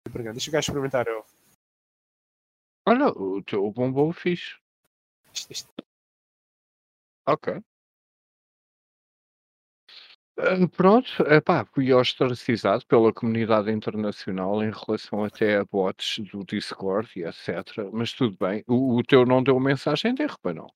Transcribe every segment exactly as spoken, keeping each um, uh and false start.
Obrigado. Deixa o gajo experimentar eu. Olha, o teu bombom fixe. Isto, isto. Ok. Uh, pronto, epá, fui ostracizado pela comunidade internacional em relação até a bots do Discord e etcétera. Mas tudo bem. O, o teu não deu mensagem de erro, não?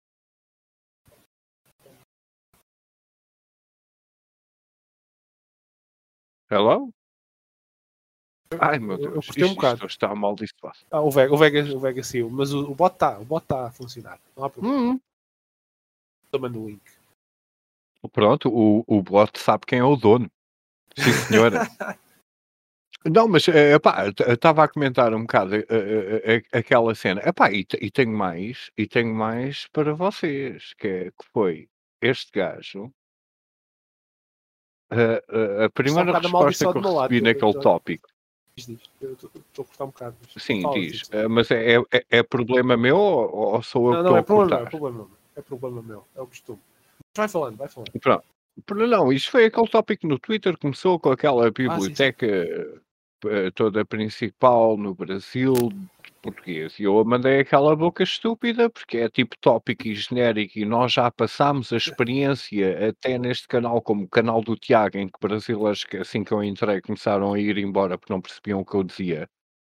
Hello? Ai meu Eu, eu Deus, cortei um isto, bocado. isto está amaldiçoado. Ah, o Vega, o Vega, o Vega saiu, mas o, o bot está, o bot está a funcionar. Não há problema. Hum, Toma-me o link. pronto, o, o bot sabe quem é o dono. Sim, senhora. Não, mas, eh, epá, eu estava a comentar um bocado, eh eh eh, aquela cena. Epá, e te e tenho mais, e tenho mais para vocês, que é que foi este gajo, a a a Está um primeira bocado resposta que amaldiçoado eu do meu lado. recebi Eu, eu, naquele eu, tópico diz, diz. Eu estou a cortar um bocado. Mas sim, fala, diz, diz. eh, mas é é é problema meu ou ou sou eu que Não, não, estou é a problema meu, é cortar? problema meu. É problema meu, é o costume. Vai falando, vai falando. Pronto. Por não, isto foi aquele tópico no Twitter, começou com aquela Ah, sim, sim. biblioteca, eh, toda principal no Brasil de português. E eu mandei aquela boca estúpida, porque é tipo tópico e genérico e nós já passámos a experiência até neste canal, como o canal do Tiago, em que brasileiros que assim que eu entrei começaram a ir embora porque não percebiam o que eu dizia.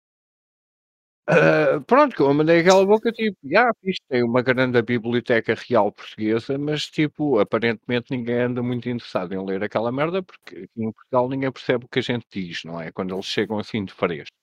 Ah, pronto, que eu mandei aquela boca tipo: "Ah, fixe, tem uma grande biblioteca real portuguesa", mas tipo, aparentemente ninguém anda muito interessado em ler aquela merda, porque aqui em Portugal ninguém percebe o que a gente diz, não é? Quando eles chegam assim de fresco.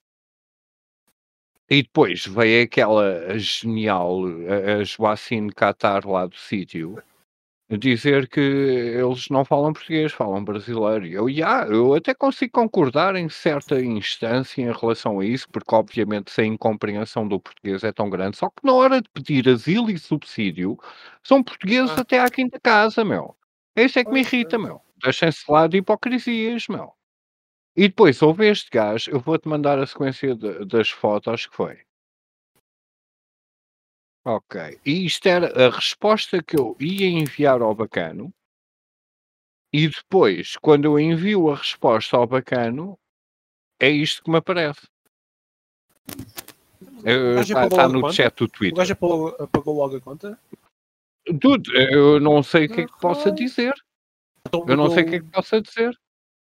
E depois veio aquela genial, a a Joacine Catar lá do sítio, dizer que eles não falam português, falam brasileiro. E eu: "Ya, eu até consigo concordar em certa instância em relação a isso, porque obviamente se a incompreensão do português é tão grande, só que na hora de pedir asilo e subsídio, são portugueses Ah, até à quinta casa, meu. É isso é que me pois, irrita, pois. meu. Deixem-se lá de hipocrisias, meu." E depois houve este gajo, eu vou-te mandar a sequência da das fotos que foi. Ok. E isto era a resposta que eu ia enviar ao bacano. E depois, quando eu envio a resposta ao bacano, é isto que me aparece. O gajo Está apagou tá logo a no conta? chat do O gajo Twitter. apagou, apagou logo a conta? Dude, eu não sei o que é Ah, que possa caralho. dizer. Então Eu não sei o que é mudou. que possa dizer.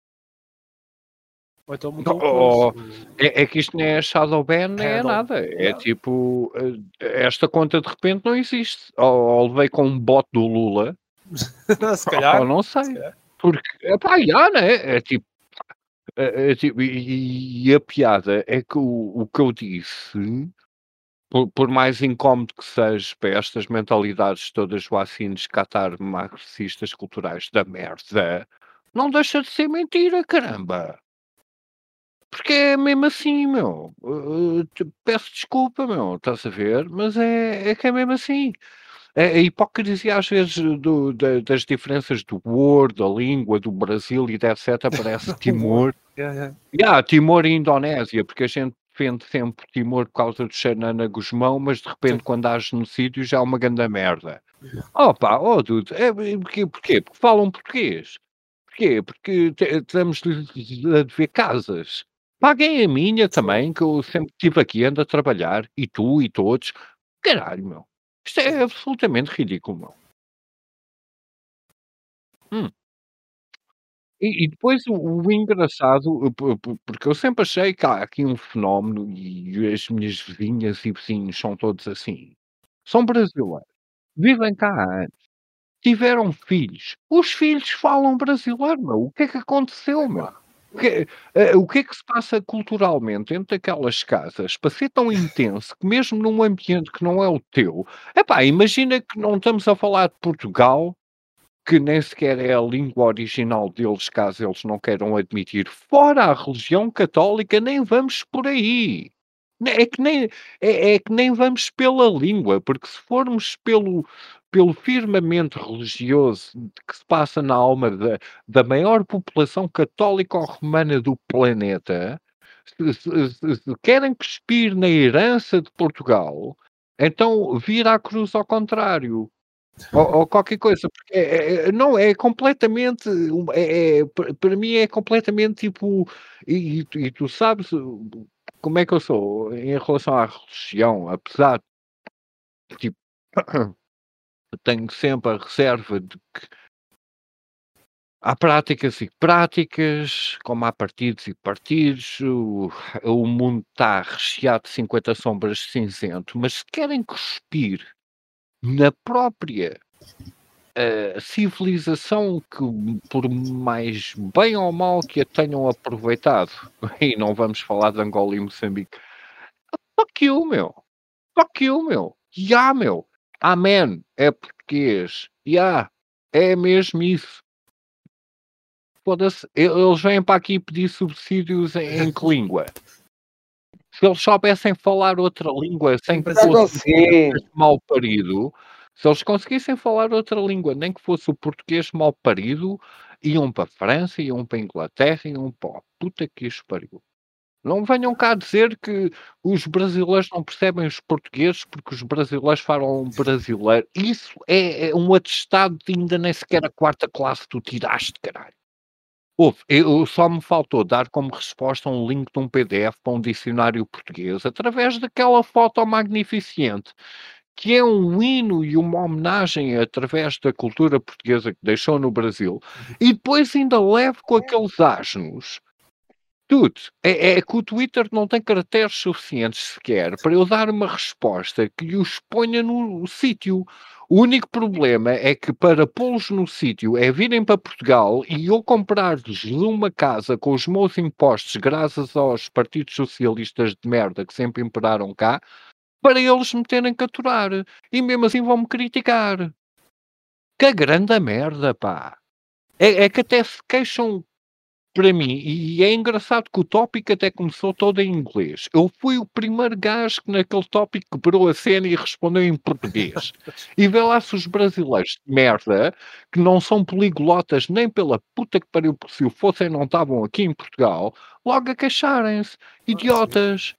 Ou então Não, mudou o coisa. oh, é é que isto nem é shadow ban, nem é Handle. nada. É Yeah. tipo, eh, esta conta de repente não existe. Ou ou levei com um bot do Lula, Se ou calhar. não Se sei. calhar. Porque, epá, já, né, é tipo é é tipo e e a piada é que o o que eu disse, por por mais incómodo que seja para estas mentalidades todas joacines, catar marxistas culturais da merda, não deixa de ser mentira, caramba. Porque é mesmo assim, meu. Uh, te peço desculpa, meu, estás a ver? Mas é é que é mesmo assim. A a hipocrisia às vezes do da das diferenças do Word, da língua, do Brasil e de etcétera parece O Word. Timor. Yeah, yeah. Yeah, Timor e Indonésia, porque a gente defende sempre Timor por causa do Xanana Gusmão, mas de Sim. repente quando há genocídio já é uma grande merda. Opa, oh dude, é porquê porquê? Porque falam português. Porquê? Porque te estamos-lhes a dever casas. Paguem a minha Fogo. também, que eu sempre estive aqui, ando a trabalhar, e tu e todos. Caralho, meu. Isto é absolutamente ridículo, meu. Hum. E e depois o o engraçado, uh, po po porque eu sempre achei que há aqui um fenómeno e as minhas vizinhas e vizinhos são todos assim. São brasileiros, vivem cá há anos, tiveram filhos, os filhos falam brasileiro, meu. O que é que aconteceu, meu? Epá. O que é o que é que se passa culturalmente dentro daquelas casas para ser tão intenso que mesmo num ambiente que não é o teu, epá, imagina que não estamos a falar de Portugal, que nem sequer é a língua original deles, caso eles não queiram admitir. Fora a religião católica, nem vamos por aí. Ne é que nem é é que nem vamos pela língua, porque se formos pelo pelo firmamento religioso que se passa na alma da da maior população católica ou romana do planeta, se se se se querem cuspir na herança de Portugal, então vira a cruz ao contrário. Ou ou qualquer coisa, porque é é não, é completamente uma é é pa para mim é completamente tipo e e tu e tu sabes o como é que eu sou em relação à religião, apesar de tipo, tenho sempre a reserva de que há práticas e práticas, como há partidos e partidos, o o mundo está recheado de cinquenta sombras de cinzento, mas se querem cuspir na própria a civilização que, por mais bem ou mal que a tenham aproveitado, e não vamos falar de Angola e Moçambique, fuck you, meu, fuck you, meu, yeah, meu, amém, é português, yeah, é mesmo isso. Foda-se, e eles vêm para aqui pedir subsídios em em que língua? Se eles soubessem falar outra língua sem Em que Já Brasil. fosse o português consegui. mal parido, se eles conseguissem falar outra língua, nem que fosse o português mal parido, iam para a França, iam para a Inglaterra, iam para a puta que os pariu. Não venham cá dizer que os brasileiros não percebem os portugueses porque os brasileiros falam brasileiro. Isso é é um atestado de ainda nem sequer a quarta classe tu tiraste, caralho. Ouve, eu só me faltou dar como resposta um link de um P D F para um dicionário português, através daquela foto magnificente, que é um hino e uma homenagem através da cultura portuguesa que deixou no Brasil, e depois ainda levo com aqueles asnos. Tudo. É é que o Twitter não tem caracteres suficientes sequer para eu dar uma resposta que os ponha no sítio. O único problema é que para pô-los no sítio é virem para Portugal e eu comprar-lhes uma casa com os meus impostos graças aos partidos socialistas de merda que sempre imperaram cá, para eles me terem que aturar. E mesmo assim vão-me criticar. Que grande merda, pá! É é que até se queixam para mim, e é engraçado que o tópico até começou todo em inglês. Eu fui o primeiro gajo que naquele tópico quebrou a cena e respondeu em português. E vê lá se os brasileiros de merda, que não são poliglotas nem pela puta que pariu, porque se o fossem não estavam aqui em Portugal, logo a queixarem-se. Ah, sim. Idiotas.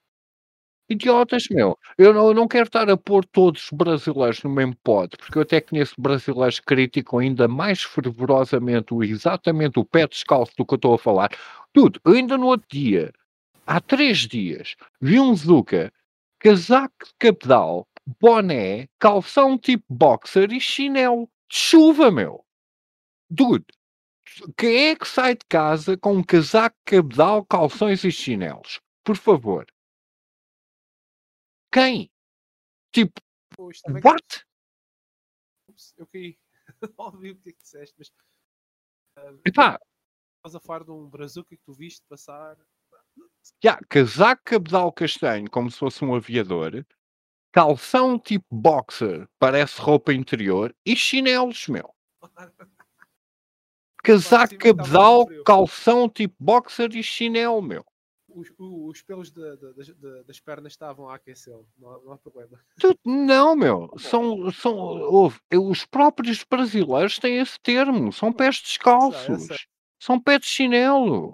Idiotas, meu. Eu não eu não quero estar a pôr todos os brasileiros no mesmo pote, porque eu até conheço brasileiros que criticam ainda mais fervorosamente o exatamente o pé descalço do que eu estou a falar. Tudo. Eu ainda no outro dia, há três dias, vi um Zuca, casaco de cabedal, boné, calção tipo boxer e chinelo de chuva, meu. Dude, quem é que sai de casa com um casaco de cabedal, calções e chinelos? Por favor. Quem? Tipo, Pô, isto também. what? Ups, eu caí. Não ouvi o que é que disseste, mas Epá, estás a falar de um brazuca que tu viste passar. já, casaco cabedal castanho, como se fosse um aviador, calção tipo boxer, parece roupa interior, e chinelos, meu. Casaco Parecia-me que estavas com cabedal, frio. calção tipo boxer e chinelo, meu. Os, o- os pelos da- da- das, da- das pernas estavam a aquecê-lo, não, há- não há problema. Tu- Não, meu. São, são, ouve, eu- os próprios brasileiros têm esse termo. São pés Sei, eu sei. descalços. São pés de chinelo.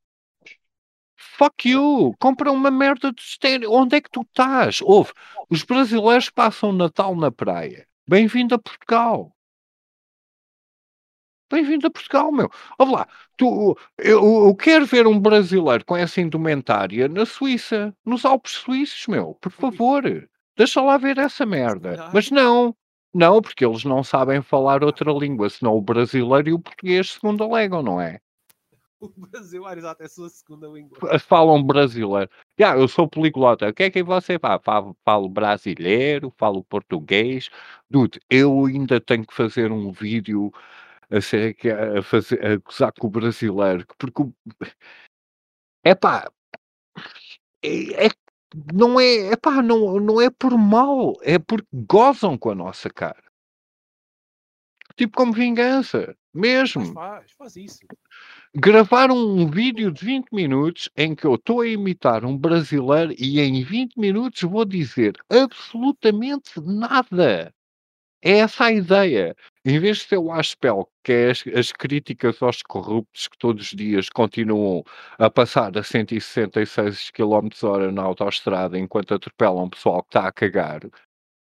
Fuck you! Compra uma merda de estéreo. Onde é que tu estás? Ouve, os brasileiros passam o Natal na praia. Bem-vindo a Portugal. Bem-vindo a Portugal, meu. Ouve lá, tu, eu, eu quero ver um brasileiro com essa indumentária na Suíça, nos Alpes suíços, meu. Por Ui, favor, deixa lá ver essa se merda. calhar Mas não, não, porque eles não sabem falar outra língua, senão o brasileiro e o português, segundo alegam, não é? o Brasil, ah, exato, é a sua segunda língua. Falam brasileiro. Já, eu sou poliglota. O que é que você fala? Falo, falo brasileiro, falo português. Dude, eu ainda tenho que fazer um vídeo a ser que a fazer a gozar com o brasileiro, porque o epá, é é não é epá, não não é por mal, é porque gozam com a nossa cara. Tipo como vingança, Faz, mesmo. faz, faz isso. Gravaram um vídeo de vinte minutos em que eu estou a imitar um brasileiro e em vinte minutos vou dizer absolutamente nada. É essa a ideia. Em vez de ser o Aspel, que é as, as críticas aos corruptos que todos os dias continuam a passar a cento e sessenta e seis quilómetros hora na autoestrada enquanto atropelam pessoal que está a cagar.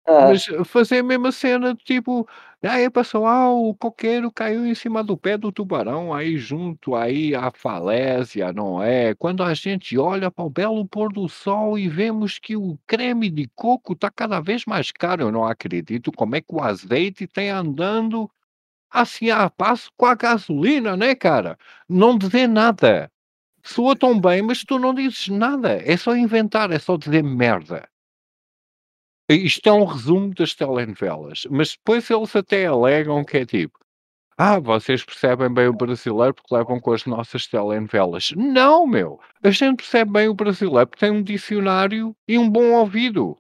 Ah, Mas fazer a mesma cena de tipo, aí passou, ah, o coqueiro caiu em cima do pé do tubarão, aí junto aí à falésia, não é? Quando a gente olha para o belo pôr do sol e vemos que o creme de coco está cada vez mais caro, eu não acredito como é que o azeite tem andando assim a passo com a gasolina, né, cara? Não dizer nada. Soa tão bem, mas tu não dizes nada, é só inventar, é só dizer merda. Isto é um resumo das telenovelas, mas depois eles até alegam que é tipo: "Ah, vocês percebem bem o brasileiro porque levam com as nossas telenovelas". Não, meu! A gente percebe bem o brasileiro porque tem um dicionário e um bom ouvido.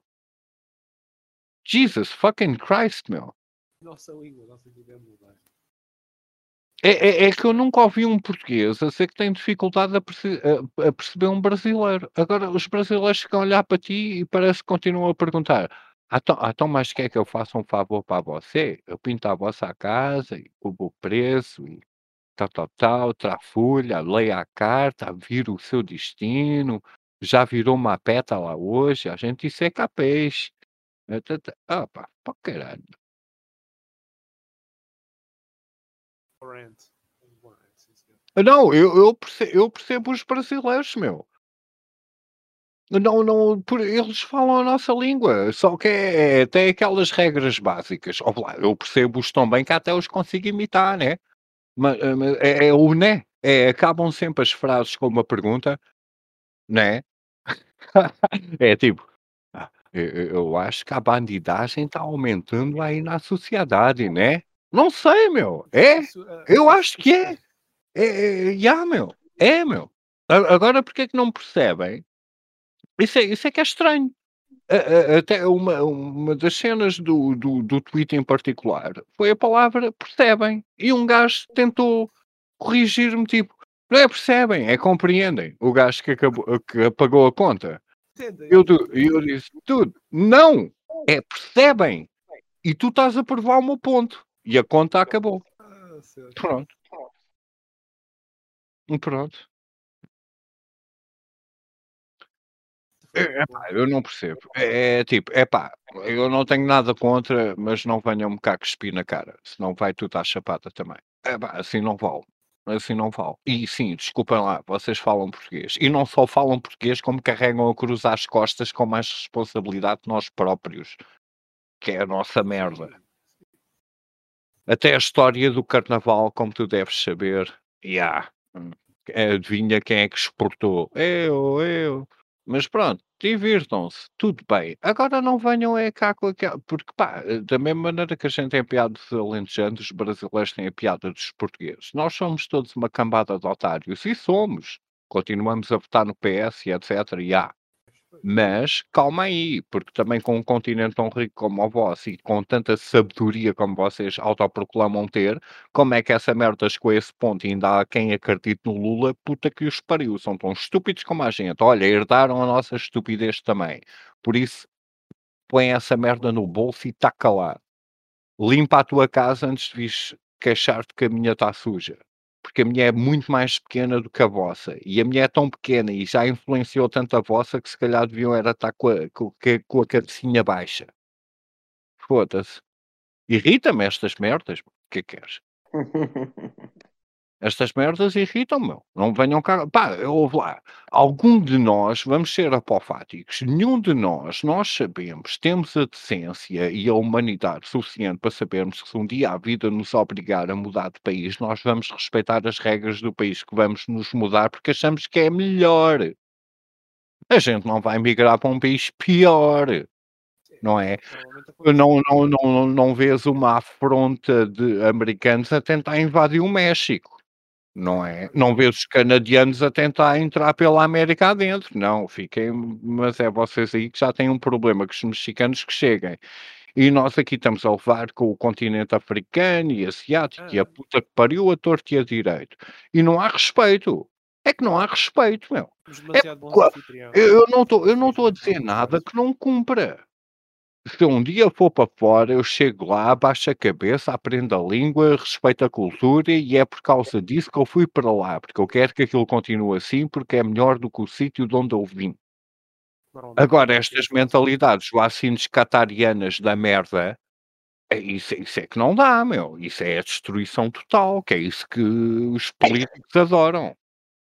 Jesus fucking Christ, meu! Nossa língua, nossa língua é mudar. É é é que eu nunca ouvi um português a dizer que tem dificuldade a perce a a perceber um brasileiro. Agora os brasileiros ficam a olhar para ti e parece que continuam a perguntar: "Ah, então ah, então mas quer que eu faça um favor para você? Eu pinto a vossa casa e cubro o preço e tal, tal, tal, trafulha, leia a carta, vira o seu destino, já virou uma pétala hoje, a gente isso é capaz". Eh, ta ta ah pá, para o caralho. Rant. Sim, senhor. Não, eu eu perce eu percebo os brasileiros, meu. Não não, por eles falam a nossa língua, só que é tem aquelas regras básicas. Ouve lá, eu percebo-os tão bem que até os consigo imitar, né, ma ah, ma é é o né, é acabam sempre as frases com uma pergunta, né. É tipo: "Ah, eu eu eu acho que a bandidagem está aumentando aí na sociedade, né". Não sei, meu. Isso, É, isso, ah, eu isso, acho que isso é. é. É é já, meu. É, meu. A agora porque é que não percebem? Isso é isso é que é estranho. A a até uma uma das cenas do do do tweet em particular foi a palavra "percebem", e um gajo tentou corrigir-me, tipo: "Não é percebem, é compreendem", o gajo que acabou que apagou a conta. Entendem, Eu du e eu entendem. disse: "Dude, não, é percebem, e tu estás a provar o meu ponto", e a conta acabou. Ah, senhor. Pronto, pronto. É, Foi muito epá, bom. eu não percebo. É é tipo, epá, eu não tenho nada contra, mas não venham-me cá cuspir na cara, senão vai tudo à chapada também. Epá, assim não vale, assim não vale. E sim, desculpem lá, vocês falam português. E não só falam português, como carregam a cruz às costas com mais responsabilidade que nós próprios, que é a nossa merda. Sim. Até a história do carnaval, como tu deves saber, yeah, hum, adivinha quem é que exportou? Eu, eu. Mas pronto, divirtam-se, tudo bem. Agora não venham é cá com aquela porque pá, eh, da mesma maneira que a gente tem a piada dos alentejanos, os brasileiros têm a piada dos portugueses. Nós somos todos uma cambada de otários, e somos. Continuamos a votar no P S e etcétera, e há. Pois. Mas calma aí, porque também com um continente tão rico como o vosso e com tanta sabedoria como vocês autoproclamam ter, como é que essa merda chegou a esse ponto e ainda há quem acredite no Lula? Puta que os pariu, são tão estúpidos como a gente. Olha, herdaram a nossa estupidez também. Por isso, põe essa merda no bolso e taca lá. Limpa a tua casa antes de vires queixar-te que a minha está suja. Porque a minha é muito mais pequena do que a vossa. E a minha é tão pequena e já influenciou tanto a vossa que se calhar deviam era estar com a, com, que- com a cabecinha baixa. Foda-se. Irrita-me estas merdas. O que é que queres? Estas merdas irritam-me, meu. Não venham cá. Pá, ouve lá. Algum de nós, vamos ser apofáticos, nenhum de nós, nós sabemos, temos a decência e a humanidade suficiente para sabermos que se um dia a vida nos obrigar a mudar de país, nós vamos respeitar as regras do país que vamos nos mudar porque achamos que é melhor. A gente não vai migrar para um país pior, Sim, não é? normalmente acontece. Não, não, não, não vês uma afronta de americanos a tentar invadir o México. Não é? Pois. Não vês os canadianos a tentar entrar pela América adentro, não, fiquem mas é vocês aí que já têm um problema com os mexicanos que cheguem. E nós aqui estamos a levar com o continente africano e asiático e a Ah, puta que pariu a torto e a direito. E não há respeito. É que não há respeito, meu. somos É demasiado bons qua anfitriões. eu eu não estou eu não estou a Infelizmente, em dizer alguns nada casos. que não cumpra. Se um dia for para fora, eu chego lá, baixo a cabeça, aprendo a língua, respeito a cultura e é por causa disso que eu fui para lá, porque eu quero que aquilo continue assim, porque é melhor do que o sítio de onde eu vim. Normalmente Agora é estas assim que funciona. mentalidades joacines catarianas da merda, é isso isso é que não dá, meu. Isso é a destruição total, que é isso que os políticos adoram.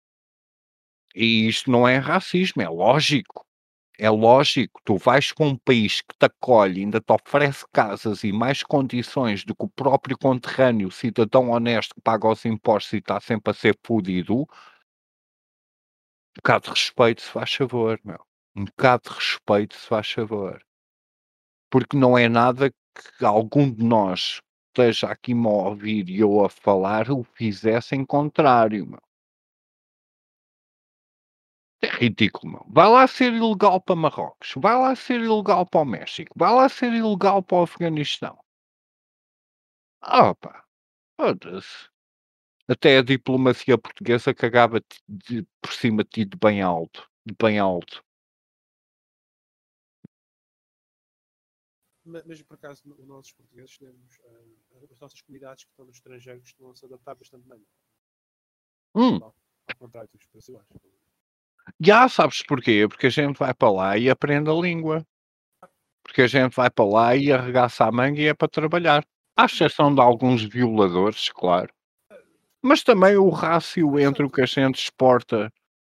E isto não é racismo, é lógico. É lógico, tu vais para um país que te acolhe, ainda te oferece casas e mais condições do que o próprio conterrâneo, cidadão honesto que paga os impostos e está sempre a ser fudido. Um bocado de respeito, se faz favor, meu. Um bocado de respeito, se faz favor. Porque não é nada que algum de nós esteja aqui-me a ouvir e eu a falar o fizesse em contrário, meu. É ridículo, meu. Vai lá ser ilegal para Marrocos, vai lá ser ilegal para o México, vai lá ser ilegal para o Afeganistão. Ah, pá, foda-se. Até a diplomacia portuguesa cagava de de por cima de ti de bem alto, de bem alto. Ma- Mas, por acaso, no- nós os portugueses temos ah, as nossas comunidades que estão no estrangeiro que estão a se adaptar bastante bem. Hum, Não, ao contrário dos brasileiros. já sabes porquê? Porque a gente vai para lá e aprende a língua. Porque a gente vai para lá e arregaça a manga e é para trabalhar. À exceção de alguns violadores, claro. Mas também o rácio entre o Exato. que a gente exporta,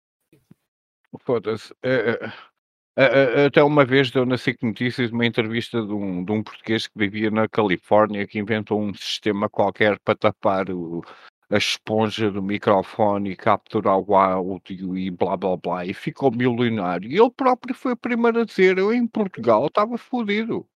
foda-se, eh eh, a a até uma vez deu na SIC Notícias uma entrevista de um de um português que vivia na Califórnia, que inventou um sistema qualquer para tapar o a esponja do microfone e capturar o áudio e blá blá blá, e ficou milionário. E ele próprio foi o primeiro a dizer: "Eu em Portugal estava fodido".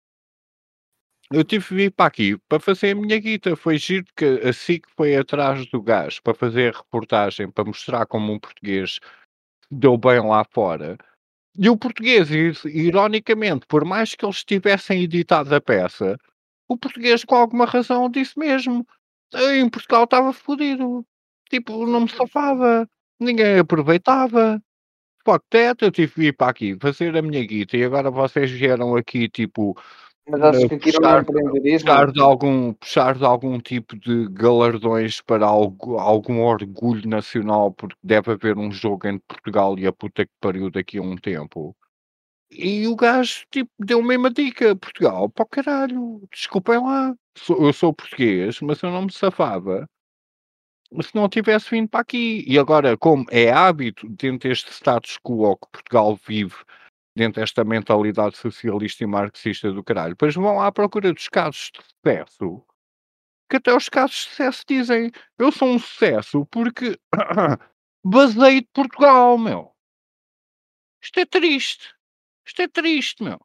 Eu tive que vir para aqui para fazer a minha guita. Foi giro que a SIC foi atrás do gajo para fazer a reportagem, para mostrar como um português deu bem lá fora. E o português, i ironicamente, por mais que eles tivessem editado a peça, o português com alguma razão disse mesmo: "Eu em Portugal estava fodido, tipo, não me Pois, safava, ninguém aproveitava, fuck that, eu tive que vir para aqui fazer a minha guita e agora vocês vieram aqui, tipo, Mas achas eh, que aquilo não é puxar puxar empreendedorismo? de algum puxar de algum tipo de galardões para algo algum orgulho nacional, porque deve haver um jogo entre Portugal e a puta que pariu daqui a um tempo". E o gajo, tipo, deu mesmo a dica: "Portugal, para o caralho, desculpem lá, sou eu sou português, mas eu não me safava se não tivesse vindo para aqui". E agora, como é hábito dentro deste status quo que Portugal vive, dentro desta mentalidade socialista e marxista do caralho, depois vão à procura dos casos de sucesso, que até os casos de sucesso dizem: "Eu sou um sucesso porque basei de Portugal, meu". Isto é triste, isto é triste, meu.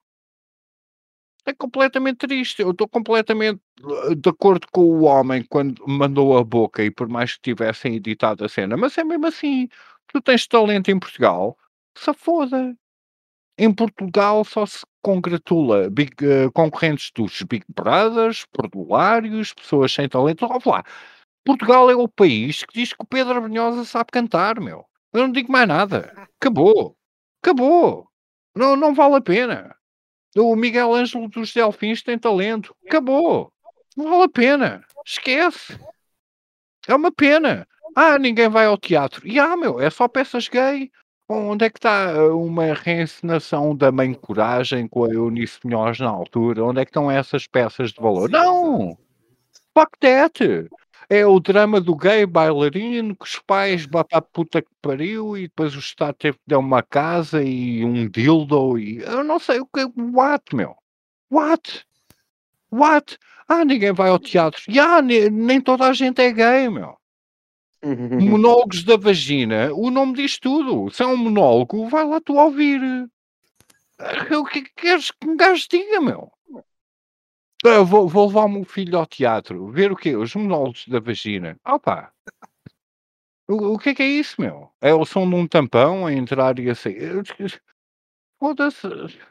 É completamente triste. Eu estou completamente, eh, de acordo com o homem quando mandou a boca e por mais que tivessem editado a cena, mas é mesmo assim. Tu tens talento em Portugal, se foda. Em Portugal só se congratula big, eh, concorrentes dos Big Brothers, perdulários, pessoas sem talento. Ouve lá, Portugal é o país que diz que o Pedro Brunhosa sabe cantar, meu. Eu não digo mais nada. Acabou. Acabou. Não, não vale a pena. O Miguel Ângelo dos Delfins tem talento. Acabou. Não vale a pena. Esquece. É uma pena. "Ah, ninguém vai ao teatro". E "Ah, meu, é só peças gay". Onde é que está, ah, uma reencenação da Mãe Coragem com a Eunice Munhoz na altura? Onde é que estão essas peças de valor? sim, exato. Não! Fuck that! É o drama do gay bailarino que os pais Exato. botam a puta que pariu e depois o Estado teve que dar uma casa e um dildo e eu não sei o que what, meu? What? What? "Ah, ninguém vai ao teatro". Ya, ne nem toda a gente é gay, meu. Monólogos da vagina, o nome diz tudo. Se é um monólogo, vai lá tu ouvir. Ah, o que é que queres que um gajo diga, meu? "Ah, vou vou levar o meu filho ao teatro, ver o quê? Os monólogos da vagina". Opa, o o que é que é isso, meu? É o som de um tampão a entrar e a sair. Foda-se.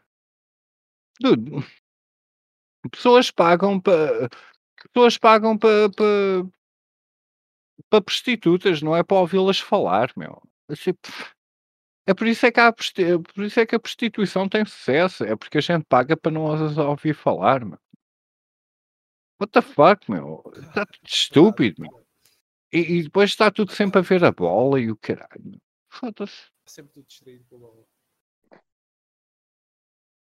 Dude, pessoas pagam para pessoas pagam para para para prostitutas, não é para ouvi-las falar, meu. Assim, é por isso é que há prosti é por isso é que a prostituição tem sucesso, é porque a gente paga para não as ouvir falar, meu. What the fuck, meu? Está tudo Verdade, estúpido, meu. verdade. E e depois está tudo sempre a Epá, ver a bola e o caralho, meu. Foda-se. sempre tudo distraído pela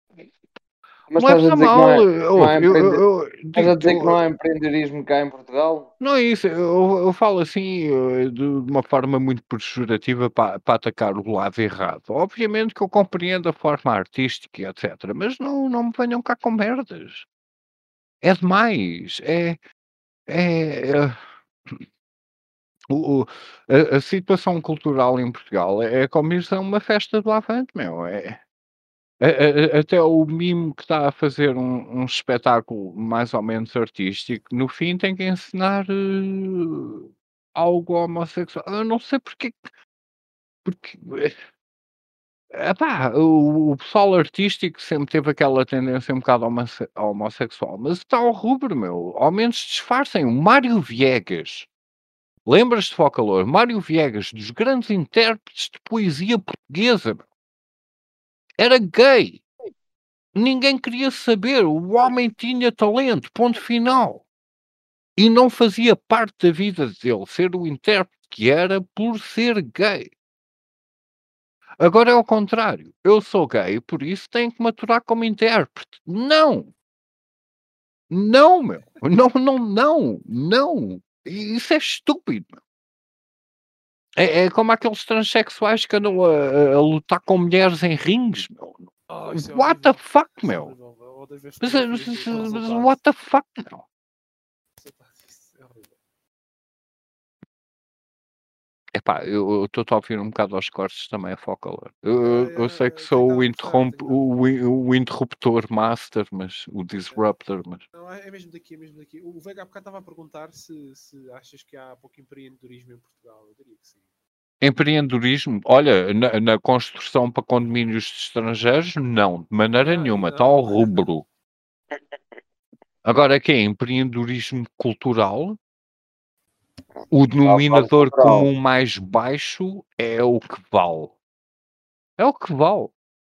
Mas Não é estás a por dizer que não mal, é, eh, não ouve, é eu eu empreende... eu Estás a dizer que digo-te, não há empreendedorismo cá em Portugal? não é isso, eu eu falo assim, eh, de uma forma muito pejorativa para para atacar o lado errado. Obviamente que eu compreendo a forma artística e etcétera, mas não não me venham cá com merdas. É demais, é é, eh, o o a a situação cultural em Portugal é é como ir a uma festa do Avante, meu, é a a a até o mimo que está a fazer um um espetáculo mais ou menos artístico, no fim tem que ensinar, eh, algo homossexual. Eu não sei porque porque, eh, epá, o o pessoal artístico sempre teve aquela tendência um bocado homosse homossexual, mas está ao rubro, meu, ao menos disfarcem. O Mário Viegas, lembras-te, Focalor? Mário Viegas, dos grandes intérpretes de poesia portuguesa, meu, era gay. Ninguém queria saber, o homem tinha talento, ponto final. E não fazia parte da vida dele ser o intérprete que era por ser gay. Agora é ao contrário, eu sou gay, por isso tenho que me aturar como intérprete. Não, não, meu, não, não, não, não. Isso é estúpido, meu. É, é como aqueles transexuais que andam a, a- a lutar com mulheres em rings, meu. Oh, isso é What the horrível. fuck, Isso é meu? horrível. Eu odeio ver Mas, mas, fotografias do, do mas, mas resultado. what the fuck, meu? Isso é horrível. Epá, eu estou a ouvir um bocado aos cortes também a Focalor. Eu Yeah, eu eu yeah, sei que yeah. Tenho sou estado o a gostar, interrompe tenho estado a o gostar. in o interruptor master, mas o Yeah. disruptor, mas Não, é é mesmo daqui, é mesmo daqui. O Vega há bocado estava a perguntar se, se achas que há pouco empreendedorismo em Portugal. Eu diria que sim. empreendedorismo, olha, na na construção para condomínios de estrangeiros, não, de maneira Ah, nenhuma, está ao não. rubro. Agora que é empreendedorismo cultural, o Estava a falar de denominador cultural. comum mais baixo é o que vale. É o que vale.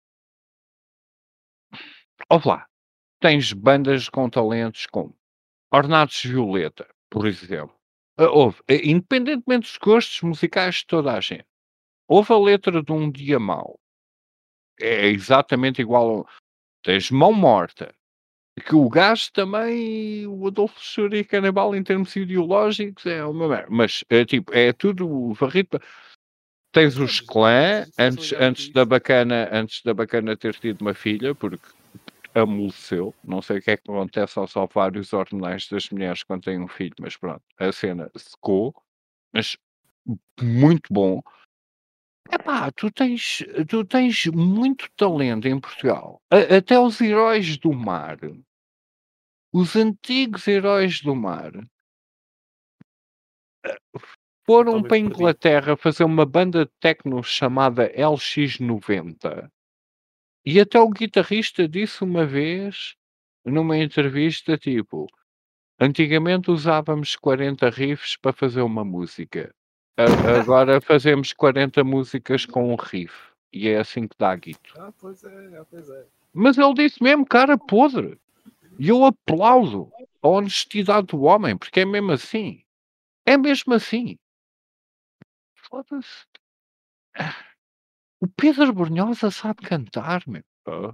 Ouve lá, tens bandas com talentos como Ornatos Violeta, por exemplo. Ah, ouve, eh, independentemente dos gostos musicais de toda a gente, ouve a letra de Um Dia Mau, é exatamente igual ao tens Mão Morta, que o gajo também, o Adolfo Churi Canibal em termos ideológicos é uma merda, mas é tipo, é tudo varrido pa É tens os todos, é todos. A Clã, gente fica-se a antes ligar muito a antes da isso. Bacana antes da Bacana ter tido uma filha, porque amoleceu, não sei o que é que acontece aos ovários hormonais das mulheres quando têm um filho, mas pronto, a cena secou, mas muito bom. Epá, tu tens tu tens muito talento em Portugal, a até os heróis do mar, os antigos heróis do mar, foram para a Totalmente perdido. Inglaterra fazer uma banda de techno chamada L X noventa, e até o guitarrista disse uma vez, numa entrevista, tipo: "Antigamente usávamos quarenta riffs para fazer uma música, a agora fazemos quarenta músicas com um riff, e é assim que dá guito". Ah, pois é, ah, pois é. Mas ele disse mesmo cara podre, e eu aplaudo a honestidade do homem, porque é mesmo assim, é mesmo assim. Foda-se. O Pedro Brunhosa sabe cantar, meu. Ah,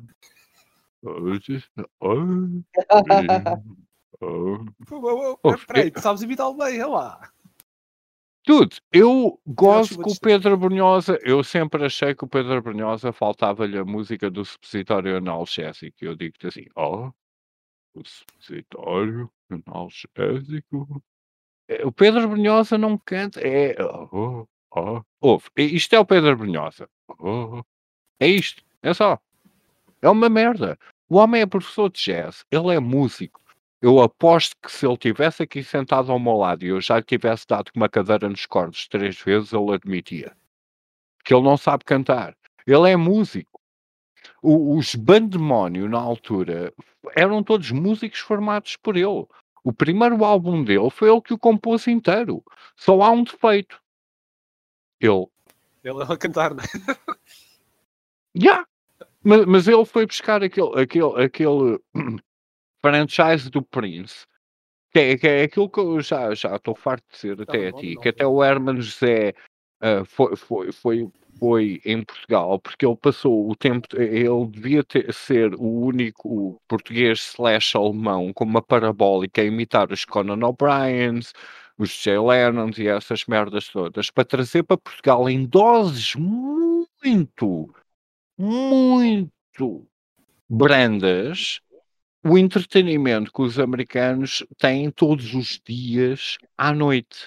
ah, ah, Espera aí, tu sabes imitá-lo bem, olha lá. Dude, eu Tira a gosto chuva que de o estrela. Pedro Brunhosa, eu sempre achei que o Pedro Brunhosa faltava-lhe a música do supositório analgésico. Eu digo-te assim: "Oh, o supositório analgésico". Eh, o Pedro Brunhosa não canta, é oh, oh. Ouve, isto é o Pedro Brunhosa. Oh, é isto, é só. É uma merda. O homem é professor de jazz, ele é músico. Eu aposto que se ele tivesse aqui sentado ao meu lado e eu já lhe tivesse dado com uma cadeira nos cornos três vezes, ele admitia. Que ele não sabe cantar. Ele é músico. O os Bandemónio, na altura, eram todos músicos formados por ele. O primeiro álbum dele foi ele que o compôs inteiro. Só há um defeito. Ele Ele a cantar, né? yeah, ma mas ele foi buscar aquele aquele aquele franchise do Prince. Que é que é aquilo que eu já já estou farto de dizer Estava até de a moda ti, na que até altura. o Hermano José, hã, foi foi foi foi em Portugal, porque ele passou o tempo, ele devia ter, ser o único português slash alemão com uma parabólica a imitar os Conan O'Briens, os Jay Lennons e essas merdas todas, para trazer para Portugal em doses muito, muito brandas o entretenimento que os americanos têm todos os dias à noite.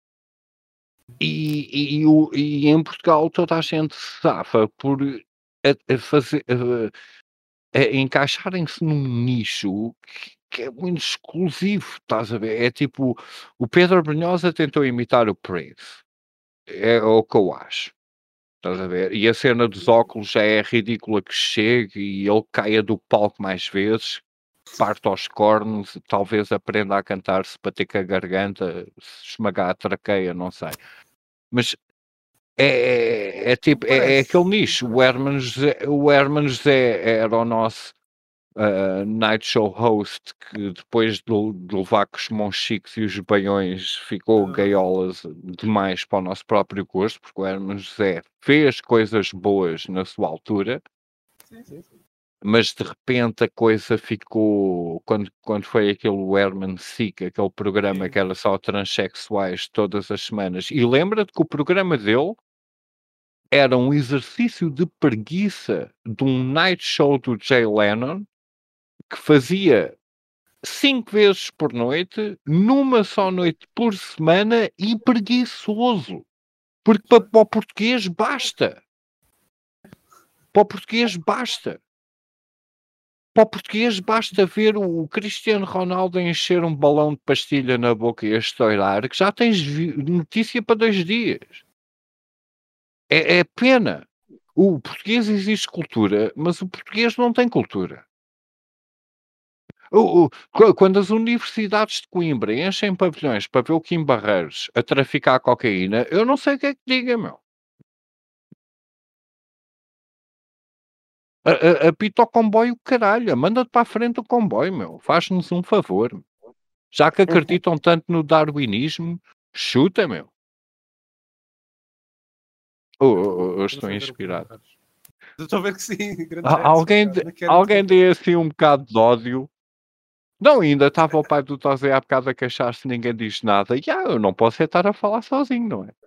E, e, e o- e em Portugal toda a gente se safa por a, a fazer, a- a encaixarem-se num nicho que, que é muito exclusivo, estás a ver? É tipo, o Pedro Brunhosa tentou imitar o Prince, é o que eu acho. Estás a ver? E a cena dos óculos já é ridícula que chegue e ele caia do palco mais vezes, parte aos cornos, talvez aprenda a cantar-se para ter que a garganta se esmagar a traqueia, não sei. Mas é, é, é tipo, é, é parece, aquele não nicho. O parece. Herman José, o Herman José era o nosso ah, night show host que depois de, de levar com os monchiques e os baiões ficou Aham. gaiolas demais para o nosso próprio gosto, porque o Herman José fez coisas boas na sua altura, Sim, sim, sim. mas de repente a coisa ficou quando, quando foi aquele Herman Sick, aquele programa Sim. que era só transexuais todas as semanas. E lembra-te que o programa dele era um exercício de preguiça de um night show do Jay Leno que fazia cinco vezes por noite, numa só noite por semana e preguiçoso. Porque pa- para o português basta. Para o português basta. Para o português basta ver o Cristiano Ronaldo a encher um balão de pastilha na boca e a estourar, que já tens vi- notícia para dois dias. É, é pena. O português existe cultura, mas o português não tem cultura. O, o- qu- quando as universidades de Coimbra enchem pavilhões para ver o Kim Barreiros a traficar cocaína, eu não sei o que é que diga, meu. A, a, apita o comboio, caralho. Manda-te para a frente o comboio, meu. Faz-nos um favor. Já que acreditam tanto no darwinismo, chuta, meu. Oh, oh, oh, eu Vamos estou lá ver o Kim inspirado. Barreiros. Eu estou a ver que sim, grande Al- Jackson, alguém, cara. de- Não quero alguém interromper. dê assim um bocado de ódio. Não, ainda estava o pai do Tozé há bocado a queixar-se, ninguém diz nada. E ah, eu não posso é estar a falar sozinho, não é?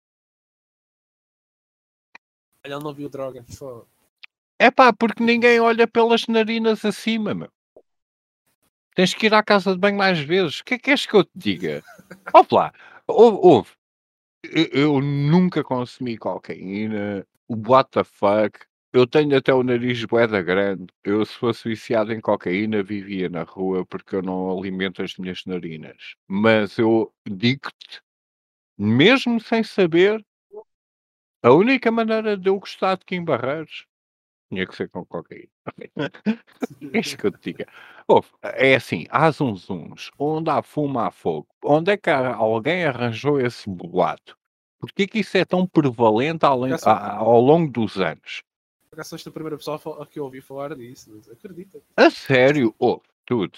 Olha, ele não viu droga. Só... É pá, porque ninguém olha pelas narinas acima, meu. Tens que ir à casa de banho mais vezes. O que é que queres que eu te diga? Ouve lá, ouve, ouve. Eu, eu nunca consumi cocaína. What the fuck? Eu tenho até o nariz bué da grande. Eu, se fosse viciado em cocaína, vivia na rua porque eu não alimento as minhas narinas. Mas eu digo-te, mesmo sem saber, a única maneira de eu gostar de Kim Barreiros tinha que ser com cocaína. Queres que eu te diga? Ouve, é assim, há zunzuns, onde há fumo há fogo. Onde é que há- alguém arranjou esse boato? Porquê que isso é tão prevalente além- Já a- ao longo dos anos? Por acaso foste a primeira pessoa a fal- a que eu ouvi falar disso, mas acredita. A sério? Ouve, tudo.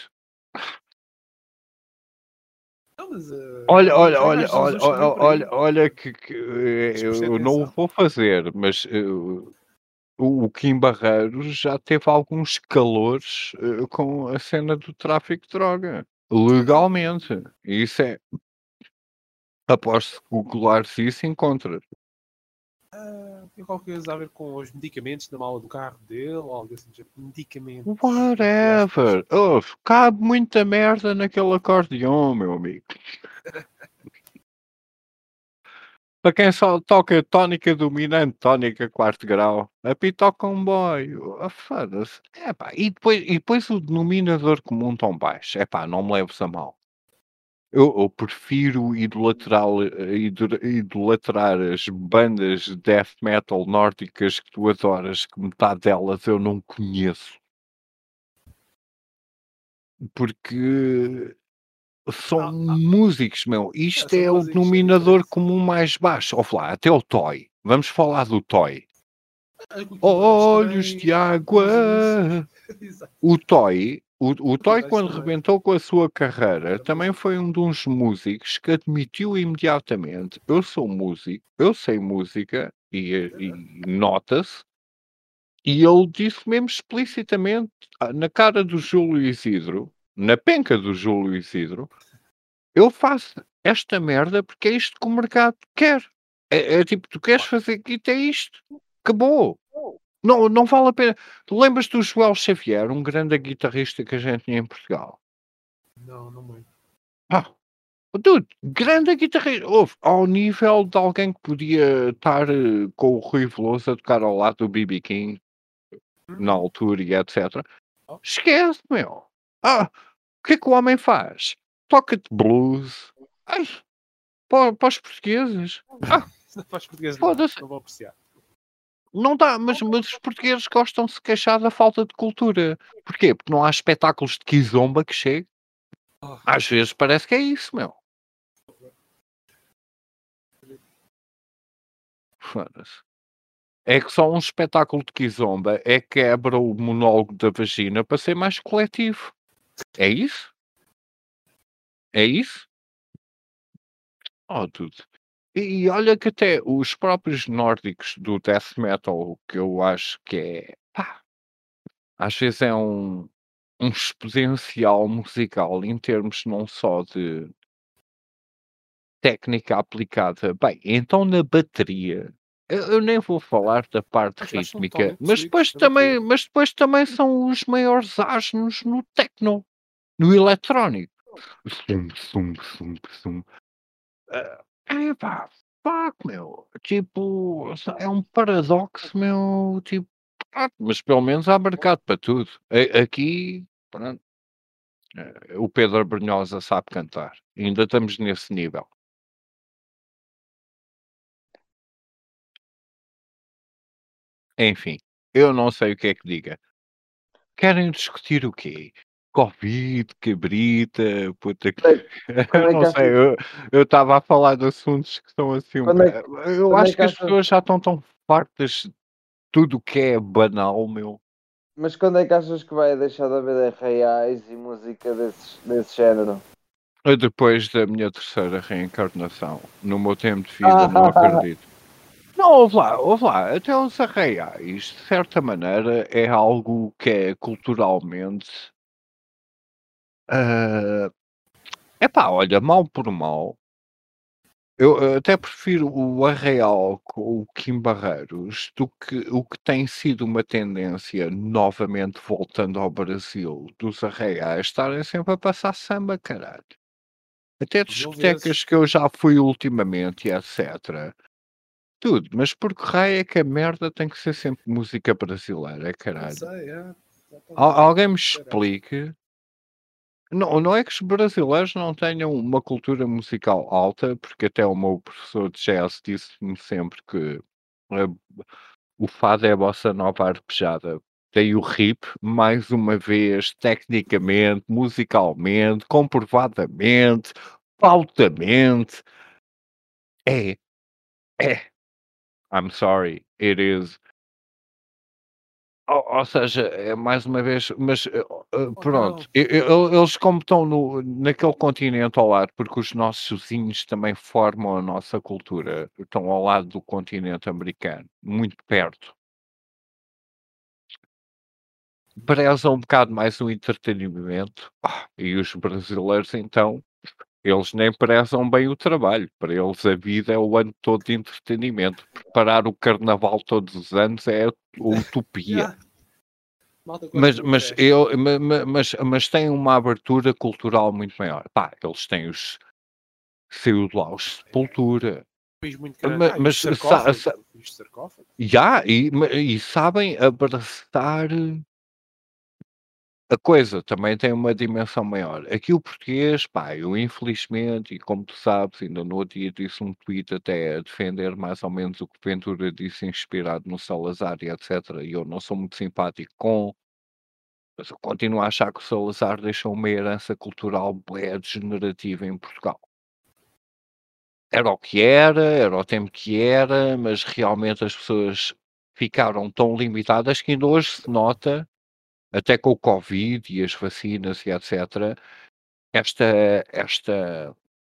Não, mas uh, Olha, agora olha, tem olha, mais olha, Jesus olha, também por olha, aí. olha que, que, Tens eh, de prestar eu não o atenção. vou fazer, mas eh, o, o Kim Barreiros já teve alguns calores eh, com a cena do tráfico de droga. Legalmente. E isso é. Aposto que googlares isso encontras. Ah, tem qualquer coisa a ver com os medicamentos na mala do carro dele, ou algo assim. Tipo, medicamentos. Entre aspas. Whatever. Ouve, cabe muita merda naquele acordeão, meu amigo. Para quem só toca tónica dominante, tónica quarto grau, apita o comboio. Ah, foda-se. Epá, e depois, e depois o denominador comum tão baixo. Epá, não me leves a mal. Eu, eu prefiro idolatrar, eh, ido- idolatrar as bandas de death metal nórdicas que tu adoras, que metade delas eu não conheço. Porque são Ah, ah, músicos, meu. é, Isto são é o músicos, é denominador diferente. comum mais baixo. Ouve lá, até o Toy. Vamos falar do Toy. Ah, o Kim Barreiros Olhos também de usa isso. água. Exato. O Toy O o O Toy T-Rex quando também. rebentou com a sua carreira, Também. também foi um dos músicos que admitiu imediatamente: "Eu sou músico, eu sei música", e, eh, e nota-se, e ele disse mesmo explicitamente, ah, na cara do Júlio Isidro, na penca do Júlio Isidro: "Eu faço esta merda porque é isto que o mercado quer. É é tipo, tu queres Claro. fazer guita, é isto, acabou. Não não vale a pena". Tu lembras-te do Joel Xavier, um grande guitarrista que a gente tinha em Portugal? Não, não me lembro. Ah, dude, grande guitarrista, ouve, ao nível de alguém que podia estar, eh, com o Rui Veloso a tocar ao lado do B B King, na Uhum. altura e etcétera. Oh. Esquece, meu. Ah, o que é que o homem faz? Toca-te blues. Ai, para para os portugueses. Ah, Se não faz português, não. foda-se. Não vou apreciar. Não dá, mas mas os portugueses gostam de se queixar da falta de cultura. Porquê? Porque não há espetáculos de kizomba que chegue. Oh. Às vezes parece que é isso, meu. Foda-se. É que só um espetáculo de kizomba é que quebra o monólogo da vagina para ser mais coletivo. É isso? É isso? Oh, dude. E e olha que até os próprios nórdicos do death metal, que eu acho que é, pá, às vezes é um um exponencial musical em termos não só de técnica aplicada. Bem, então na bateria, eu eu nem vou falar da parte Os gajos são rítmica, totalmente mas slicks depois na bateria. também mas depois também são os maiores asnos no techno, no eletrónico. Sum, sum, sum, sum. Ah, epá, fuck, meu, tipo, é um paradoxo, meu, tipo, pronto, mas pelo menos há mercado para tudo. A aqui, pronto, eh, o Pedro Brunhosa sabe cantar, ainda estamos nesse nível. Enfim, eu não sei o que é que diga. Querem discutir o quê? Covid, cabrita, puta que Quando é, eu quando é não que sei, achas, eu eu estava a falar de assuntos que são assim um quando é, bocado, que- eu quando é acho que que as achas, pessoas já estão tão fartas de tudo o que é banal, meu. mas quando é que achas que vai deixar de haver reais e música desse, desse género? Eu depois da minha terceira reencarnação, no meu tempo de vida, não acredito. Não, ouve lá, ouve lá, até os arraiais, de certa maneira, é algo que é culturalmente, ah, epá, olha, mal por mal. Eu, eh, até prefiro o Arraial com o Kim Barreiros do que o que tem sido uma tendência, novamente voltando ao Brasil, dos arraiais estarem sempre a passar samba, caralho. Até Mil vezes. discotecas que eu já fui ultimamente e etcétera. Tudo, mas por que raio é que a merda tem que ser sempre música brasileira, Não caralho? sei, é. Al Exatamente. alguém me Caralho. explique. Não, não é que os brasileiros não tenham uma cultura musical alta, porque até o meu professor de jazz disse-me sempre que, eh, o fado é a bossa nova arpejada. Tem o hip, mais uma vez, tecnicamente, musicalmente, comprovadamente, pautamente, é, é. I'm sorry, it is. Ou ou seja, é mais uma vez, mas, eh, eh, Oh, pronto, não. e e e eles como estão no naquele continente ao lado, porque os nossos vizinhos também formam a nossa cultura, estão ao lado do continente americano, muito perto. Prezam um bocado mais o entretenimento, ah, e os brasileiros então, eles nem prezam bem o trabalho, para eles a vida é o ano todo de entretenimento, preparar o carnaval todos os anos é utopia. Yeah. Malta gosta Mas de uma mas festa. eu ma ma mas mas tem uma abertura cultural muito maior. Pá, eles têm os saiu de lá os É. Sepultura, País muito grande. ma Ah, e mas os sa sarcófagos. sa Os sarcófagos. já, e ma e sabem abraçar a coisa, também tem uma dimensão maior. Aqui o português, pá, eu infelizmente, e como tu sabes, ainda no outro dia disse um tweet até a defender mais ou menos o que Ventura disse inspirado no Salazar e etcétera, e eu não sou muito simpático com. Mas eu continuo a achar que o Salazar deixou uma herança cultural bué degenerativa em Portugal. Era o que era, era o tempo que era, mas realmente as pessoas ficaram tão limitadas que ainda hoje se nota, até com o Covid e as vacinas e etcétera, esta esta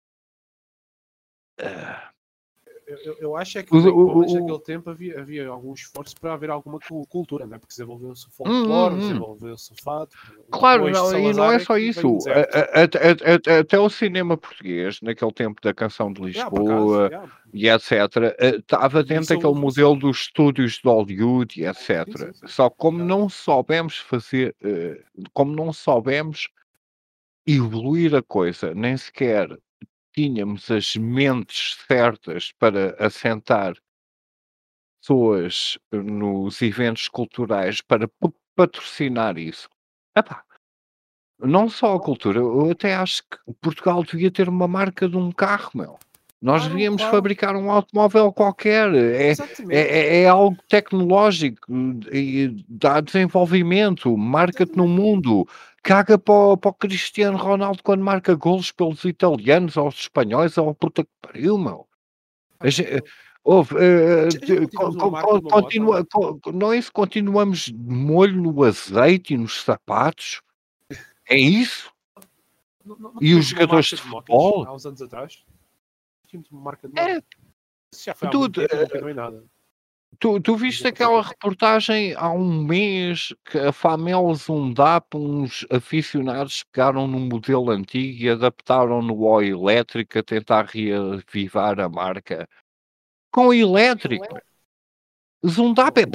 ah, Eu, eu- eu acho é que, o bem, o pelo menos o naquele tempo havia, havia algum esforço para haver alguma cul- cultura, não é? Porque desenvolveu-se o hum, folclore, hum, hum. desenvolveu-se o fado. Claro, Depois de não, e não Salazar é é só que veio o isso, a deserto. a até até até o cinema português, naquele tempo da Canção de Yeah, por acaso, Lisboa yeah. e etcétera, eh, estava dentro Nisso daquele houve evolução. modelo dos estúdios de Hollywood e Sim, etcétera. sim, sim. Só que como Yeah. não soubemos fazer, eh, como não soubemos evoluir a coisa, nem sequer tínhamos as mentes certas para assentar pessoas eh, nos eventos culturais para pa patrocinar isso. Epá, não só a cultura, eu até acho que Portugal devia ter uma marca de um carro, meu. Nós Claro, devíamos claro. fabricar um automóvel qualquer, é Exatamente. é é é algo tecnológico e dá desenvolvimento, marca-te no Exatamente. mundo. Caga para o para o Cristiano Ronaldo quando marca golos pelos italianos ou os espanhóis ou puta que pariu, meu. Pá, A yeah, ge fogo. houve, A eh, gente a gente de não co tivemos uma co marca co de uma moto, continua não. co não é isso, continuamos de molho no azeite e nos sapatos? É isso? Não, não, não E os tínhamos uma jogadores marca de de motas futebol? há uns anos atrás. Tínhamos uma marca de É, motas. Isso já foi há muito dude, tempo e nunca eh, deu em nada. tu tu Mas viste nunca foi aquela feito. reportagem há um mês que a Famel Zundap, uns aficionados pegaram num modelo antigo e adaptaram-no ao elétrico a tentar reavivar a marca. Com elétrico, meu. Zundap é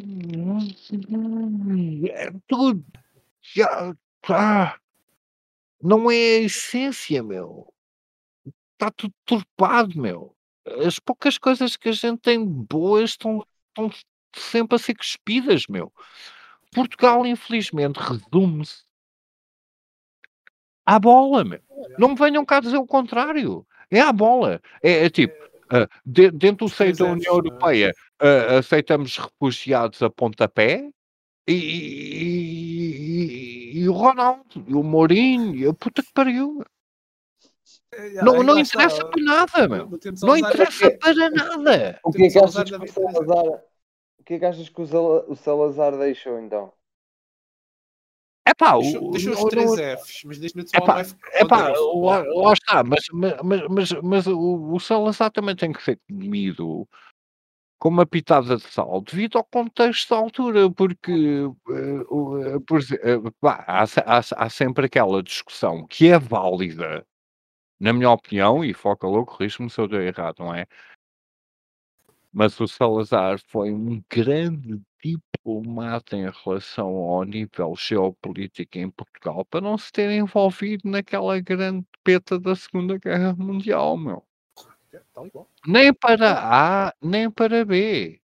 é tudo já ah, não é a essência, meu. Está tudo turpado, meu. As poucas coisas que a gente tem de boas estão estão sempre a ser cuspidas, meu. Portugal, infelizmente, resume-se à bola, meu. Yeah. Não me venham cá dizer o contrário. É à bola. É é tipo, ah, de dentro do Os seio três da União Fs, não é? Europeia, ah, aceitamos refugiados a pontapé e e e e o Ronaldo, e o Mourinho, e a puta que pariu. É, yeah, Não aí não lá está. interessa para nada, No, meu. no tempo de Não Salazar, O interessa que, para nada. o no que tempo é de que Salazar achas ainda que o havia três Fs. Salazar, o que é que achas que o Sala- o Salazar deixou então? Epá, Deixou, o deixou os não três não Fs, mas neste momento só há um epá F epá, contra o lá futebol. lá está, mas ma mas mas mas o o Salazar também tem que ser comido com uma pitada de sal, devido ao contexto da altura, porque, eh, o eh, por exe eh, pá, há se há se há sempre aquela discussão que é válida, na minha opinião, e foca louco, corrige-me se eu estou errado, não é? Mas o Salazar foi um grande diplomata em relação ao nível geopolítico em Portugal, para não se ter envolvido naquela grande peta da Segunda Guerra Mundial, meu. É, tal e qual. Nem para A, nem para B.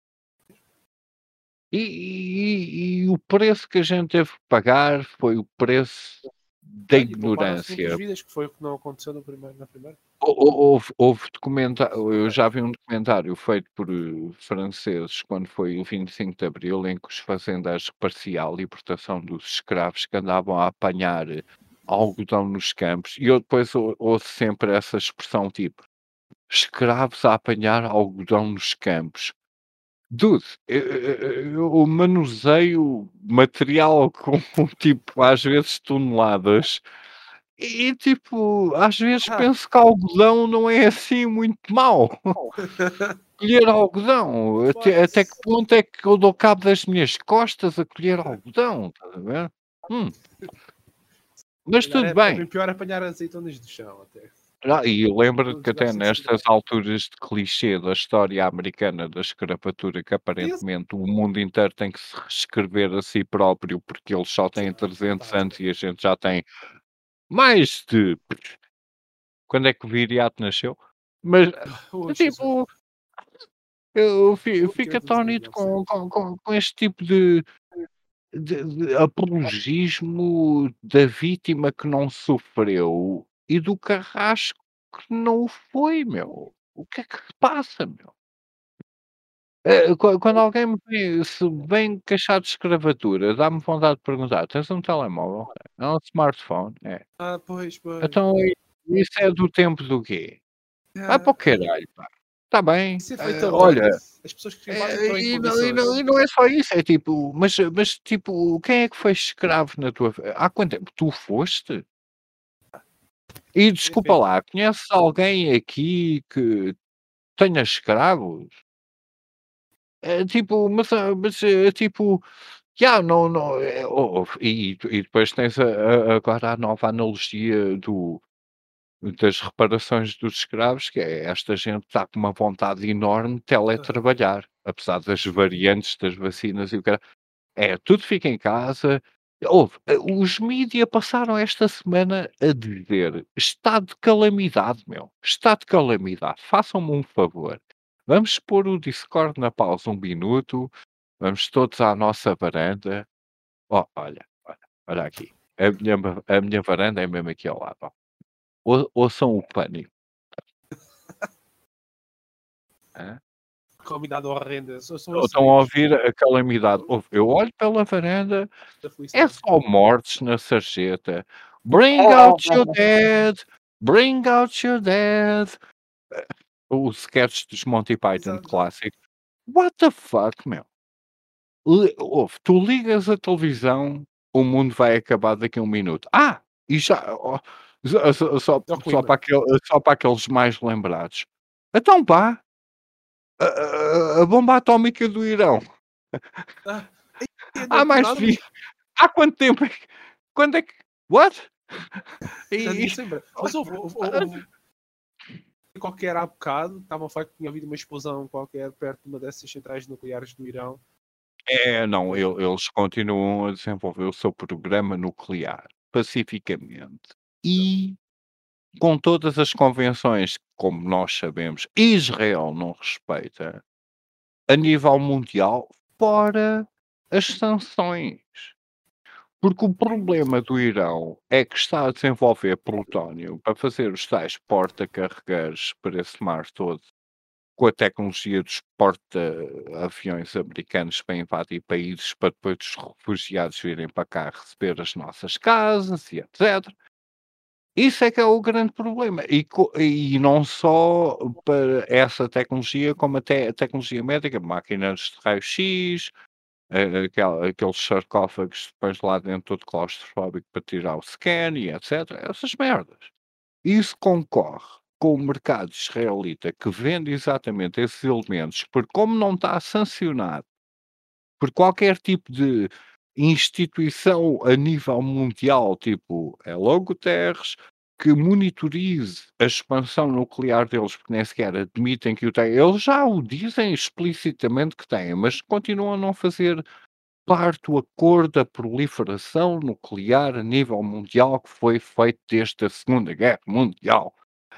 E e e e o preço que a gente teve que pagar foi o preço da Yeah, e pouparam-se muitas ignorância. vidas, que foi o que não aconteceu no primeiro, na primeira. Ho ho houve houve documenta eu já vi um documentário feito por, eh, franceses quando foi o vinte e cinco de Abril, em que os fazendários repartia a libertação dos escravos que andavam a apanhar eh, algodão nos campos, e eu depois ou ouço sempre essa expressão tipo: "Escravos a apanhar algodão nos campos". Dude, eu eu eu manuseio material com tipo, às vezes toneladas, e tipo, às vezes Ah, penso que algodão não é assim muito mau. Colher algodão, até até que foda-se. ponto é que eu dou cabo das minhas costas a colher algodão, estás a ver? Hum, Se mas calhar tudo é, é bem bem. pior apanhar azeitonas do chão, até. Ah, e lembro-te Não que até tivesse sido nestas segurado. alturas de clichê da história americana da escravatura, que Isso. aparentemente o mundo inteiro tem que se reescrever a si próprio, porque eles só têm Ah, trezentos anos fantástico. e a gente já tem mais de quando é que o Viriato nasceu? Mas, Oh, eh, Jesus. tipo, eu fi eu Vou ter fico de dizer, atónito não sei. com com com com este tipo de de de apologismo da vítima que não sofreu e do carrasco que não o foi, meu. O que é que se passa, meu? Eh, quan quando alguém me vem se vem queixar de escravatura, dá-me vontade de perguntar: "Tens um telemóvel?" "É um smartphone." "É." Ah, pois, pois. "Então e isso é do tempo do quê?" "Vai para Ah, o caralho, pá." Está bem, Isso é feito ah, aonde? olha, As pessoas que fazem eh, estão em e não e não e condições. não é só isso, é tipo, mas mas tipo, quem é que foi escravo na tua v há quanto tempo? Tu foste? E É desculpa feito. lá, conheces alguém aqui que tenha escravos? É tipo, mas, ah, mas, eh, tipo, já não não, eh, oh, oh, e e depois tens a a agora a nova analogia do das reparações dos escravos, que é esta gente está com uma vontade enorme de Aham. teletrabalhar, apesar das variantes das vacinas e o cara é, tudo fica em casa. Houve, eh, os mídia passaram esta semana a dizer: "Estado de calamidade, meu, estado de calamidade, façam-me um favor, vamos pôr o Discord na pausa um minuto, vamos todos à nossa varanda". Ó, olha, olha, olha aqui, a minha va a minha varanda é mesmo aqui ao lado, ó. Ou ouçam o pânico. Hã? Calamidade horrenda. São são Ou esses estão a vídeos ouvir a calamidade. Ouve, eu olho pela varanda, da é aflição. só mortes na sarjeta. "Bring out your dead, bring out your dead". Eh, o sketch dos Monty Python Exato. clássico. What the fuck, meu? Li ouve, tu ligas a televisão, o mundo vai acabar daqui a um minuto. Ah, e já ó, só só só É o só clima. para aquele só para aqueles mais lembrados. Então vá, a a a bomba atómica do Irão. Ah, e Há não por mais nada, de mas vi há quanto tempo é que quando é que what? já E ninguém e se lembra. Mas houve houve houve qualquer há bocado, estavam a falar que tinha havido uma explosão qualquer perto de uma dessas centrais nucleares do Irão. é, não, Eh, ele eles continuam a desenvolver o seu programa nuclear, pacificamente. E com todas as convenções que, como nós sabemos, Israel não respeita, a nível mundial, fora as sanções. Porque o que é isso? problema do Irão é que está a desenvolver plutónio para fazer os tais porta-carregadores para esse mar todo, com a tecnologia dos porta-aviões americanos para invadir países, para depois os refugiados virem para cá receber as nossas casas e etcétera. Isso é que é o grande problema. E, co- e não só para essa tecnologia, como até a tecnologia médica, máquinas de raio-x, eh, aquela- aqueles sarcófagos que pões lá dentro todo claustrofóbico para tirar o scan e etcétera. Essas merdas. Isso concorre com o mercado israelita que vende exatamente esses elementos, porque como não está sancionado por qualquer tipo de instituição a nível mundial, tipo é logo Guterres, que monitorize a expansão nuclear deles, porque nem sequer admitem que o têm. Eles já o dizem explicitamente que têm, mas continuam a não fazer parte do acordo da proliferação nuclear a nível mundial que foi feito desde a Segunda Guerra Mundial.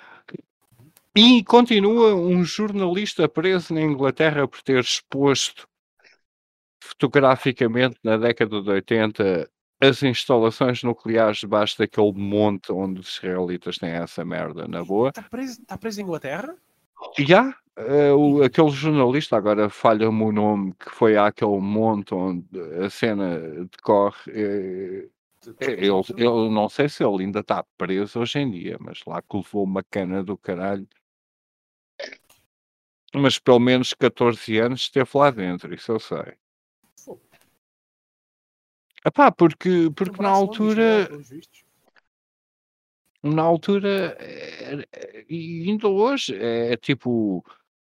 E continua um jornalista preso na Inglaterra por ter exposto fotograficamente na década de oitenta as instalações nucleares debaixo daquele monte onde os israelitas têm essa merda, na boa. Está preso, está preso em Inglaterra? E há, eh, o aquele jornalista, agora falha-me o nome, que foi àquele monte onde a cena decorre, eh, ele ele não sei se ele ainda está preso hoje em dia, mas lá que levou uma cana do caralho. Mas pelo menos catorze anos esteve lá dentro, isso eu sei. Fogo. Epá, porque Um porque na braço longo Israel, altura pelos vistos. na altura, eh, eh, e ainda hoje, é tipo,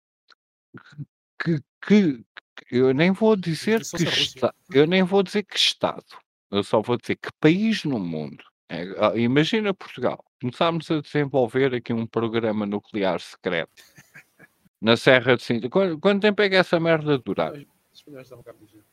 que que que eu nem vou dizer que Juntou-se a Rússia. esta eu nem vou dizer que Estado, eu só vou dizer que país no mundo, eh, ah, imagina Portugal, começámos a desenvolver aqui um programa nuclear secreto na Serra de Sintra. Quan quanto tempo é que essa merda durar? Espanhóis os espanhóis davam cabo disso.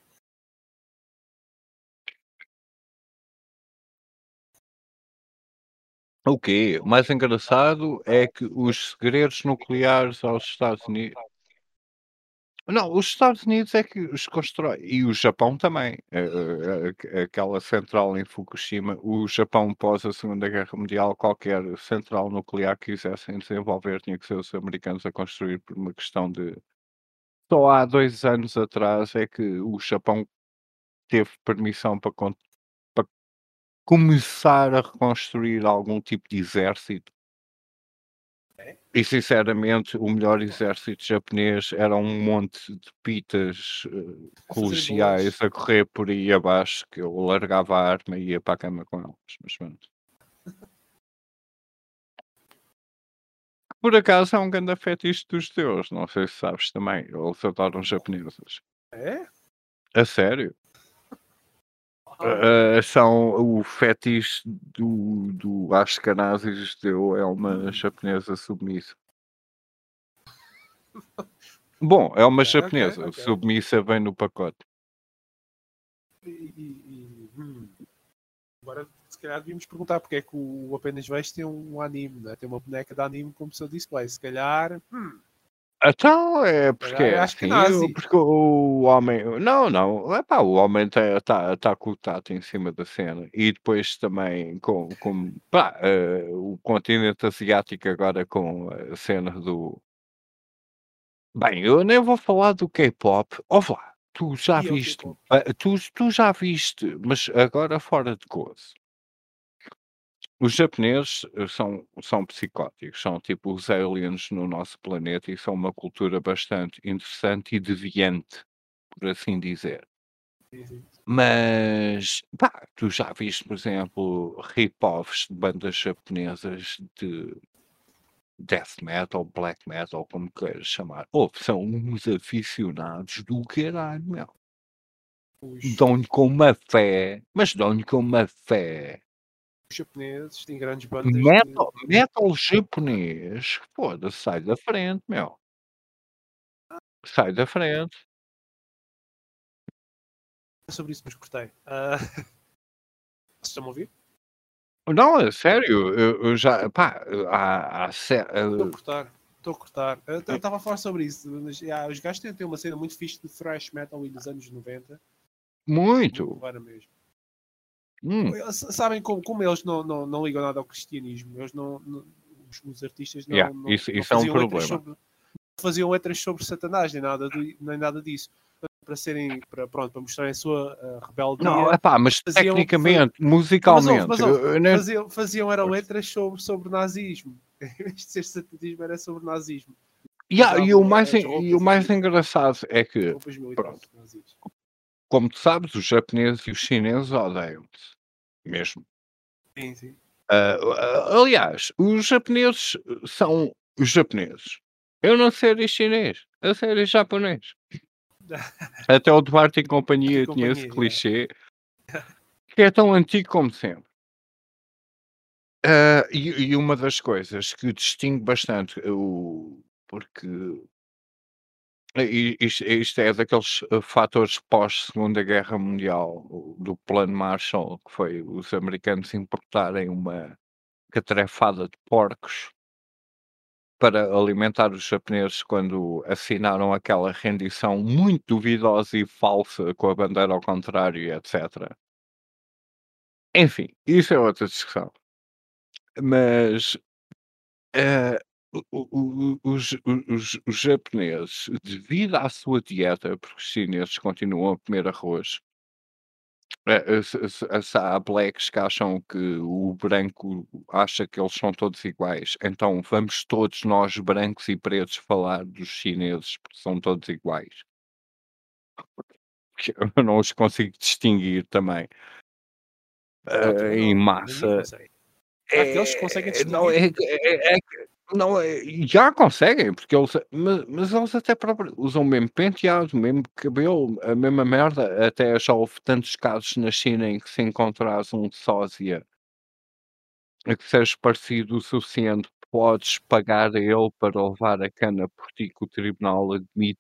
O quê? O mais engraçado é que os segredos nucleares aos Estados Unidos não, os Estados Unidos é que os constrói e o Japão também. Eh eh, aque aquela central em Fukushima, o Japão pós a Segunda Guerra Mundial, qualquer central nuclear que quisessem desenvolver tinha que ser os americanos a construir por uma questão de só há dois anos atrás é que o Japão teve permissão para con para começar a reconstruir algum tipo de exército. É? E sinceramente, o melhor exército japonês era um monte de pitas eh, A fazerem colegiais boas. a correr por aí abaixo, que eu largava a arma e ia para a cama com elas. Mas pronto. Por acaso é um grande fetiche dos judeus, não sei se sabes também. Eles adoram japoneses. É? A sério? Ah, ok. Ah, são o fetiche do, do Ashkenazi judeu é uma japonesa submissa. Bom, é uma Ok, ok, japonesa, ok. submissa vem no pacote. E, e- e, hum, agora, se calhar, devíamos perguntar porque é que o Apenas Vejo tem um anime, né? Tem uma boneca de anime como seu display. Se calhar, hum, Então é se porque calhar é é assim, eu, Ashkenazi. porque o homem. Não, não, epá, o homem está tá, tá com o tato em cima da cena. E depois também com, com pá, eh, o continente asiático agora com a cena do. Bem, eu nem vou falar do K-pop. Ouve lá, tu já E é o viste, K-pop. ah, tu, tu já viste, mas agora fora de gozo. Os japoneses eh, são, são psicóticos, são tipo os aliens no nosso planeta e são uma cultura bastante interessante e deviante, por assim dizer. Sim, sim. Mas, pá, tu já viste, por exemplo, rip-offs de bandas japonesas de death metal, black metal, como queiras chamar. Ou são uns aficionados do caralho, meu. Os, Dão-lhe com uma fé, mas dão-lhe com uma fé. os japoneses têm grandes bandas de. Metal, metal japonês, foda-se, sai da frente, meu. Sai da frente. Sobre isso, mas cortei. Ah, vocês estão a ouvir? Não, é sério, eu, eu já, pá, há, há, sé- Estou a eh, cortar. Estou a cortar. Eu estava a falar sobre isso, mas já, os gajos têm, têm uma cena muito fixe de thrash metal e dos anos noventa. Muito muito. clara mesmo. Hum, Eles sabem como, como eles não, não, não ligam nada ao cristianismo. Eles não, não- os, os artistas yeah, não, não, isso, não isso é um faziam letras problema. sobre não faziam letras sobre Satanás nem nada, do, nem nada disso. Para serem para, pronto, para mostrarem a sua ah, Não, rebeldia, é pá, mas faziam, fa- tecnicamente, não, mas houve, musicalmente, mas houve, eu, eu nem. faziam, faziam era letras sobre, sobre nazismo. Em vez de ser satanismo, era sobre nazismo. Yeah, e, o Usavam mais, as en- e o roupas e mais tudo. engraçado é As que, roupas militares pronto, nazis. como tu sabes, os japoneses e os chineses odeiam-se. Mesmo. Sim, sim. Ah, ah, aliás, os japoneses são os japoneses. Eu não sei chinês, eu sei japonês. Até o Duarte e Arte e companhia tinha esse companhia, yeah. clichê que é tão antigo como sempre. Ah, e, e uma das coisas que distingue bastante o. Porque i- isto, isto é daqueles eh, fatores pós-Segunda Guerra Mundial, o- do Plano Marshall, que foi os americanos importarem uma catrefada de porcos para alimentar os japoneses quando assinaram aquela rendição muito duvidosa e falsa com a bandeira ao contrário, e etcétera. Enfim, isso é outra discussão. Mas eh, o- o- o- os, os- os japoneses, devido à sua dieta, porque os chineses continuam a comer arroz, eh, se, se- se há blacks que acham que o branco acha que eles são todos iguais, então vamos todos nós, brancos e pretos, falar dos chineses porque são todos iguais. Que eu não os consigo distinguir também Não, eh, também em não. Ninguém massa. consegue. Há aqueles que conseguem É, não distinguir. é, que- é, é que- não é, já conseguem, porque eles, mas, mas eles até próprio usam o mesmo penteado, o mesmo cabelo, a mesma merda. Até já houve tantos casos na China em que se encontrasse um sósia a que seja parecido o suficiente, podes pagar a ele para levar a cana por ti que o tribunal admite.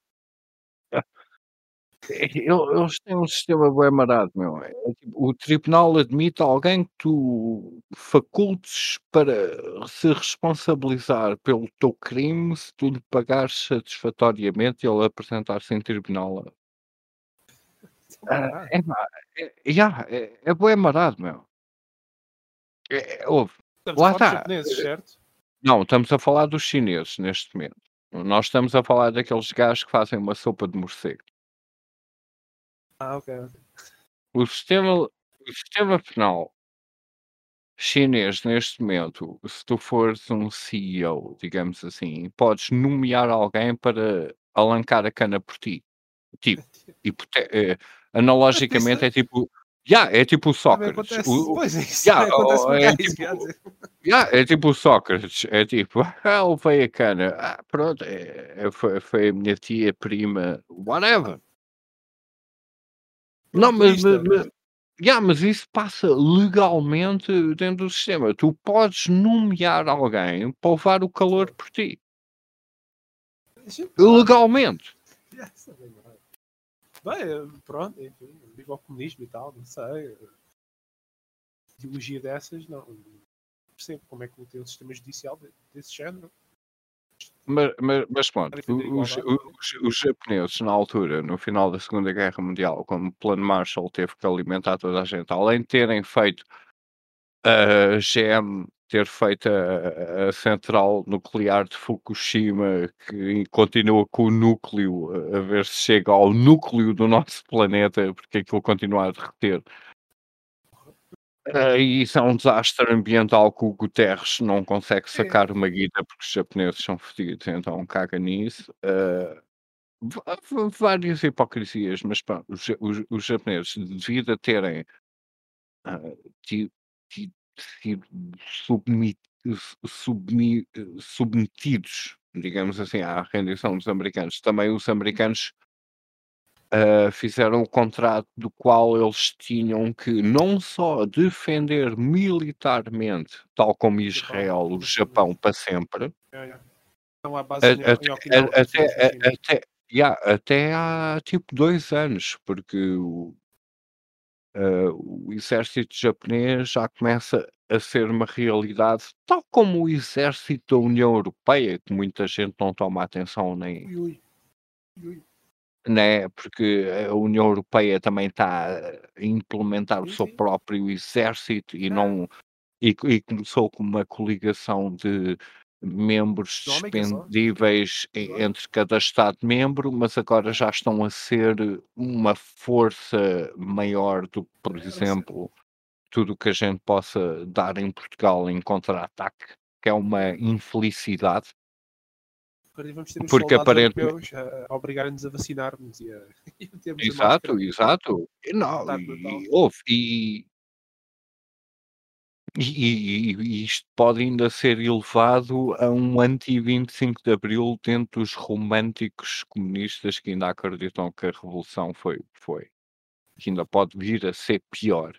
É que ele eles têm um sistema bué marado, meu. É tipo, o tribunal admite alguém que tu facultes para se responsabilizar pelo teu crime se tu lhe pagares satisfatoriamente e ele apresentar-se em tribunal. São Ah, baratos. epá, é yeah, é é bué marado, meu. É é ouve, Estamos a lá falar dos está. japoneses, certo? Não, estamos a falar dos chineses neste momento. Nós estamos a falar daqueles gajos que fazem uma sopa de morcego. Ah, ok, ok. O sistema o sistema penal chinês neste momento, se tu fores um C E O, digamos assim, podes nomear alguém para alancar a cana por ti. Tipo, hipoté eh, Mas isso analogicamente é tipo yeah, é tipo o também Sócrates. acontece. O o Pois é, isso yeah, também acontece o com é gajos, quer tipo dizer. yeah, é tipo o Sócrates. É tipo: "Ah, levei a cana. Ah, pronto, eh, foi foi a minha tia, prima, whatever". Foi Não, mas ma motorista. ma yeah, mas isso passa legalmente dentro do sistema. Tu podes nomear alguém para levar o calor por ti. Deixa estar. Legalmente. Yeah, isso é bem verdade. Bem, pronto, enfim, vivo ao comunismo e tal, não sei. Ideologia dessas, não. Percebo como é que tem um sistema judicial de- desse género. Ma ma mas pronto, A defender a o os igualdade. os os japoneses na altura, no final da Segunda Guerra Mundial, como o Plano Marshall teve que alimentar toda a gente, além de terem feito a G M ter feito a a central nuclear de Fukushima, que continua com o núcleo, a a ver se chega ao núcleo do nosso planeta, porque aquilo continua a derreter. Ah, e isso é um desastre ambiental que o Guterres não consegue É, sacar uma guita, porque os japoneses são fodidos, então caga nisso. Ah, va va várias hipocrisias, mas pronto, os ja os os japoneses, devido a terem, ah, ti ti sido submi su submi eh, submetidos, digamos assim, à rendição dos americanos, também os americanos ah, fizeram o contrato do qual eles tinham que não só defender militarmente, tal como o Japão, Israel, o mas também. Japão para sempre, É, é. Estão à base a em, em até Okinawa, a como se até fosse na China. a até yeah, até há tipo dois anos, porque o, ah, o exército japonês já começa a ser uma realidade, tal como o exército da União Europeia, que muita gente não toma atenção nem Ui, ui, ui. né, porque a União Europeia também está a implementar o Sim, seu sim. próprio exército e É, não e e começou com uma coligação de membros económica só. dispendíveis e Agora. entre cada Estado-membro, mas agora já estão a ser uma força maior do que, por É, vai ser. exemplo, tudo o que a gente possa dar em Portugal em contra-ataque, que é uma infelicidade, Agora vamos ter os porque soldados aparentemente europeus a, a obrigarem-nos a vacinar-nos e a, e a termos a máscara exato, exato. E não, tarde de Natal. e houve e E e e e isto pode ainda ser elevado a um anti-vinte e cinco de Abril dentro dos românticos comunistas que ainda acreditam que a revolução foi o que foi, que ainda pode vir a ser pior.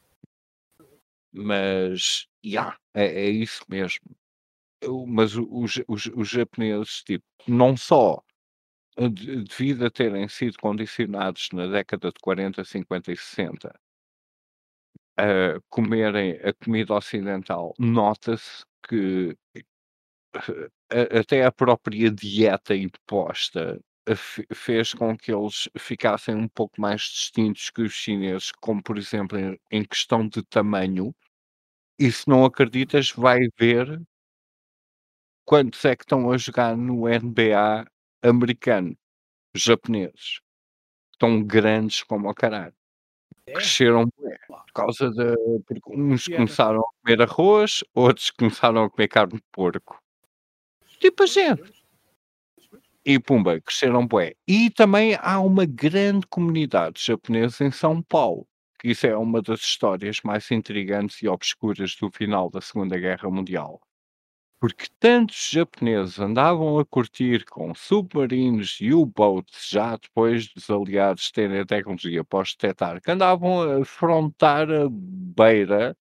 Mas, yeah, é é isso mesmo. Eu mas o os os os japoneses, tipo, não só, eh, de devido a terem sido condicionados na década de quarenta, cinquenta e sessenta a comerem a comida ocidental, nota-se que a até a própria dieta imposta, a fe fez com que eles ficassem um pouco mais distintos que os chineses, como por exemplo em em questão de tamanho, e se não acreditas vai ver quantos é que estão a jogar no N B A americano, japoneses, tão grandes como o caralho, É, cresceram bué, pá, por causa da porque uns dieta. começaram a comer arroz, outros começaram a comer carne de porco, tipo a Pois, gente. pois, pois. E pumba, cresceram bué. E também há uma grande comunidade japonesa em São Paulo, que isso é uma das histórias mais intrigantes e obscuras do final da Segunda Guerra Mundial. Porque tantos japoneses andavam a curtir com submarinos e U-boats já depois dos aliados terem a tecnologia para os detectar, que andavam a afrontar a beira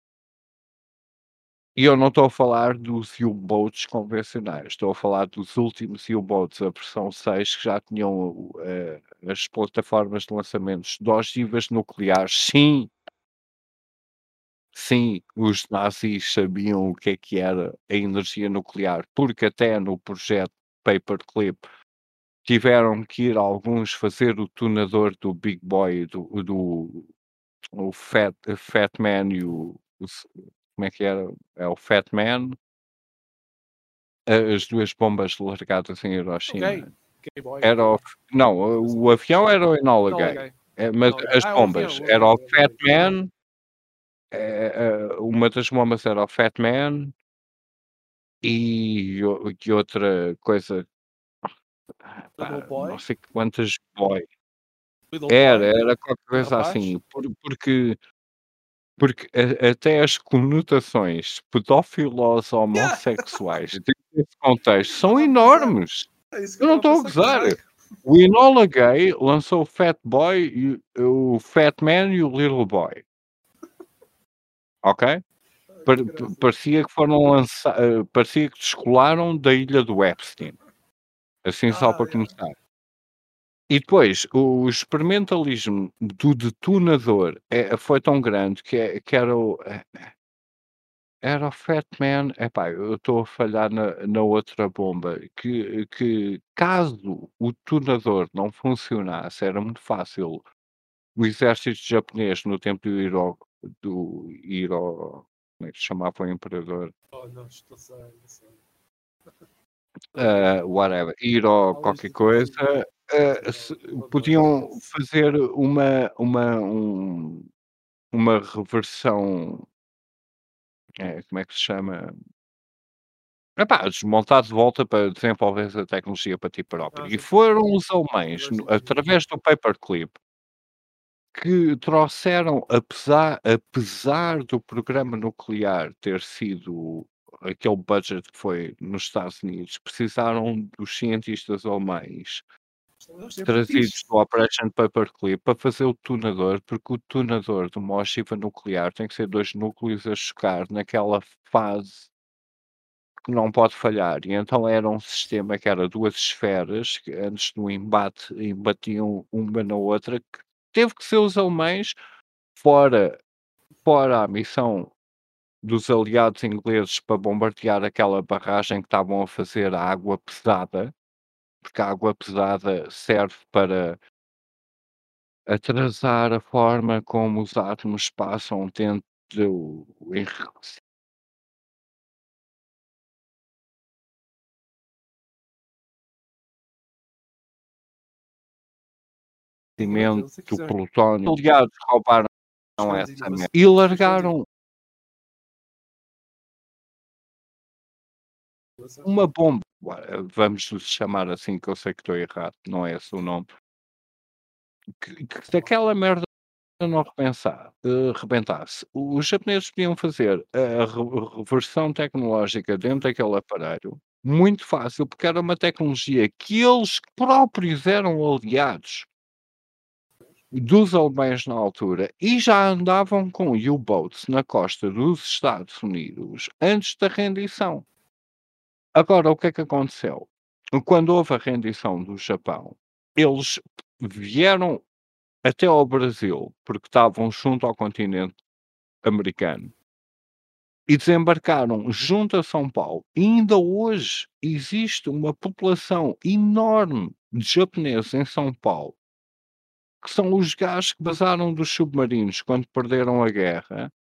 e eu não estou a falar dos U-boats convencionais, estou a falar dos últimos U-boats, a versão seis, que já tinham o eh, as plataformas de lançamentos de ogivas nucleares. Sim, sim, os nazis sabiam o que é que era a energia nuclear, porque até no projeto Paperclip tiveram que ir alguns fazer o tunador do Big Boy, do do o Fat Fat Man e o o s como é que era? É o Fat Man. A as duas bombas largadas em Ok, Hiroshima. gay boy, Era o ok. f não, Mas o avião era o Enola não Gay, liguei, eh, mas não liguei. as Ah, o bombas avião, o era avião, o o Fat avião. Man eh eh, uma das bombas era o Fat Man e o e outra coisa, Little pá, não Boy? sei quantas boy. Little Era, Boy? era qualquer coisa Rapaz? assim, por porque porque a até as conotações pedófilos Yeah! homossexuais dentro desse contexto são Estava a pensar. enormes. É isso que Eu eu não estava a estou a pensar, gozar. caralho. O Enola Gay lançou o Fat Boy e o Fat Man e o Little Boy, ok? Ai, Par pa caraças. parecia que foram lança eh, parecia que descolaram da ilha do Epstein, assim só Ah, para yeah. começar. E depois, o experimentalismo do detonador, eh, foi tão grande que é que era o eh, era o Fat Man, epá, eu estou a falhar na na outra bomba, que que caso o detonador não funcionasse, era muito fácil o exército japonês no tempo do Hiro do Hiro como é que se chamava o imperador? Oh, não, estou sei, não sei. Ah, Ok. whatever, Hiro Falas qualquer de coisas coisa, ah, se conservadoras. podiam fazer uma uma um uma reversão, eh, como é que se chama? Epá, desmontar de volta para desenvolver a tecnologia para ti Ah, próprio. E sim, sim. foram os alemães, Faz no sentido. através do paperclip, que trouxeram, apesar apesar do programa nuclear ter sido aquele budget que foi nos Estados Unidos, precisaram dos cientistas alemães Estamos sempre trazidos fixe. do Operation Paperclip para fazer o detonador, porque o detonador de uma ogiva nuclear tem que ser dois núcleos a chocar naquela fase que não pode falhar. E então era um sistema que era duas esferas que antes do embate embatiam uma na outra, que teve que ser os alemães, fora fora a missão dos aliados ingleses para bombardear aquela barragem que estavam a fazer à água pesada, porque a água pesada serve para atrasar a forma como os átomos passam dentro do Ignorância, enriquecimento se do quiser plutónio. Os aliados roubaram as grandes essa merda inovações, e as grandes largaram inovações. uma bomba, Ua vamos chamar assim, que eu sei que estou errado, não é esse o nome, que que se aquela merda não repensar eh, rebentasse, os japoneses podiam fazer a re reversão tecnológica dentro daquele aparelho muito fácil, porque era uma tecnologia que eles próprios eram aliados dos alemães na altura e já andavam com U-boats na costa dos Estados Unidos antes da rendição. Agora, o que é que aconteceu? Quando houve a rendição do Japão, eles vieram até ao Brasil, porque estavam junto ao continente americano, e desembarcaram junto a São Paulo. E ainda hoje existe uma população enorme de japoneses em São Paulo, que são os gajos que basaram dos submarinos quando perderam a guerra,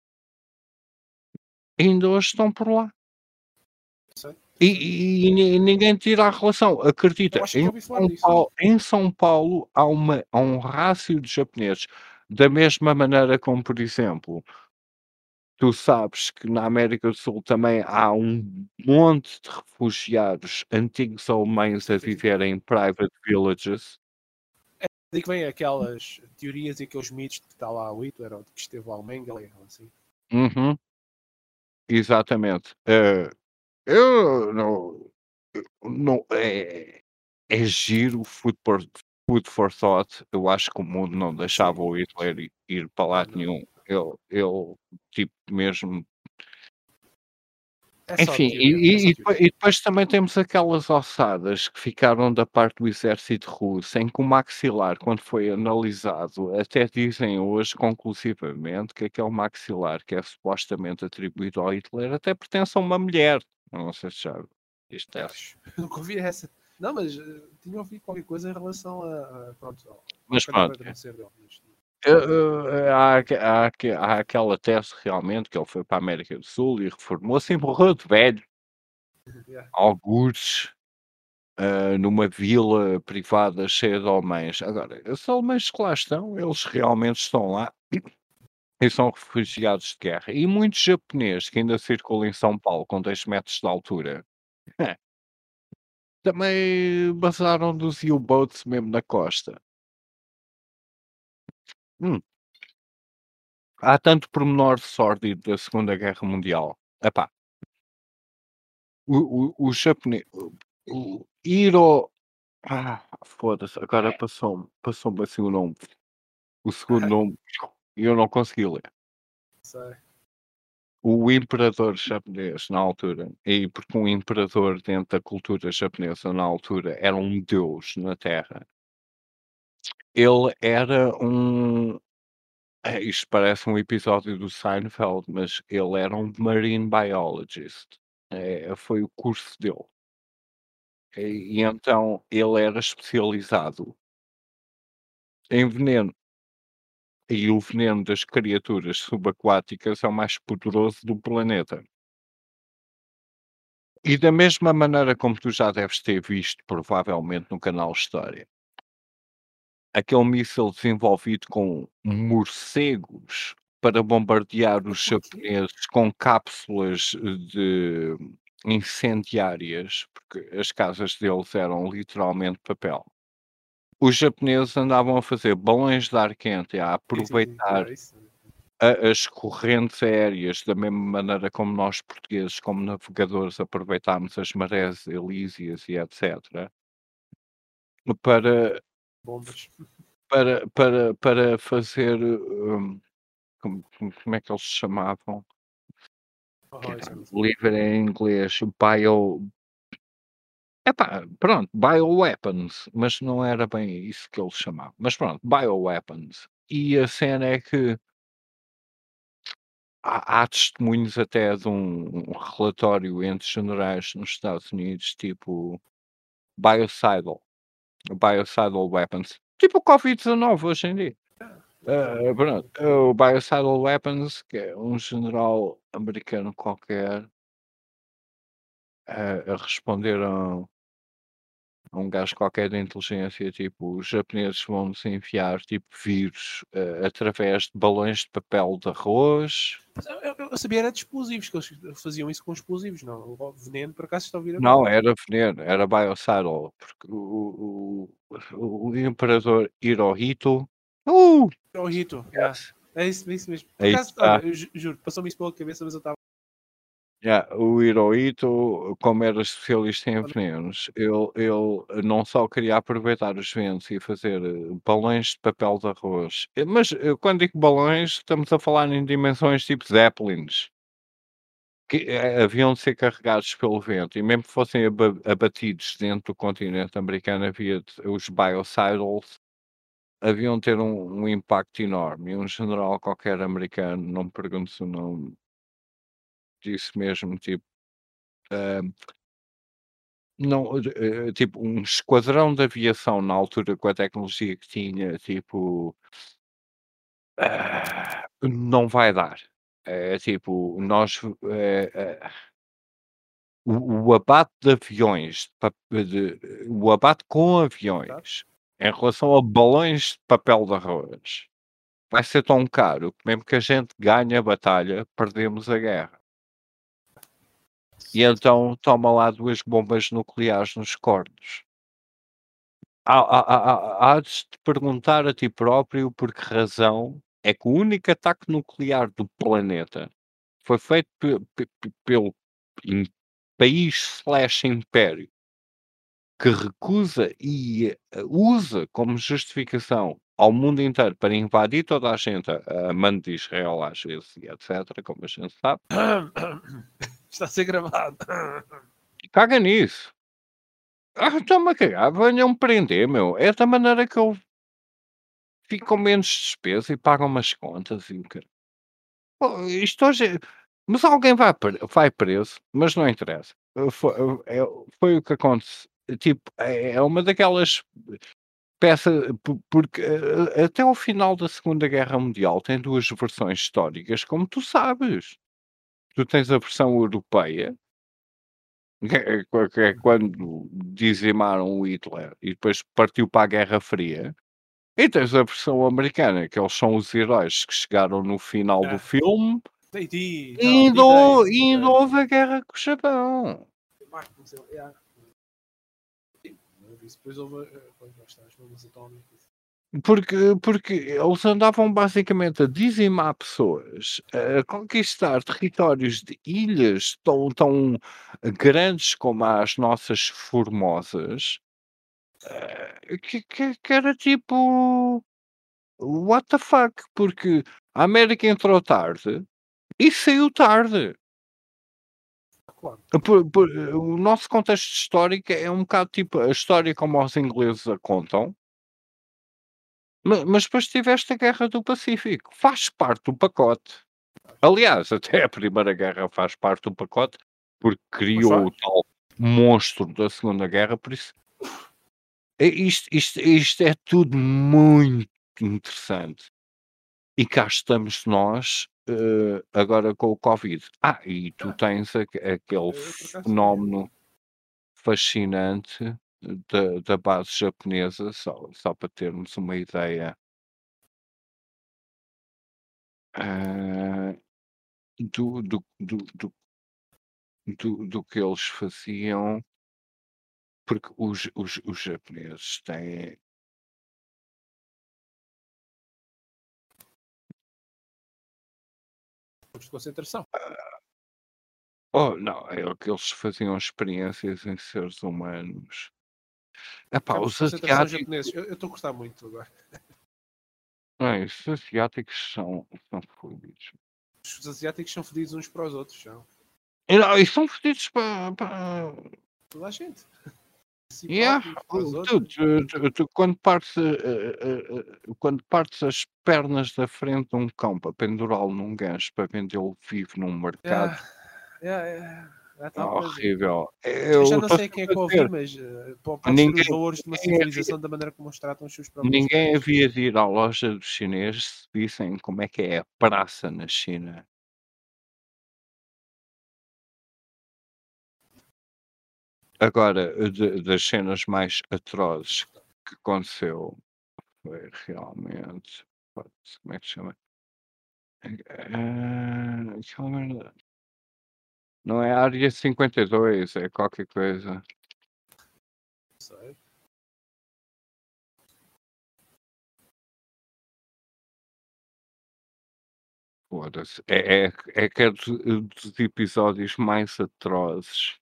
ainda hoje estão por lá. Sei, E sei. e e ni ninguém tira a relação. Eu Acredita, acho que em já ouvi falar São disso. Paulo em São Paulo há uma há um rácio de japoneses, da mesma maneira como, por exemplo, tu sabes que na América do Sul também há um monte de refugiados antigos alemães Sim, a sim, sim. viverem em private villages. Daí que vem aquelas teorias e aqueles mitos de que está lá o Hitler ou de que esteve lá o Mengele ou assim. Uhum, exatamente. Eh, eu não não é é giro, food for food for thought. Eu acho que o mundo não deixava Sim. o Hitler ir ir para Não, lado não. nenhum. Ele ele, tipo, mesmo É só enfim, teoria. É e e só e depois teoria. e depois também temos aquelas ossadas que ficaram da parte do exército russo, em que o maxilar, quando foi analisado, até dizem hoje conclusivamente que aquele maxilar que é supostamente atribuído ao Hitler até pertence a uma mulher. Não sei se já viste essa. Acho. Nunca ouvi essa. Não, mas eh, tinha ouvido qualquer coisa em relação a, a pronto, ao, ao Mas cadáver pronto, de não ser dele. Mas, Eh eh, há aque há aque há aquela tese realmente que ele foi para a América do Sul e reformou-se e morreu de velho, yeah. algures, hã, numa vila privada cheia de alemães. Agora, esses alemães que lá estão, eles realmente estão lá e são refugiados de guerra. E muitos japoneses que ainda circulam em São Paulo com dois metros de altura, também basaram dos U-boats mesmo na costa. Hum, há tanto pormenor sórdido da Segunda Guerra Mundial. Epá, o o o japonês o o Hiro ah, foda-se, agora passou-me passou-me assim o nome, o segundo nome, e eu não consegui ler. Sei. O imperador japonês na altura, e porque um imperador dentro da cultura japonesa na altura era um deus na Terra. Ele era um eh, isto parece um episódio do Seinfeld, mas ele era um marine biologist. Eh, foi o curso dele. E e então ele era especializado em veneno. E o veneno das criaturas subaquáticas é o mais poderoso do planeta. E da mesma maneira como tu já deves ter visto, provavelmente, no canal História, aquele míssil desenvolvido com morcegos para bombardear os Porquê? japoneses com cápsulas eh, de incendiárias, porque as casas deles eram literalmente papel. Os japoneses andavam a fazer balões de ar quente, a Sim, sim, sim. aproveitar Yeah, isso. a as correntes aéreas da mesma maneira como nós portugueses, como navegadores, aproveitámos as marés elíseas e etcétera, para Bombas. para para para fazer, hum, como como como é que eles se chamavam? Oh, isso eu Caralho, não sei. o livro é em inglês, bio epá, pronto, bioweapons, mas não era bem isso que eles chamavam, mas pronto, bioweapons. E a cena é que Há há testemunhos até de um um relatório entre generais nos Estados Unidos, tipo biocidal, biocidal weapons, tipo o covid dezanove hoje em dia. Yeah, Ah, literalmente. pronto, o biocidal weapons, que é um general americano qualquer, a a responder a a um gajo qualquer da inteligência, tipo: "Os japoneses vão-nos enviar, tipo, vírus, ah, através de balões de papel de arroz". Mas eu, eu- eu sabia era de explosivos, que eles faziam isso com explosivos, não. O veneno, por acaso, está a ouvir Não, agora. era veneno, era biocidal, porque o o o o imperador Hirohito uh, É o Rito, yeah. esquece, É isso, é isso mesmo. Por aí acaso, olha, está. eu ju- juro, passou-me isso pela cabeça, mas eu estava. Yeah, o Hirohito, como era especialista em venenos, ele ele não só queria aproveitar os venenos e fazer, eh, balões de papel de arroz, eh, mas, eh, quando digo balões, estamos a falar em dimensões tipo Zeppelins, que, eh, haviam de ser carregados pelo vento e mesmo que fossem aba abatidos dentro do continente americano, havia de os biocidals haviam de ter um um impacto enorme, e um general qualquer americano, não me perguntes o nome, disse mesmo, tipo, hã, não, eh, tipo, um esquadrão de aviação na altura com a tecnologia que tinha, tipo, ah, não vai dar. É tipo, nós, eh eh, o o abate de aviões, de pa de o abate com Tá? aviões, em relação a balões de papel de arroz, vai ser tão caro que mesmo que a gente ganhe a batalha, perdemos a guerra. E então toma lá duas bombas nucleares nos cornos. Há há há há hás de perguntar a ti próprio por que razão é que o único ataque nuclear do planeta foi feito pe pe pe pelo im país/império que recusa e, eh, usa como justificação ao mundo inteiro para invadir toda a gente a a mando de Israel às vezes e etcétera, como a gente sabe. Está a ser gravado. Caga nisso. Ah, estou-me a cagar, venham-me prender, meu. É da maneira que eu fico com menos despesa e pago umas contas e o caralho. Pô, isto hoje mas alguém vai pre vai preso, mas não interessa. Eh, fo eh, foi o que acontece. Tipo, é é uma daquelas peças po porque, eh, até ao final da Segunda Guerra Mundial tem duas versões históricas, como tu sabes. Tu tens a versão europeia, que é qua que é Uhum. quando dizimaram o Hitler e depois partiu para a Guerra Fria. E tens a versão americana, que eles são os heróis que chegaram no final do Ah, filme D-Day, e não, ainda hou D-Day. e ainda ok. houve a guerra com o Japão. Vai, mas eu- yeah. Sim, mas isso depois houve. eh, Pois lá está, as bombas atómicas. Porque porque eles andavam basicamente a dizimar pessoas, a conquistar territórios de ilhas tão tão grandes como as nossas Formosas, eh, que que que era tipo, what the fuck, porque a América entrou tarde e saiu tarde. Claro. Por por o nosso contexto histórico é um bocado tipo a história como os ingleses a contam. Ma mas depois tiveste a Guerra do Pacífico, faz parte do pacote. Aliás, até a Primeira Guerra faz parte do pacote, porque Pois criou o faz. tal monstro da Segunda Guerra, por isso é isto isto isto é tudo muito interessante. E cá estamos nós, eh, agora com o Covid. Ah, e tu Ah, tens aque aquele eu por acaso sabia. fenómeno fascinante da da base japonesa, só só para termos uma ideia, ah, do do do do do do que eles faziam, porque os os os japoneses têm Campos de concentração. oh, não, é o que eles faziam experiências em seres humanos. Epá, Campos de os concentração asiáticos japoneses. Eu estou a gostar muito agora. não, os asiáticos são são fodidos. Os asiáticos são fedidos uns para os outros. São. E não, e são fodidos para para Toda a gente. Para si yeah, próprios, para os oh, tu outros. tu tu tu quando partes, eh eh eh, quando partes as pernas da frente de um cão para pendurá-lo num gancho para vendê-lo vivo num mercado, Yeah, yeah, yeah. É é tal coisa. horrível. Já já Eu não estou sei quem é sempre a que ouvi, dizer, mas eh, po- pode ser os ninguém valores de uma ninguém havia civilização da maneira como eles tratam os seus próprios ninguém cães. havia de ir à loja dos chineses se vissem como é que é a praça na China. Agora, de das cenas mais atrozes que aconteceu foi realmente, putz, como é que se chama? Ah, aquela merda não é a Área cinquenta e dois, é qualquer coisa. Não sei. Foda-se. É é é que é dos dos episódios mais atrozes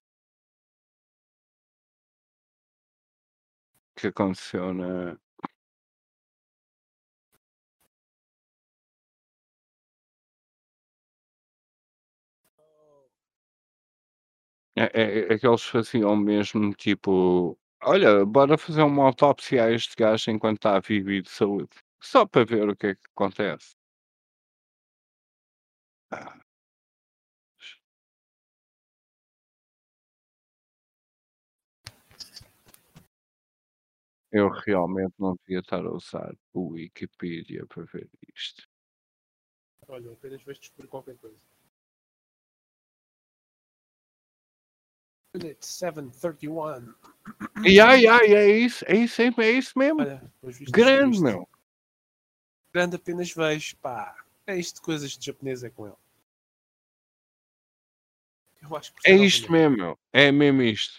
que aconteceu na é é é que eles faziam mesmo tipo: "Olha, bora fazer uma autópsia a este gajo enquanto está vivo e de saúde", só para ver o que é que acontece. Ah, eu realmente não devia estar a usar o Wikipedia para ver isto. Olha, apenas vais descobrir qualquer coisa. Unit setecentos e trinta e um. E ai, ai, é isso, é isso, é é isso mesmo. Olha, depois vistos Grande, descobriste. meu. Grande apenas vejo, pá. É isto de coisas de japonês é com ele. Eu acho que É percebe isto novamente. mesmo, meu. É mesmo isto.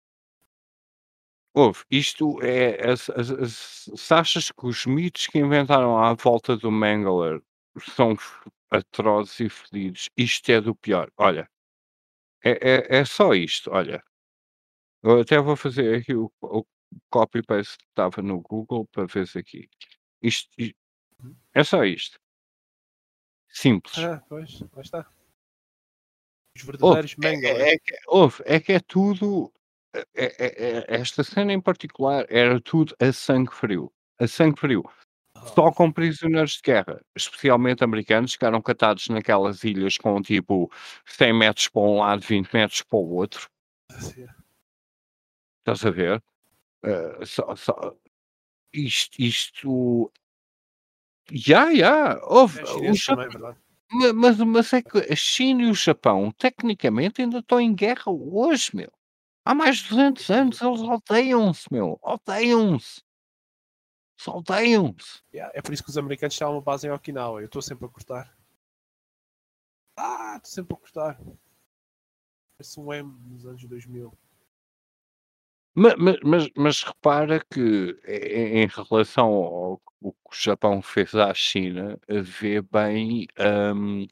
Ouve, isto é as as as se achas que os mitos que inventaram à volta do Mengele são f atrozes e fedidos, isto é do pior. Olha, é é é só isto, olha, eu até vou fazer aqui o o copy paste que estava no Google para veres aqui. Isto i Uhum. é só isto, simples. Ah, pois, lá está. Os Ouve, verdadeiros é Mengele. é é que ouve, é que é tudo é é é esta cena em particular era tudo a sangue frio, a sangue frio. Oh, Só com prisioneiros de guerra, especialmente americanos, que eram catados naquelas ilhas com tipo cem metros para um lado, vinte metros para o outro, sim. estás a ver? Eh, só só isto isto já, já, houve É o chineses Ja também, é verdade. ma mas mas é que a China e o Japão, tecnicamente, ainda estão em guerra hoje, meu. Há mais de duzentos anos, eles odeiam-se, meu, odeiam-se. Salteiam-se. Yeah, é por isso que os americanos estavam uma base em Okinawa. Eu estou sempre a cortar. Ah, estou sempre a cortar. Parece um M nos anos dois mil. Ma ma mas mas repara que em em relação ao o que o Japão fez à China, eh, vê bem, hum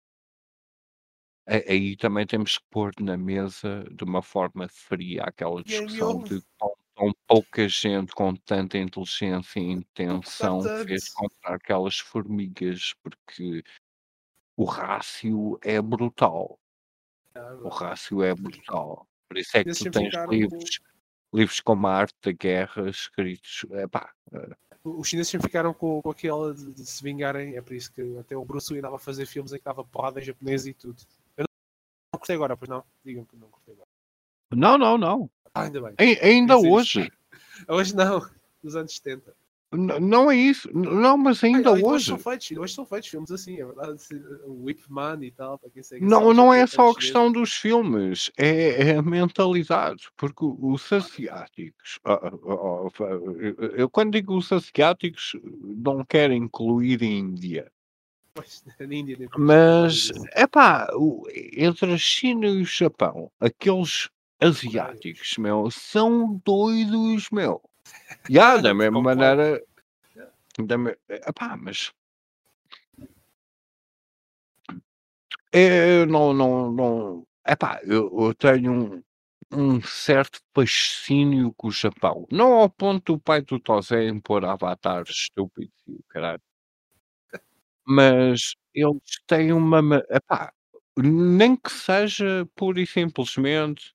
a aí também temos que pôr na mesa de uma forma fria aquela E é discussão meu, de tão tão pouca gente com tanta inteligência e vou cortar intenção tanto. fez contra aquelas formigas, porque o rácio é brutal. Ah, O bro. rácio é brutal. Por isso é que Eles tu sempre tens ficaram com. livros livros como A Arte da Guerra escritos, epá, eh, Os chineses sempre ficaram com, com aquela de, de se vingarem. É por isso que até o Bruce Lee andava a fazer filmes em que dava porrada em japonês e tudo. Eu não, não cortei agora, pois não? Digam que não cortei agora. não, não, não. Ah, ainda bem. Ai ainda hoje. Hoje não, nos anos setenta. N não é isso. N não, mas Ai, ainda ai, hoje são hoje. feitos, hoje são feitos filmes assim, é verdade. O Whip Man e tal, para quem segue assim, Não, não é só a chinês. questão dos filmes, é é a mentalidade, porque o os asiáticos, ah ah oh oh, fa eu eu quando digo os asiáticos, não quero incluir Índia, Pois, na Índia nem vamos falar mas, disso. epá, o entre a China e o Japão, aqueles Coreios. asiáticos, meu, são doidos, meu. Já, da mesma Completo. maneira da me epá, mas eu não não não epá, eu eu tenho um um certo fascínio com o Japão, não ao ponto do pai do Tosé impor avatares estúpidos e o caralho, mas eles têm uma ma epá, nem que seja pura e simplesmente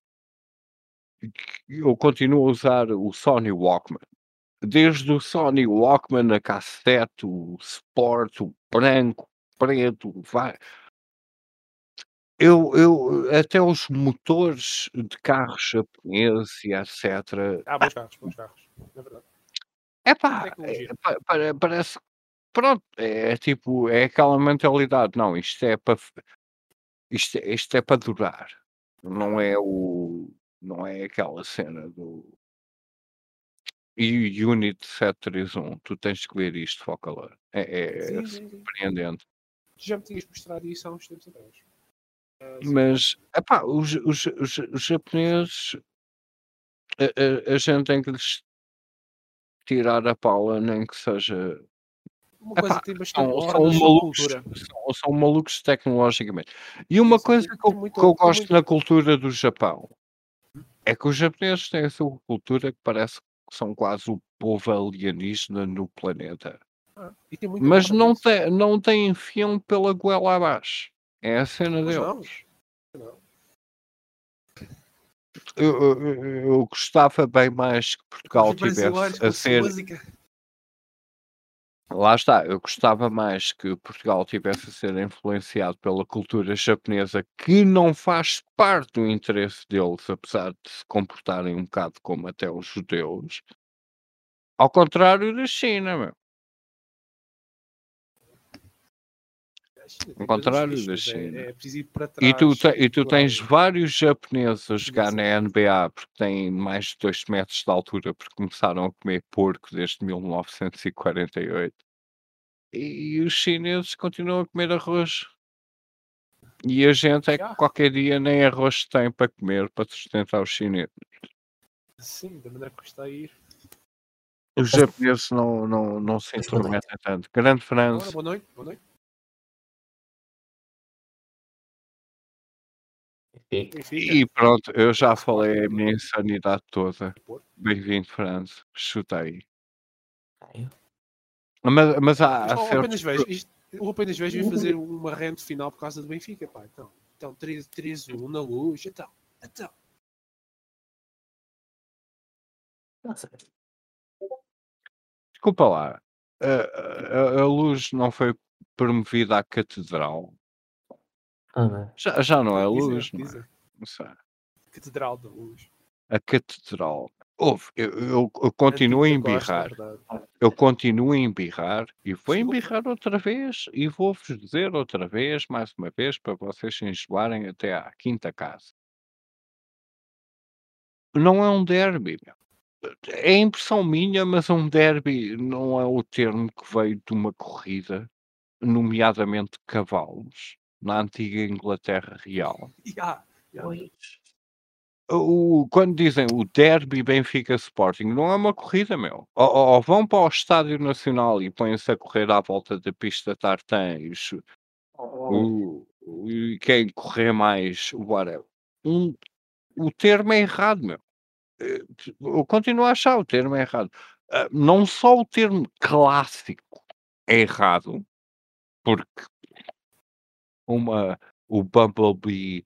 eu continuo a usar o Sony Walkman, desde o Sony Walkman, a cassete, o Sport, o branco, preto, vai Eu eu até os motores de carros japoneses e etcétera, Ah, bons carros, bons carros. É verdade. epá, Tecnologia. eh, pa para parece pronto, é tipo, é aquela mentalidade, não, isto é para f isto é isto é para durar, não é o não é aquela cena do U Unit setecentos e trinta e um, tu tens que ver isto, Focalor, é é é Sim, sim, sim. surpreendente. Tu já me tinhas mostrado isso há uns tempos atrás. Ah, sim, Mas, epá, os os os os japoneses, a a a gente tem que lhes tirar a pala, nem que seja uma coisa epá, que tem bastante são honra são na sua malucos, cultura. são são malucos tecnologicamente. E Sim, uma sim, coisa tem, que eu tem que eu muito. Tem gosto muito. na cultura do Japão, é que os japoneses têm a sua cultura que parece que são quase o povo alienígena no planeta. Ah, e tem muita Mas honra não nisso. te não têm fião pela goela abaixo, é a cena Pois não. deles. Não. Eu eu eu eu gostava bem mais que Os Portugal tivesse brasileiros a com a sua ser música. lá está, eu gostava mais que Portugal tivesse a ser influenciado pela cultura japonesa, que não faz parte do interesse deles, apesar de se comportarem um bocado como até os judeus, ao contrário da China, meu, A China ao tem coisas contrário fixes, da mas China. é, é preciso ir para E tu trás te e e tu explorar tens vários japoneses a a jogar na civilização. N B A, porque têm mais de dois metros de altura, porque começaram a comer porco desde mil novecentos e quarenta e oito. E os chineses continuam a comer arroz. E a gente é que Já, qualquer dia nem arroz tem para comer, para sustentar os chineses. sim, da maneira que está a ir. Os japoneses não não não se intrometem tanto. Grande Ora, França. boa noite, boa noite. Fica. Benfica, E pronto, eu já Sporting, falei a não minha insanidade toda. é Porto. Bem-vindo, França. Chuta aí. Caio. Mas mas há há Isto, oh, certos apenas vejo, isto, eu apenas vejo ir fazer uma rente final por causa do Benfica, pá. Então, então três a um na luz, então, então. Nossa, desculpa lá, a a a luz não foi promovida à catedral? ah, mano. Já já não é Dizem, luz, não é? dizem. Não sei. Catedral da Luz. A catedral. Houve, eu eu eu A de continuo a Pinto da Costa, é embirrar. verdade. Eu continuo a embirrar e vou Desculpa. embirrar outra vez e vou-vos dizer outra vez, mais uma vez, para vocês se enjoarem até à quinta casa. Não é um derby, meu. é impressão minha, mas um derby não é o termo que veio de uma corrida, nomeadamente cavalos, na antiga Inglaterra Real. Yeah, yeah. Pois. O quando dizem o derby Benfica Sporting, não é uma corrida, meu. Ou ou ou vão para o Estádio Nacional e põem-se a correr à volta da pista tartãs, o o e quem correr mais, whatever. Um o termo é errado, meu. Eh, eu continuo a achar o termo é errado. Ah, não só o termo clássico é errado, porque uma o Bumblebee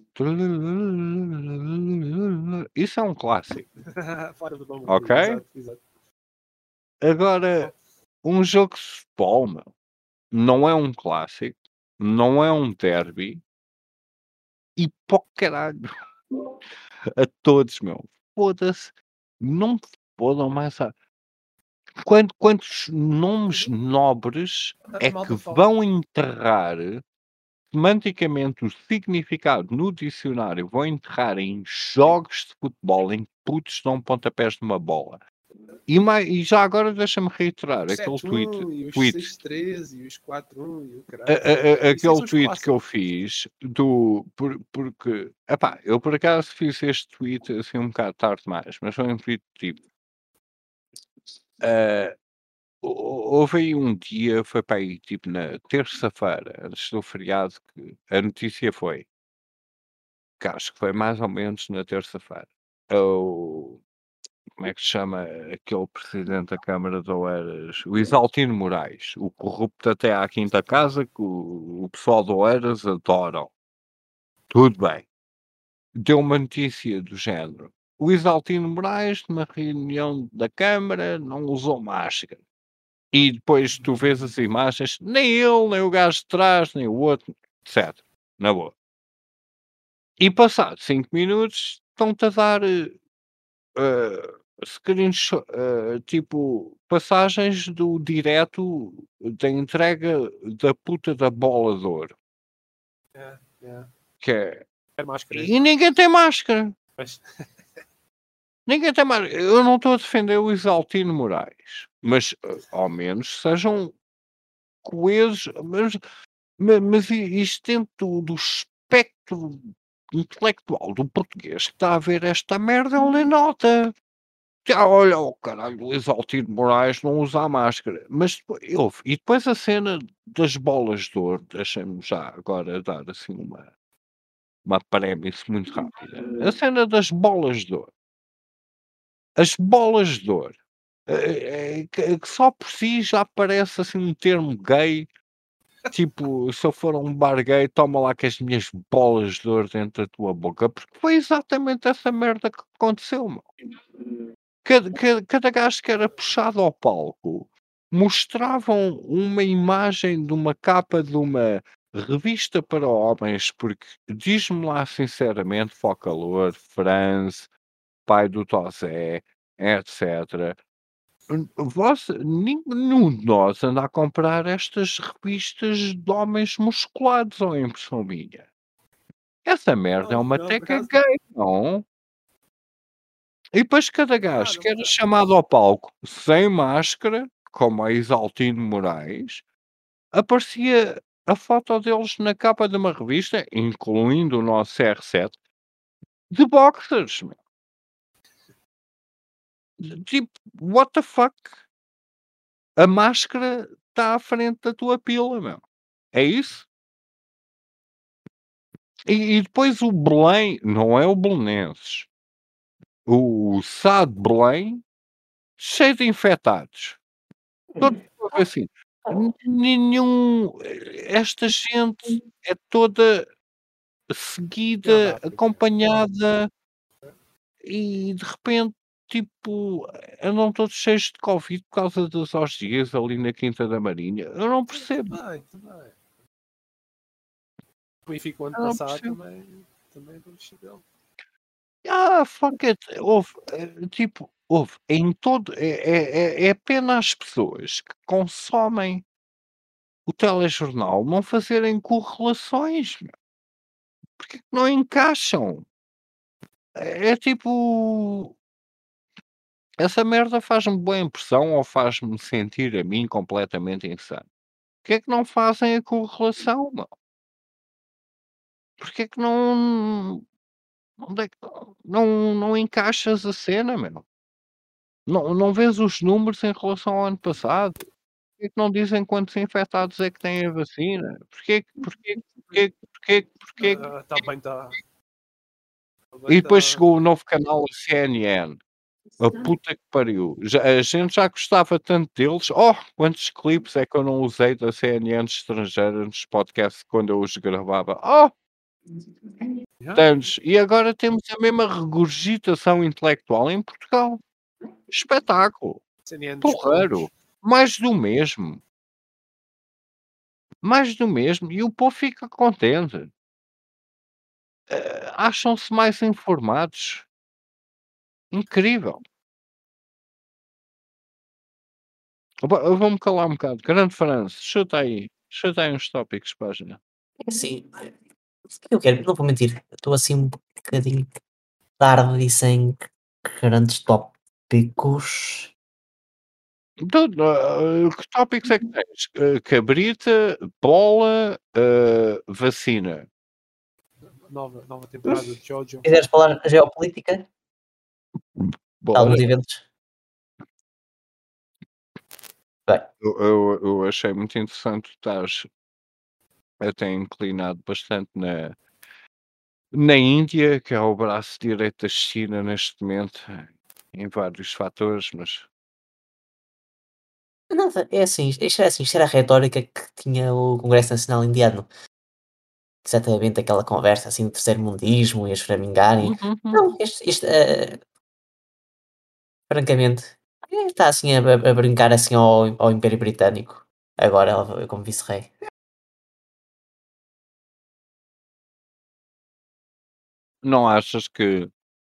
isso é um clássico, Fora do Bumblebee, ok? exato, exato. Agora, um jogo de futebol, meu, não é um clássico, não é um derby e para o caralho a todos, meu. Foda-se, não se fodam mais a Quan quantos nomes nobres A, a é que malta fala. vão enterrar semanticamente o significado no dicionário, vão enterrar em jogos de futebol em que putos dão pontapés numa bola. E mai e já agora deixa-me reiterar Os aquele tweet 7-um e os tweet seis três e os quatro um e o a caralho. a a Isso aí aquele são os tweet que eu clássicos. fiz do por porque, epá, eu por acaso fiz este tweet, assim, um bocado tarde demais, mas foi um tweet tipo, ah Ho houve aí um dia, foi para aí tipo na terça-feira, antes do feriado, que a notícia foi, que acho que foi mais ou menos na terça-feira, o como é que se chama aquele presidente da Câmara de Oeiras? O Isaltino Moraes, o corrupto até à quinta casa, que o o pessoal de Oeiras adoram. Tudo bem. Deu uma notícia do género: o Isaltino Moraes, numa reunião da Câmara, não usou máscara. E depois tu vês as imagens, nem ele, nem o gajo de trás, nem o outro, etcétera. Na boa. E passado cinco minutos estão-te a dar, eh, eh, screensho eh, tipo, passagens do direto da entrega da puta da bola de ouro, É, é. que é É máscara. e ninguém tem máscara, Mas, ninguém tem máscara. Eu não estou a defender o Isaltino Moraes, mas, eh, ao menos sejam coesos, mas Ma mas i isto dentro do espectro intelectual do português que está a ver esta merda, ele nem nota. Já olha, o caralho, o Exaltino Moraes não usa a máscara, mas depo houve e depois a cena das bolas de ouro, deixa-me já agora dar assim uma uma prémisse muito rápida. A cena das bolas de ouro. As bolas de ouro, eh eh, que que só por si já parece assim um termo gay. Tipo, se eu for a um bar gay, toma lá com as minhas bolas de ouro dentro da tua boca, porque foi exatamente essa merda que aconteceu, meu. Cada, cada, cada gajo que era puxado ao palco mostravam uma imagem de uma capa de uma revista para homens, porque diz-me lá sinceramente, Focalor, Franz, pai do Tosé, etcétera. Hum, Você, nenhum de nós anda a comprar estas revistas de homens musculados, ou é impressão minha? Essa merda é não, uma não, por teca acaso. gay, não? E depois cada Não, gajo não, que por era acaso. chamado ao palco sem máscara, como a Isaltino Moraes, aparecia a foto deles na capa de uma revista, incluindo o nosso C R sete, de boxers, meu. Tipo, what the fuck? A máscara está à frente da tua pila, meu. É isso? E e depois o Belém, não é o Belenenses, o Sá de Belém, cheio de infectados. Todos assim, n nenhum eh, esta gente é toda Não seguida, dá, África. acompanhada e de repente, tipo, andam todos cheios de covid por causa das orgias ali na Quinta da Marinha. Eu não percebo, Também, também. O Benfica o ano eu não passado percebo. também, também vamos saber. Ah, fuck it. Houve, eh, tipo, houve em todo é é é é pena as pessoas que consomem o telejornal não fazerem correlações, meu, porque é que não encaixam. É é tipo Essa merda faz-me boa impressão ou faz-me sentir a mim completamente insano? Porque é que não fazem a correlação, meu? Porque é que não onde é que não não encaixas a cena, meu? Não não vês os números em relação ao ano passado? Porquê que não dizem quantos infectados é que têm a vacina? Porquê que porquê que porquê que porquê que porquê que Ah, também está. e depois chegou o novo canal, a C N N. A puta que pariu. Já a gente já gostava tanto deles. Oh, quantos clipes é que eu não usei da C N N estrangeira nos podcasts quando eu os gravava. Oh, Yeah. tantos. E agora temos a mesma regurgitação intelectual em Portugal. Espetáculo. C N N dos Porreiro. pobres. Mais do mesmo. Mais do mesmo. E o povo fica contente. Eh, acham-se mais informados. Incrível. Opa, eu vou-me calar um bocado. Grande França, chuta aí. Chuta aí uns tópicos, página. É assim, eu quero, não vou mentir, estou assim um bocadinho tarde e sem grandes tópicos. Tudo, ah, que tópicos é que tens? Ah, cabrita, bola, ah, vacina. Nova, nova temporada de Jojo. Quiseres falar geopolítica? Bora. Alguns eventos? Bem, Eu, eu, eu achei muito interessante, estás até inclinado bastante na, na Índia, que é o braço direito da China neste momento, em vários fatores, mas nada, é assim, isto é assim, isto era a retórica que tinha o Congresso Nacional Indiano. Exatamente aquela conversa assim do terceiro mundismo e esframingarem. Uhum, uhum. Não, este, este eh, francamente, eh, está assim a, a- a brincar assim ao, ao Império Britânico. Agora ele como vice-rei. Não achas que.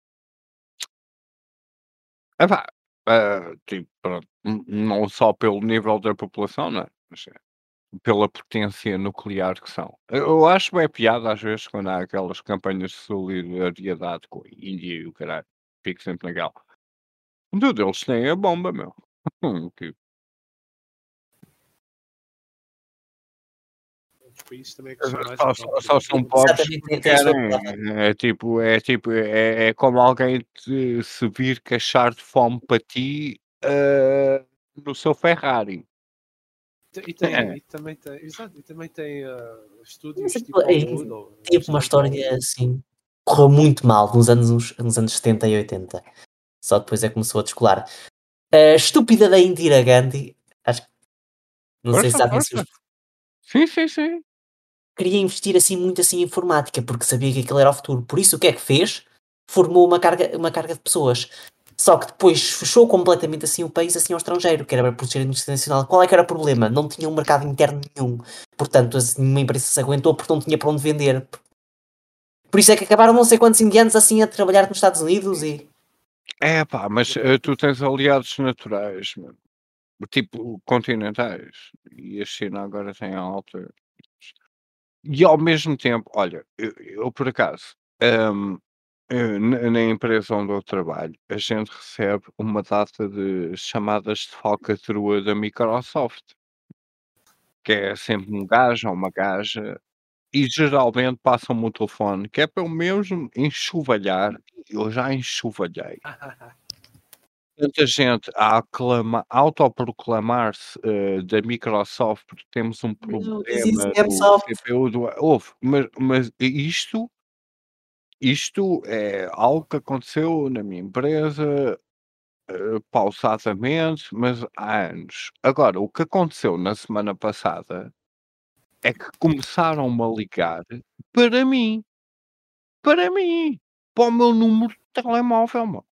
Epá, ah, tipo, pronto, n- não só pelo nível da população, não é? Mas, é, pela potência nuclear que são. Eu eu acho bem piada às vezes quando há aquelas campanhas de solidariedade com a Índia e o caralho. Fico sempre naquela. Dude, eles têm a bomba, meu. Que- Os países também é que são mais Só, à só, só procura. são pobres Exatamente, porque tem a sua querem. palavra. É tipo, é tipo, é, é como alguém te, se vir queixar de fome para ti ah, no seu Ferrari. E, tem, e também tem, exato, e também tem ah, Mas estúdios é tipo que, eh, Hollywood ou Tive uma restaurante de história Hollywood. assim, correu muito mal nos anos, nos anos setenta e oitenta. Só depois é que começou a descolar. A estúpida da Indira Gandhi, acho que não sei se Força, sabem se os força. Sim, sim, sim. queria investir assim muito assim em informática, porque sabia que aquilo era o futuro. Por isso o que é que fez? Formou uma carga, uma carga de pessoas. Só que depois fechou completamente assim o país assim ao estrangeiro, que era para proteger a indústria nacional. Qual é que era o problema? Não tinha um mercado interno nenhum. Portanto, assim, nenhuma empresa se aguentou porque não tinha para onde vender. Por isso é que acabaram não sei quantos indianos assim a trabalhar nos Estados Unidos e... É pá, mas eh, tu tens aliados naturais, meu. Tipo continentais. E a China agora tem alta. E ao mesmo tempo, olha, eu, eu por acaso, hum, eh, na, na empresa onde eu trabalho, a gente recebe uma data de chamadas de falcatrua da Microsoft, que é sempre um gajo ou uma gaja, e geralmente passam-me o telefone, que é para eu mesmo enxovalhar. Eu já enxovalhei. Tanta gente a aclama autoproclamar-se, eh, da Microsoft porque temos um Não, this is problema no Microsoft. C P U do houve, mas mas isto isto é algo que aconteceu na minha empresa, eh, pausadamente, mas há anos. Agora, o que aconteceu na semana passada é que começaram-me a ligar para mim, para mim, para o meu número de telemóvel, meu.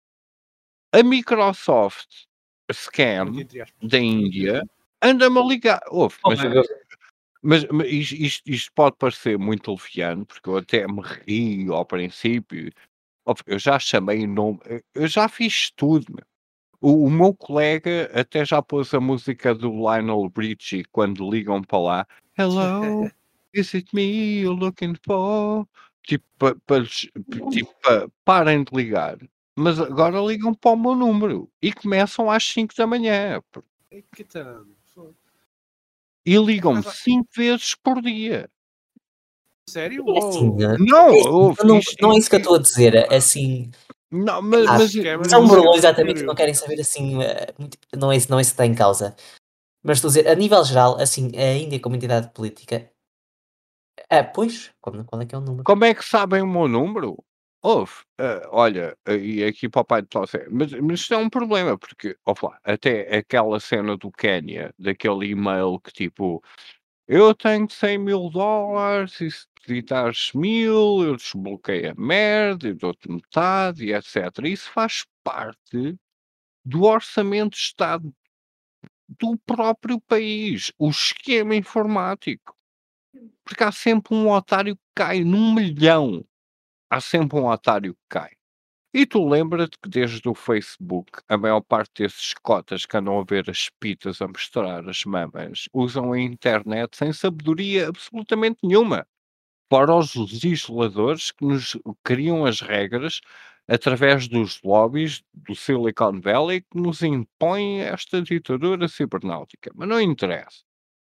A Microsoft Muito Scam entre aspas. da Índia anda-me a ligar. Ouve, Oh mas meu Deus. mas mas is isto isto pode parecer muito leviano, porque eu até me rio ao princípio. Ouve, eu já chamei o nome eu eu já fiz tudo, meu. O o meu colega até já pôs a música do Lionel Richie quando ligam para lá: "Hello, is it me you're looking for?" Tipo, pa para lhes tipo, pa parem de ligar. Mas agora ligam para o meu número e começam às cinco da manhã. pô. Ei, que caramba. Foda. E ligam-me Mas, ah, cinco vezes por dia. sério? É assim, Uou. eh, Não, é assim, ouve, eu não, isto, não é isso que eu i- estou a dizer. É assim, não, mas, ah, mas, Esses scammers mas são são isso, burlões sempre exatamente que não querem misteriosos. saber assim. eh, muito- não é isso, não é isso que está em causa. Mas estou a dizer, a nível geral, assim, a Índia como entidade política. Ah, pois, qual, qual é que é o número? como é que sabem o meu número? Ouve, eh, olha, eh, e aqui para o pai de Tossé, mas, mas isto é um problema, porque, ouve lá, até aquela cena do Quénia, daquele e-mail que tipo, eu tenho cem mil dólares e se depositares mil, eu desbloqueio a merda, eu dou-te metade e etcétera. Isso faz parte do orçamento de Estado do próprio país, o esquema informático. Porque há sempre um otário que cai num milhão. Há sempre um otário que cai. E tu lembra-te que desde o Facebook, a maior parte desses cotas que andam a ver as pitas a mostrar as mamas, usam a internet sem sabedoria absolutamente nenhuma. Fora os legisladores que nos criam as regras através dos lobbies do Silicon Valley que nos impõem esta ditadura cibernáutica. Mas não interessa.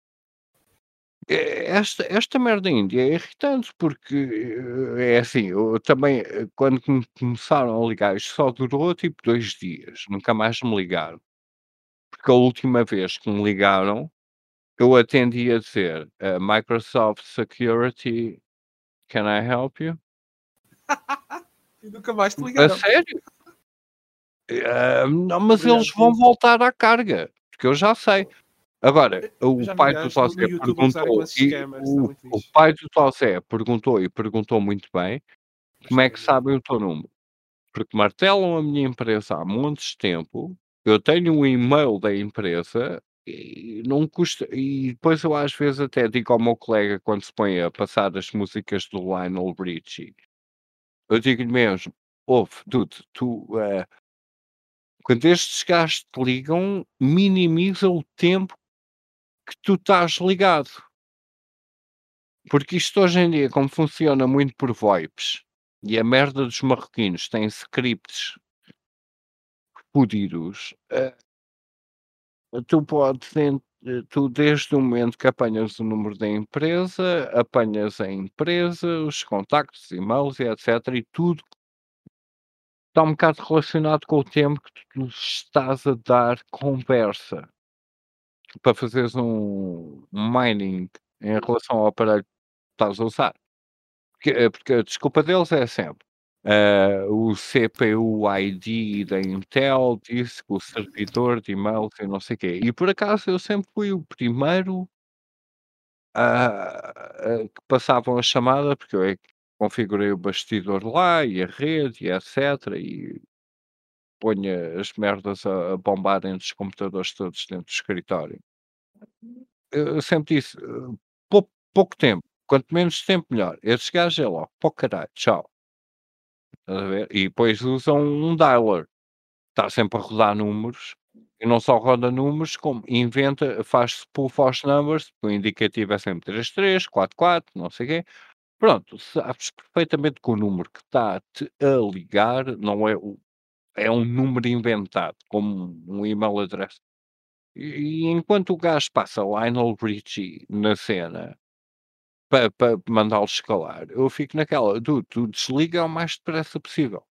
Eh, esta esta merda índia é irritante, porque, eh, é assim, eu também, eh, quando me começaram a ligar, isto só durou tipo dois dias, nunca mais me ligaram, porque a última vez que me ligaram, eu atendi a dizer, eh, "Microsoft Security, can I help you?" E nunca mais te A ligaram. sério? Ah, não, mas eles Obrigado por vão isso. voltar à carga, porque eu já sei. Agora, Eu o já vi pai do gajos no, no Tosé YouTube a gozarem com perguntou esses e scammers. Está o muito o fixe. pai do Tosé perguntou e perguntou muito bem: Os "Como é que scammers. sabem o teu número?" Porque martelam a minha empresa há montes de tempo, eu tenho um e-mail da empresa e não custa e depois eu às vezes até digo ao meu colega quando se põe a passar as músicas do Lionel Richie, eu digo-lhe mesmo: "Ouve, dude, tu, eh, quando estes gajos te ligam, minimiza o tempo que tu estás ligado." Porque isto hoje em dia, como funciona muito por VoIPs, e a merda dos marroquinos tem scripts fodidos, eh, tu podes en eh, tu desde o momento que apanhas o número da empresa, apanhas a empresa, os contactos, e-mails e etcétera, e tudo está um bocado relacionado com o tempo que tu estás a dar conversa, para fazeres um um mining em relação ao aparelho que estás a usar. Porque, eh, porque a desculpa deles é sempre, ah, o C P U I D da Intel disse que o servidor de e-mails e não sei quê. E por acaso eu sempre fui o primeiro a a que passavam a chamada, porque eu é que configurei o bastidor lá e a rede e etcétera, e ponho as merdas a a bombarem dos computadores todos dentro do escritório. Eu eu sempre disse, eh, pouco pouco tempo, quanto menos tempo melhor. Esses gajos é logo, para o caralho, tchau. Estás a ver? E depois usam um dialer, está sempre a rodar números, e não só roda números, como inventa, faz spoof aos numbers, o indicativo é sempre três três, quatro quatro, não sei o quê. Pronto, sabes perfeitamente que o número que está-te a ligar não é o é um número inventado, como um email address. E e enquanto o gajo passa Lionel Richie na cena para pa mandá-los escalar, eu fico naquela: "Dude, tu desliga o mais depressa possível."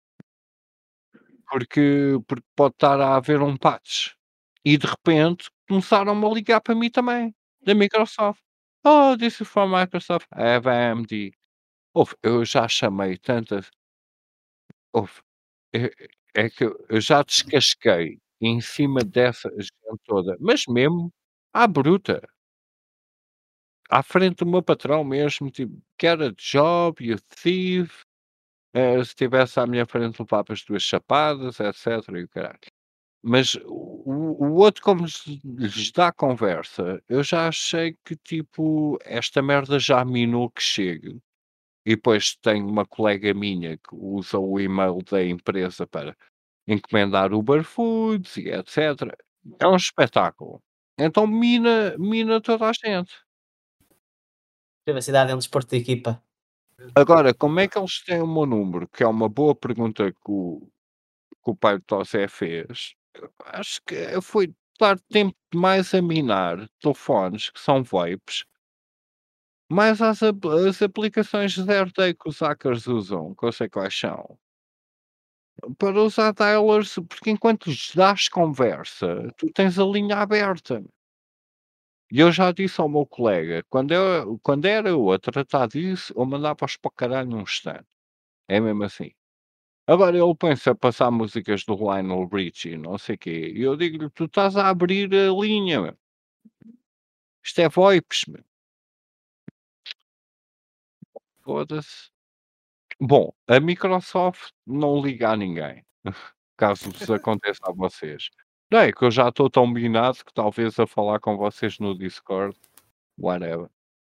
Porque porque pode estar a haver um patch. E de repente começaram-me a ligar para mim também, da Microsoft. "Oh, this is from Microsoft." "I have A M D." Ouve, eu já chamei tantas ouve, é é que eu eu já descasquei em cima dessa gente toda, mas mesmo à bruta, à frente do meu patrão mesmo, tipo: "Get a job, you thief." Eh, se estivesse à minha frente levava as duas chapadas, etcétera, e o caralho. Mas o o outro como se lhes dá conversa, eu já achei que tipo, esta merda já minou que chegue. E depois tenho uma colega minha que usa o e-mail da empresa para encomendar Uber Foods e etcétera. É um espetáculo. Então mina mina toda a gente. Privacidade é um desporto de equipa. Agora, como é que eles têm o meu número? Que é uma boa pergunta que o que o pai do Tosé fez, eu acho que foi dar tempo demais a minar telefones que são vapes, mais as, ap- as aplicações zero day que os hackers usam, que eu sei quais são, para usar dialers, porque enquanto lhes dás conversa, tu tens a linha aberta. E eu já disse ao meu colega, quando, eu, quando era eu a tratar disso, eu mandava-os para o caralho num instante. É mesmo assim. Agora ele põe-se a passar músicas do Lionel Richie, não sei o quê, e eu digo-lhe: "Tu estás a abrir a linha, meu. Isto é VoIPs, meu. Foda-se." Bom, a Microsoft não liga a ninguém, caso vos aconteça a vocês. Não é que eu já estou tão minado que talvez a falar com vocês no Discord, whatever.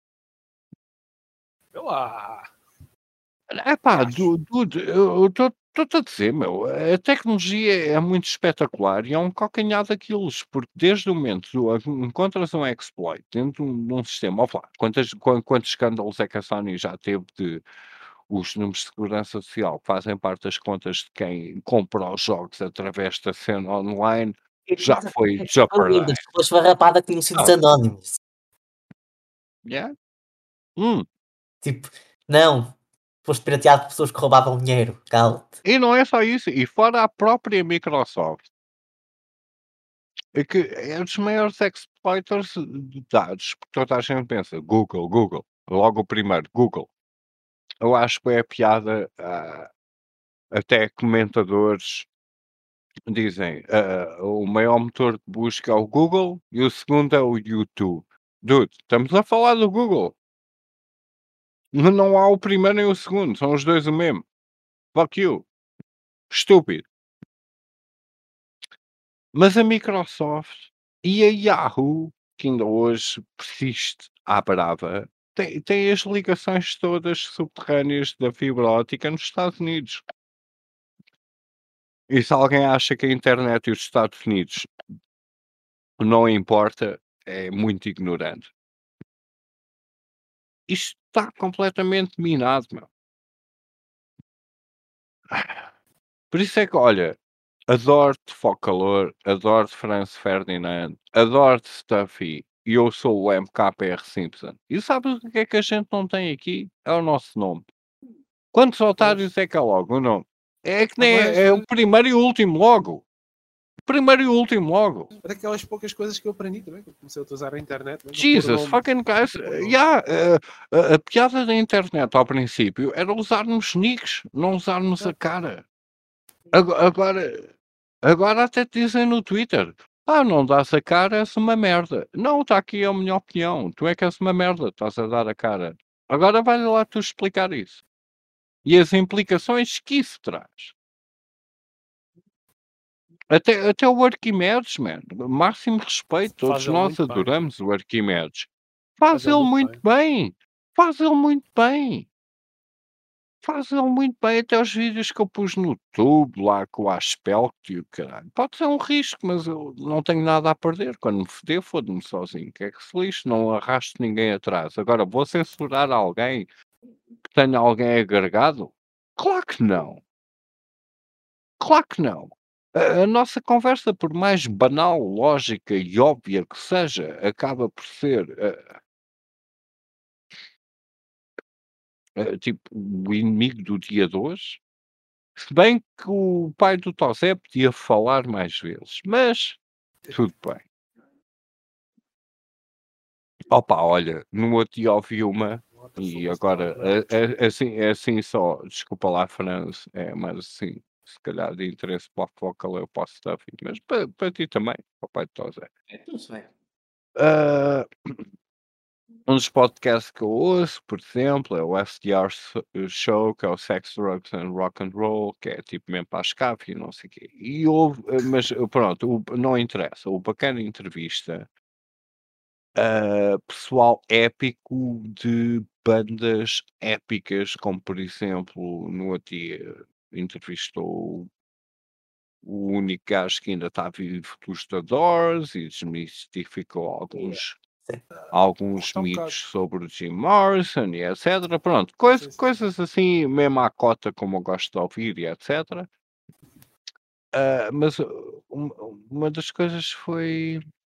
Vê lá. Epá, Acho. du dude, eu estou-te a dizer, meu, a tecnologia é muito espetacular e é um calcanhar daqueles, porque desde o momento que tu encontras um exploit dentro de um de um sistema, ouve lá, quantas quan quantos escândalos é que a Sony já teve de os números de segurança social que fazem parte das contas de quem compra os jogos através da cena online, E já estás a foi fazer jeopardized. pela esfarrapada que conhecidos Ah, anónimos. yeah? Hum, Tipo, não, foste pirateado por pessoas que roubavam dinheiro. Cala-te. e não é só isso, e fora a própria Microsoft. É que é dos maiores exploiters de dados, porque toda a gente pensa: Google, Google, logo o primeiro, Google. Eu acho que é a piada, ah, até comentadores dizem, ah, o maior motor de busca é o Google e o segundo é o YouTube. Dude, estamos a falar do Google. Não não há o primeiro nem o segundo, são os dois o mesmo. Fuck you, estúpido. Mas a Microsoft e a Yahoo, que ainda hoje persiste à brava, tem tem as ligações todas subterrâneas da fibra óptica nos Estados Unidos. E se alguém acha que a internet e os Estados Unidos não importa, é muito ignorante. Isto está completamente minado, meu. Por isso é que, olha, adoro-te Focalor, adoro-te Franz Ferdinand, adoro-te Stuffy e eu sou o M K R Simpson. E sabes o que é que a gente não tem aqui? É o nosso nome. Quantos Pois. otários é que há logo o nome? É que Ah, nem pois, é, é o pois. primeiro e o último logo. Primeiro e o último logo. É daquelas poucas coisas que eu aprendi também, que eu comecei a usar a internet, mas não pôr Jesus nomes. fucking guys. Não pôr eh, nomes. Yeah, eh, a, a piada da internet ao princípio era usarmos nicks, não usarmos a É, cara. Ago- Agora, agora até te dizem no Twitter: "Ah, não dás a cara, és uma merda." Não, está aqui a minha opinião. Tu é que és uma merda, estás a dar a cara. Agora vai lá tu explicar isso. E as implicações que isso traz. Até, até o Arquimedes, man. Máximo respeito, faz todos ele nós muito bem. adoramos o Arquimedes. Faz Faz ele ele muito muito bem. bem. Faz ele muito bem. Faz ele muito bem, até os vídeos que eu pus no YouTube, lá com o Aspelct e o caralho. Pode ser um risco, mas eu não tenho nada a perder. Quando me foder, fodo-me sozinho. Que é que se lixe, não arrasto ninguém atrás. Agora, vou censurar alguém que tenha alguém agregado? Claro que não. Claro que não. A, a nossa conversa, por mais banal, lógica e óbvia que seja, acaba por ser, eh, eh, tipo, o inimigo do dia de hoje. Se bem que o pai do Tosé podia falar mais vezes, mas tudo bem. Opa, olha, no outro dia ouvi uma, Outra e foda-se, estava agora, bem. é, é assim, é assim só, desculpa lá, França, é mais assim, se calhar de interesse para a foca, eu posso estar afim, mas para, para ti também, para o pai do Tosé. É, tudo bem. Ah, um dos podcasts que eu ouço, por exemplo, é o S D R S- Show, que é o Sex, Drugs and Rock and Roll, que é tipo mesmo para a escape e não sei o quê. E houve, eh, mas eh, pronto, o- não interessa. O bacana entrevista a pessoal épico de bandas épicas, como por exemplo, no outro dia entrevistou o único gajo que ainda está vivo dos The Doors e desmistificou Yeah. alguns Sim. alguns Custa um bocado. mitos sobre o Jim Morrison e etcétera. Pronto, Sim, coisa, sim, sim. coisas assim, mesmo à cota, como eu gosto de ouvir e etcétera. Ah, mas uh, uma uma das coisas foi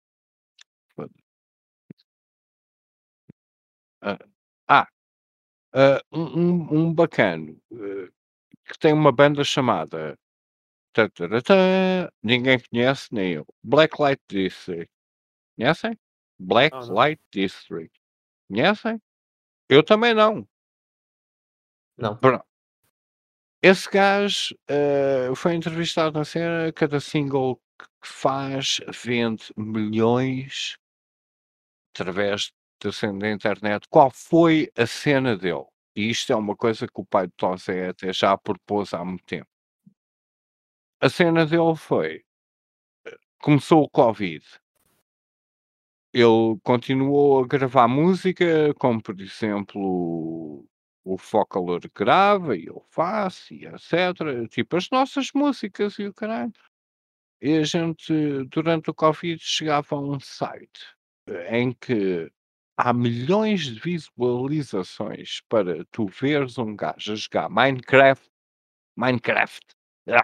ah, ah, ah, um um um bacano, eh, que tem uma banda chamada tã-tã-rã-tã, ninguém conhece, nem eu, Blacklight District. Conhecem? Ah, não. Blacklight District. Conhecem? Eu também não. Não. Pronto. Esse gajo, eh, foi entrevistado na cena, cada single que faz vende milhões através da cena da internet. Qual foi a cena dele? E isto é uma coisa que o pai de Tosé até já propôs há muito tempo. A cena dele foi, começou o Covid, ele continuou a gravar música, como por exemplo o Focalor grava e eu faço e etcétera. Tipo as nossas músicas e o caralho. E a gente, durante o Covid, chegava a um site eh, em que há milhões de visualizações para tu veres um gajo a jogar Minecraft. Minecraft. Ah,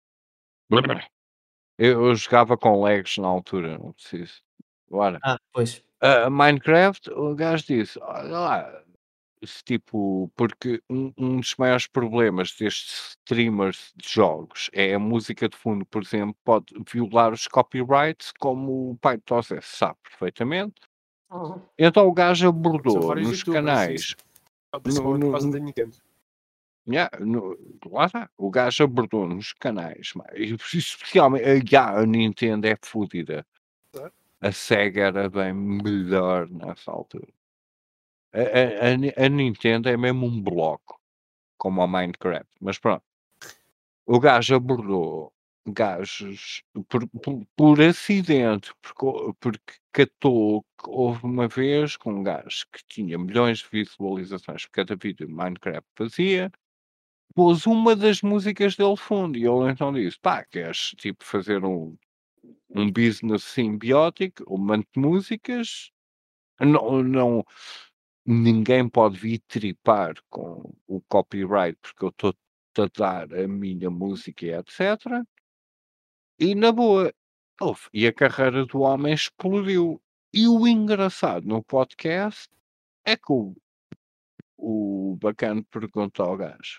Eu, eu jogava com Legos na altura, não preciso. Bora. Ah, pois. Ah, Minecraft, o gajo disse: olha lá, se tipo, porque um, um dos maiores problemas destes streamers de jogos é a música de fundo, por exemplo, pode violar os copyrights, como o pai de Tosé sabe perfeitamente. Uhum. Então o gajo Aconteceu abordou vários nos youtubers, isso. canais, no, Principalmente por no, causa no- da Nintendo. yeah, no- lá está, o gajo abordou nos canais, mas, especialmente a, yeah, a Nintendo é fodida. Certo? A Sega era bem melhor nessa altura. A, a, a Ni- a Nintendo é mesmo um bloco, como o Minecraft, mas pronto. O gajo abordou gajos por por por acidente, porque o porque catou que houve uma vez com um gajo que tinha milhões de visualizações por cada vídeo de Minecraft que fazia, pôs uma das músicas dele de fundo e ele então disse: "Pá, queres tipo fazer um um business simbiótico, eu mando músicas, não não ninguém pode vir tripar com o copyright, porque eu estou a dar a minha música e etcétera. E na boa, ouve, e a carreira do homem explodiu. E o engraçado no podcast é que o, o bacana pergunta ao gajo: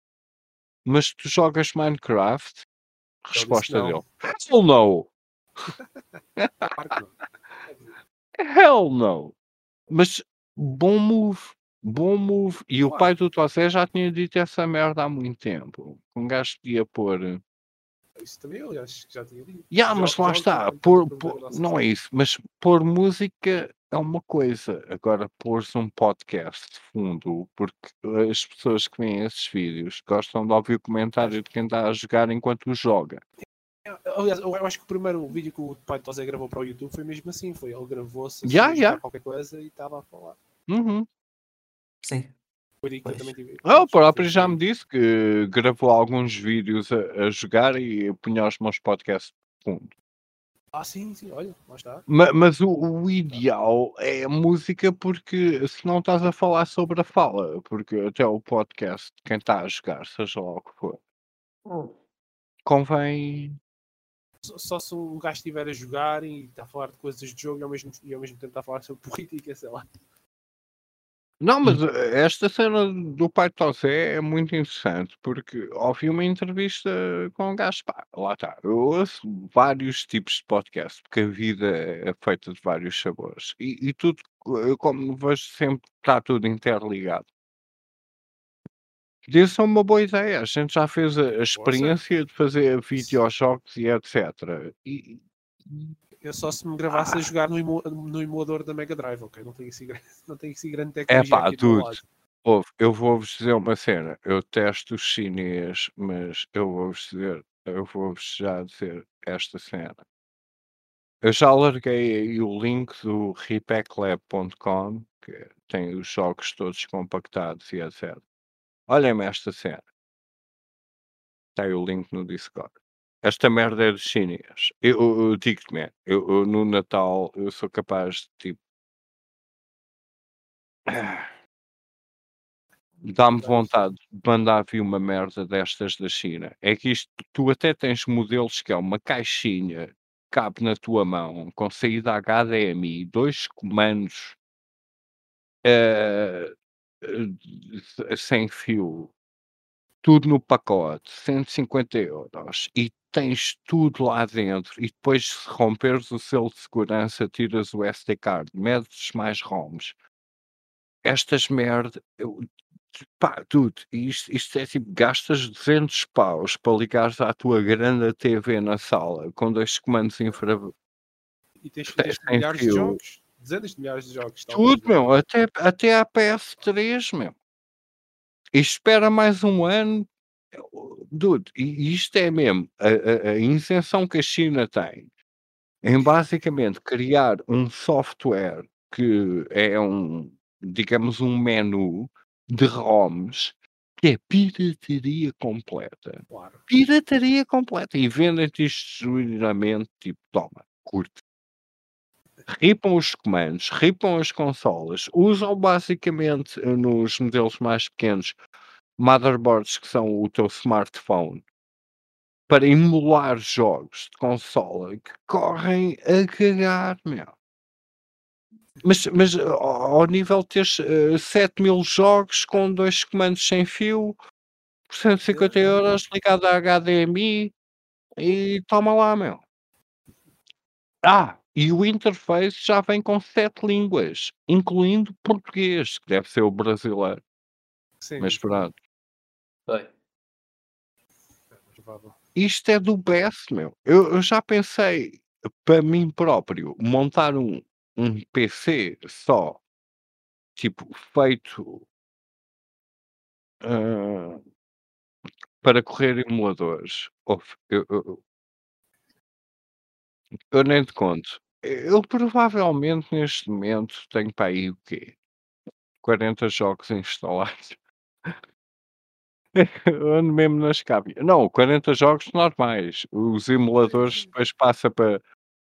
Mas tu jogas Minecraft? Ele disse que Resposta não. dele: Hell no! Claro que não. Quer dizer, Hell no! Mas bom move, bom move. E o pai claro, do Tossé já tinha dito essa merda há muito tempo. Um gajo podia pôr. isso também eu acho que já tinha dito. Ya, Jo- mas lá Jogos está, Minecraft pôr para pôr ver a nossa não é cena. isso, mas pôr música é uma coisa, agora pôr-se um podcast de fundo, porque as pessoas que veem esses vídeos gostam de ouvir o comentário de quem está a jogar enquanto joga. Aliás, eu acho que o primeiro vídeo que o pai de Tosé gravou para o YouTube foi mesmo assim. Foi ele gravou-se assim Ya, a jogar ya, qualquer coisa e estava a falar. uhum. Sim. Foi daí que eu Pois. também tive. Ah, o Pronto, foi próprio por já me aí. disse que gravou alguns vídeos a a jogar e punha os meus podcasts de fundo. Ah, sim, sim, olha, lá está. Ma mas o o ideal é a música, porque senão estás a falar sobre a fala, porque até o podcast, quem está a jogar, seja lá o que for, Hum. convém. Só, só se um gajo estiver a jogar e está a falar de coisas de jogo e ao mesmo, e ao mesmo tempo está a falar sobre política, sei lá. Não, mas, Hum. eh, esta cena do pai de Tosé é muito interessante, porque ouvi uma entrevista com um gajo, pá, lá está, eu ouço vários tipos de podcast, porque a vida é feita de vários sabores, e e tudo, eu como vejo sempre que está tudo interligado. Isso é uma boa ideia, a gente já fez a a Força. experiência de fazer Isso. videojogos e etcétera. E e Eu só se me gravasse a ah, jogar no, emo- no emulador da Mega Drive, ok? Não tenho assim, gra- não tenho assim grande tecnologia epá, aqui do meu dude, lado. ouve, eu vou-vos dizer uma cena, eu testo o chinês, mas eu vou-vos dizer eu vou-vos já dizer esta cena. Eu já larguei aí o link do repacklab ponto com, que tem os jogos todos compactados e etcétera. Olhem-me esta cena. Tem o link no Discord. Esta merda é de chinês. Eu, eu, eu digo-te, man, eu, eu no Natal eu sou capaz de tipo. dá-me Tá, vontade de mandar vir uma merda destas da China. É que isto, tu até tens modelos que é uma caixinha, cabe na tua mão, com saída H D M I, dois comandos eh, eh, sem fio, tudo no pacote, cento e cinquenta euros, e tens tudo lá dentro, e depois se romperes o selo de segurança, tiras o S D card, metes mais ROMs. Estas merda, eu pá, tudo, isto isto é tipo, gastas duzentos paus para ligares à tua grande T V na sala com dois comandos infra E tens, e tens sem milhares de fio. jogos, dezenas de milhares de jogos, talvez. Tudo, meu, até até à P S três, meu. E espera mais um ano. Dude, e isto é mesmo a a a isenção que a China tem em basicamente criar um software que é um, digamos, um menu de ROMs que é pirataria completa. Claro. Pirataria completa. E vendem-te isto genuinamente, tipo, toma, curte. Ripam os comandos, ripam as consolas, usam basicamente eh, nos modelos mais pequenos motherboards que são o teu smartphone para emular jogos de consola que correm a cagar, meu. Mas mas ao ao nível de teres, eh, sete mil jogos com dois comandos sem fio, por cento e cinquenta euros ligado a H D M I e toma lá, meu. Ah, e o interface já vem com sete línguas, incluindo português, que deve ser o brasileiro, Sim, mas pronto. Foi. é mais provável. Isto é do best, meu. Eu eu já pensei, para mim próprio, montar um um P C só, tipo, feito, hã, para correr emuladores. Ouve, eu eu eu nem te conto. Eu provavelmente neste momento tenho para aí o quê? quarenta jogos instalados. Eu ando mesmo nas cabias. Não, quarenta jogos normais. Os emuladores Sim, depois passa para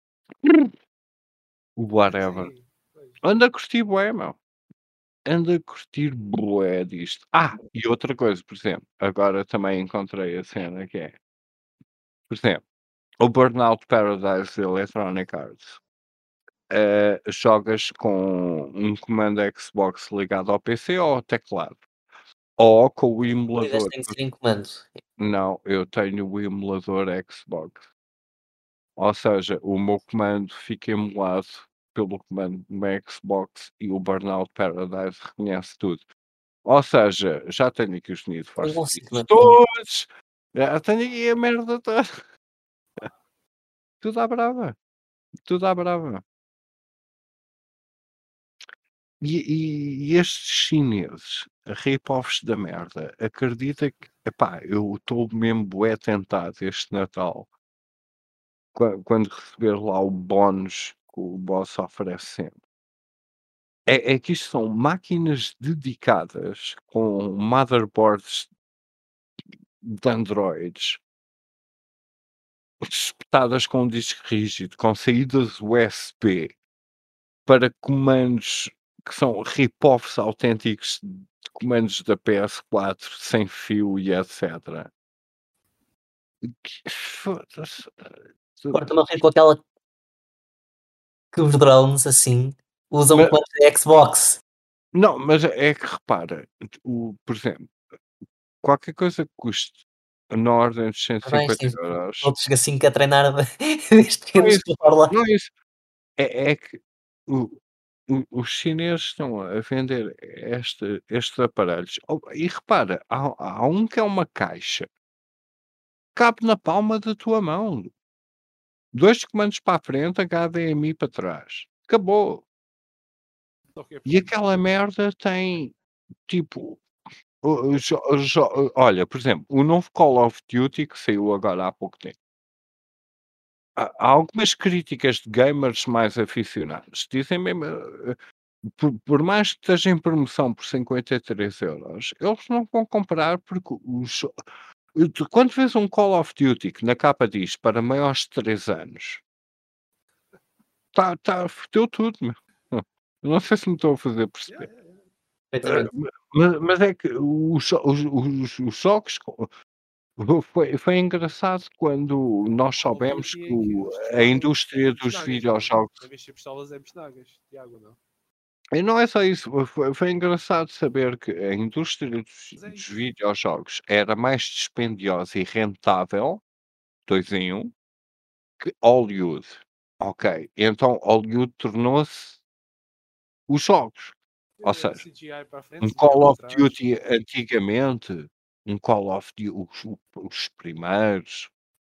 whatever. sim, sim. Ando a curtir bué, meu. Ando a curtir bué disto. Ah, e outra coisa, por exemplo, agora também encontrei a cena que é, por exemplo, o Burnout Paradise de Electronic Arts. Eh, jogas com um comando Xbox ligado ao P C ou ao teclado, ou com o Corridas emulador. têm de ser em comando. Não, eu tenho o emulador Xbox. Ou seja, o meu comando fica emulado pelo comando do meu Xbox e o Burnout Paradise reconhece tudo. Ou seja, já tenho aqui os Need for Eu não consigo Speeds manter. todos, já tenho aqui a merda toda. Tudo à brava, tudo à brava. E e e estes chineses, rip-offs da merda, acredita que epá, eu estou mesmo bué tentado este Natal, quan quando receber lá o bónus que o boss oferece sempre. É é que isto são máquinas dedicadas com motherboards de androides, espetadas com um disco rígido, com saídas U S B para comandos que são rip-offs autênticos de comandos da P S quatro sem fio e etcétera. Que foda-se, tu Agora estou-me a rir com aquela que os drones, assim, usam ma comandos da Xbox. não, mas é que repara, o por exemplo, qualquer coisa que custe na ordem dos Mas bem, tens cento e cinquenta euros todos assim que a treinar desde não é pequenos isso, para Fórmula. não é isso, é é que o o os chineses estão a vender este estes aparelhos. Oh, e repara, há há um que é uma caixa, cabe na palma da tua mão. Dois comandos para a frente, H D M I para trás. Acabou. Só que é E preciso. aquela merda tem, tipo, o o jo o jo olha, por exemplo, o novo Call of Duty que saiu agora há pouco tempo. Há há algumas críticas de gamers mais aficionados. Dizem mesmo, eh, por por mais que esteja em promoção por cinquenta e três euros, eles não vão comprar porque o jo tu quando vês um Call of Duty que na capa diz: "Para maiores de três anos", tá tá fodeu tudo, meu. Eu não sei se me estou a fazer Yeah, perceber. yeah, yeah. Ah, Perfeitamente. ma ma mas é que os jo os os os jogos co foi foi engraçado quando nós Call of soubemos Duty que em que o os a pistolas indústria eram dos bisnagas, não é? videojogos Em vez de ser pistolas, é bisnagas. Tiago, não? e não é só isso, foi foi engraçado saber que a indústria dos Mas é dos isso. videojogos era mais dispendiosa e rentável, dois em um, que Hollywood. Ok, então Hollywood tornou-se os jogos. Ou É, seja, C G I para a frente, um C G I Call para of trás. Duty antigamente, um Call of Du os o os primeiros,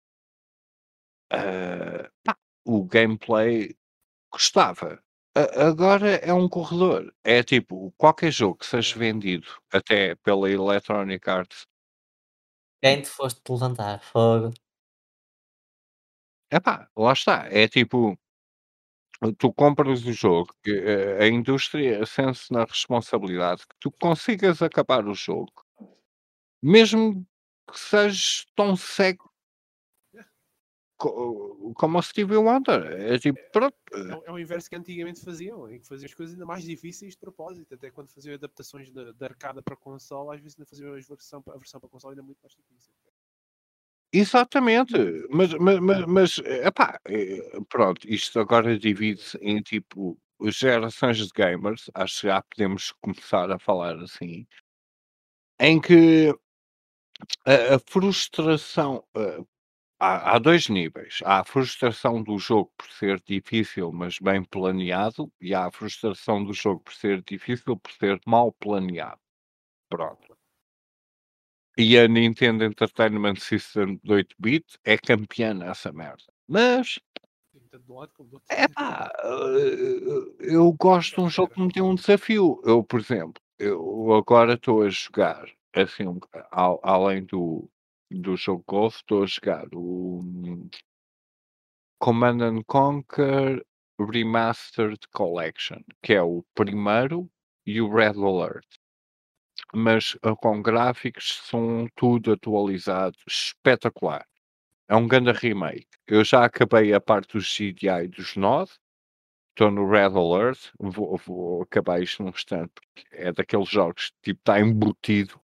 ah, pá, o gameplay gostava. A agora é um corredor. É tipo, qualquer jogo que seja É. vendido até pela Electronic Arts, Quem te foste levantar? Fogo. epá, lá está. É tipo, tu compras o jogo, que a a indústria sente-se na responsabilidade que tu consigas acabar o jogo, mesmo que sejas tão cego co como o Stevie Wonder. É tipo, pronto, É, o- é o inverso que antigamente faziam, em que faziam as coisas ainda mais difíceis de propósito. Até quando faziam adaptações da da arcada para console, às vezes ainda faziam a versão, a versão para console ainda muito mais difícil. exatamente, mas mas mas mas, epá, eh, pronto, isto agora divide-se em, tipo, gerações de gamers, acho que já podemos começar a falar assim, em que a a frustração, eh, há há dois níveis, há a frustração do jogo por ser difícil, mas bem planeado, e há a frustração do jogo por ser difícil, por ser mal planeado, pronto. E a Nintendo Entertainment System de oito bit é campeã nessa merda. Mas Sim, tanto de um lado como do outro. epá, eh, eu gosto de Só um jogo espera. que me tem um desafio. Eu, por exemplo, eu agora estou a jogar, assim, um boca al além do do jogo Golf, estou a jogar o hum, Command and Conquer Remastered Collection, que é o primeiro e o Red Alert, mas, ah, com gráficos, som, tudo atualizado, espetacular. É um grande remake. Eu já acabei a parte dos C D I dos nove. Estou no Red Alert, vou vou acabar isto num instante, porque é daqueles jogos que, tipo, está embutido.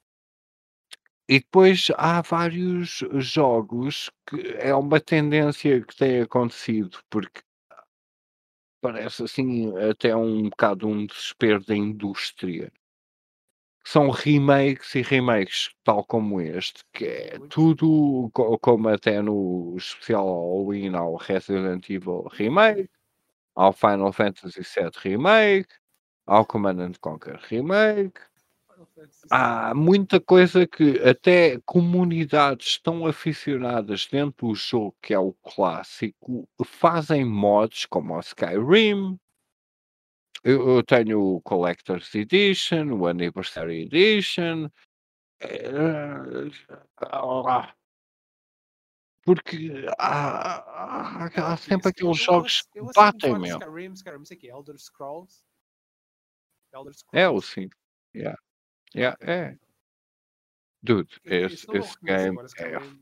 E depois há vários jogos que é uma tendência que tem acontecido, porque parece, assim, até um bocado um desespero da indústria. São remakes e remakes, tal como este, que é Muitos. tudo co como até no especial Halloween há o Resident Evil Remake, há o Final Fantasy sete Remake, há o Command and Conquer Remake. Final Fantasy sete. Há muita coisa que até comunidades tão aficionadas dentro do jogo, que é o clássico, fazem mods como o Skyrim. Eu eu tenho o Collector's Edition, o Anniversary Edition, eh, ah, porque há há há Pronto, sempre isso, eu, aqueles eu, eu, jogos ace- que eu aceito-me batem, falar de meu. Skyrim, Skyrim, sei que é Elder Scrolls. Elder É o Scrolls. sim. Yeah, yeah, Pronto, é. é. Dude, Que- que- esse Isso não o esse reconheço game agora, é Skyrim.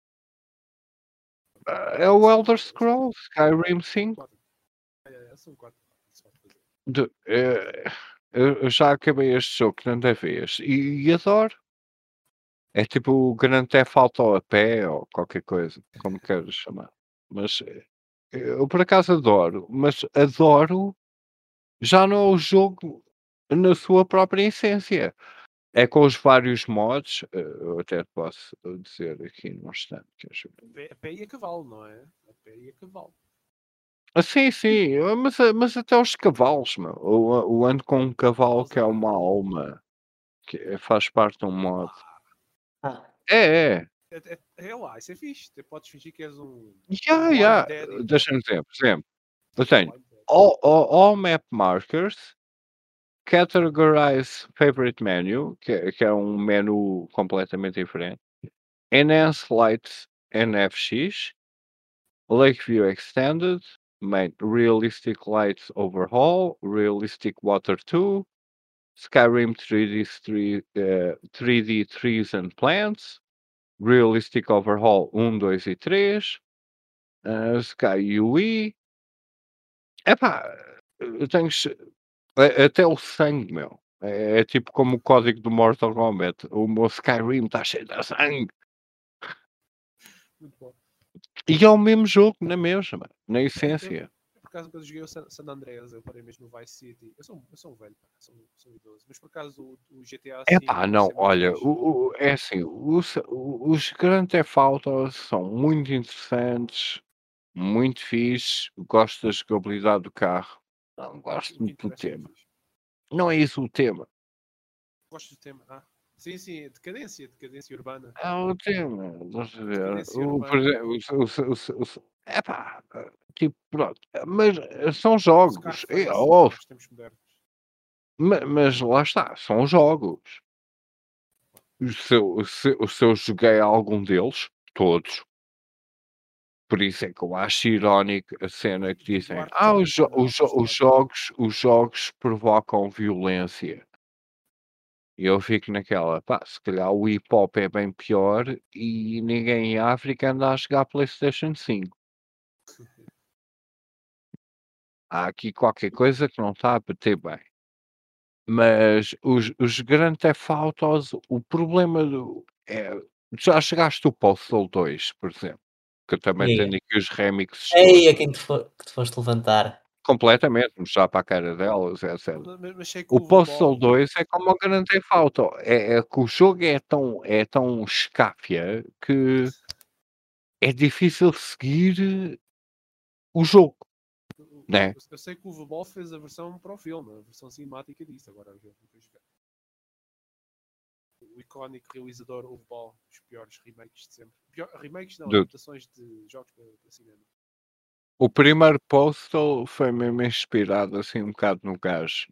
ah, é o São, Elder são Scrolls, Skyrim cinco. quatro. É, é, são quatro. Isso pode fazer. Dude, eh, eu eu já acabei este jogo tanta vez e e adoro. É tipo o Grand Theft Auto a pé ou qualquer coisa, como queiras chamar. Mas, eh, eu por acaso adoro, mas adoro já não é o jogo na sua própria essência. É com os vários mods, eh, eu até te posso dizer aqui num instante, queres ver? A pé, a pé e a cavalo, não é? A pé e a cavalo. Ah, sim, sim, ah, mas a mas até os cavalos, meu, eu a eu ando com um cavalo Cavalos que é a. uma alma, que é faz parte de um mod. Ah, É, é. É, é, é lá, isso é fixe. Tu podes fingir que és um, Ya, um ya. Lime Daddy. Deixa-me dizer, por exemplo, eu Um tenho Lime Daddy. all all all map markers, categorize favorite menu, que é que é um menu completamente diferente, enhance lights N F X, lake view extended, main realistic lights overhaul, realistic water two, Skyrim three D three, eh, three D trees and plants, realistic overhaul um, dois e três, ah, Sky U I. Epá, eu tenho che a até o sangue, meu. É, é tipo como o código do Mortal Kombat. O meu Skyrim está cheio de sangue. Muito bom. E é o mesmo jogo, na mesma, na Eu, essência. por acaso, quando joguei o San, San Andreas, eu parei mesmo no Vice City. Eu sou, eu sou um velho, pá, sou, sou idoso. Mas por acaso, o, o G T A É V pá, parece não, ser muito olha, fixe. o, o- é assim, os, os Grand Theft Auto são muito interessantes, muito fixe. Gosto da jogabilidade do carro. Não O que, gosto o que muito do interessa é tema. fixe. Não é isso o tema. Gosto do tema. Ah, sim, sim, decadência, decadência urbana. É o tema. Estás a ver? Decadência O, por urbana. exemplo, o, o, o, o, é pá, tipo, pronto. Mas eh, são O jogos. É, Scarface oh, para os tempos modernos. ma- mas lá está, são jogos. Se eu, se, se eu joguei algum deles, todos. Por isso é que eu acho irónico a cena que Do dizem: Duarte "Ah, já os deve jo ter os jo os apostado. jogos os jogos provocam violência". E eu fico naquela: "Pá, se calhar o hip hop é bem pior e ninguém em África anda a jogar PlayStation cinco. Há aqui qualquer coisa que não está a bater bem". Mas os os Grand Theft Autos, o problema do é já chegaste ao Postal dois, por exemplo, que eu também Diga. tenho aqui os remixes Ei, a todos. quem te fo que te foste levantar. Completamente, mostrar para a cara delas, etcétera. Mas, mas sei que O o Postal Ball. dois é como o Grand Theft Auto, é é que o jogo é tão é tão escáfia que é difícil seguir o jogo, Eu, né. eu sei que o Ball fez a versão para o filme, a versão cinemática disso. Agora, eu nunca joguei. O icónico realizador Uwe Ball, os piores remakes de sempre. Pior, remakes não, Dude, adaptações de jogos para, para cinema. o primeiro Postal foi mesmo inspirado, assim, um bocado no gajo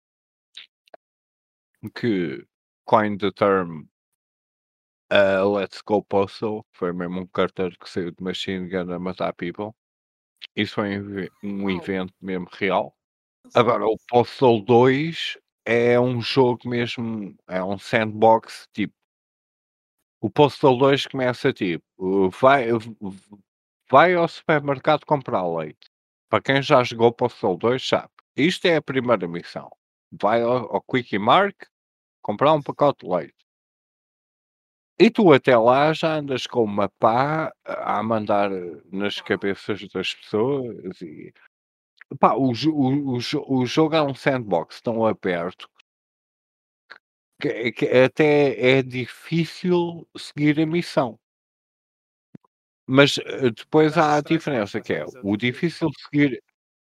que coined the term, ah, "Let's go Postal", foi mesmo um carteiro que saiu de machine gun a matar people. Isso foi um eve um Ah, evento mesmo real. não Agora sabia. o Postal dois é um jogo mesmo, é um sandbox, tipo, o Postal dois começa tipo, uh, vai v v vai ao supermercado comprar leite. Para quem já jogou Postal dois sabe, isto é a primeira missão. Vai ao ao Quickie Mart comprar um pacote de leite. E tu até lá já andas com uma pá a a mandar eh, nas cabeças das pessoas e, pá, o jo o o jo o jogo é um sandbox tão aberto que é que até é difícil seguir a missão. Mas, eh, depois Já te há a distrais mais, diferença começa que a é, fazer o outra coisa. difícil de seguir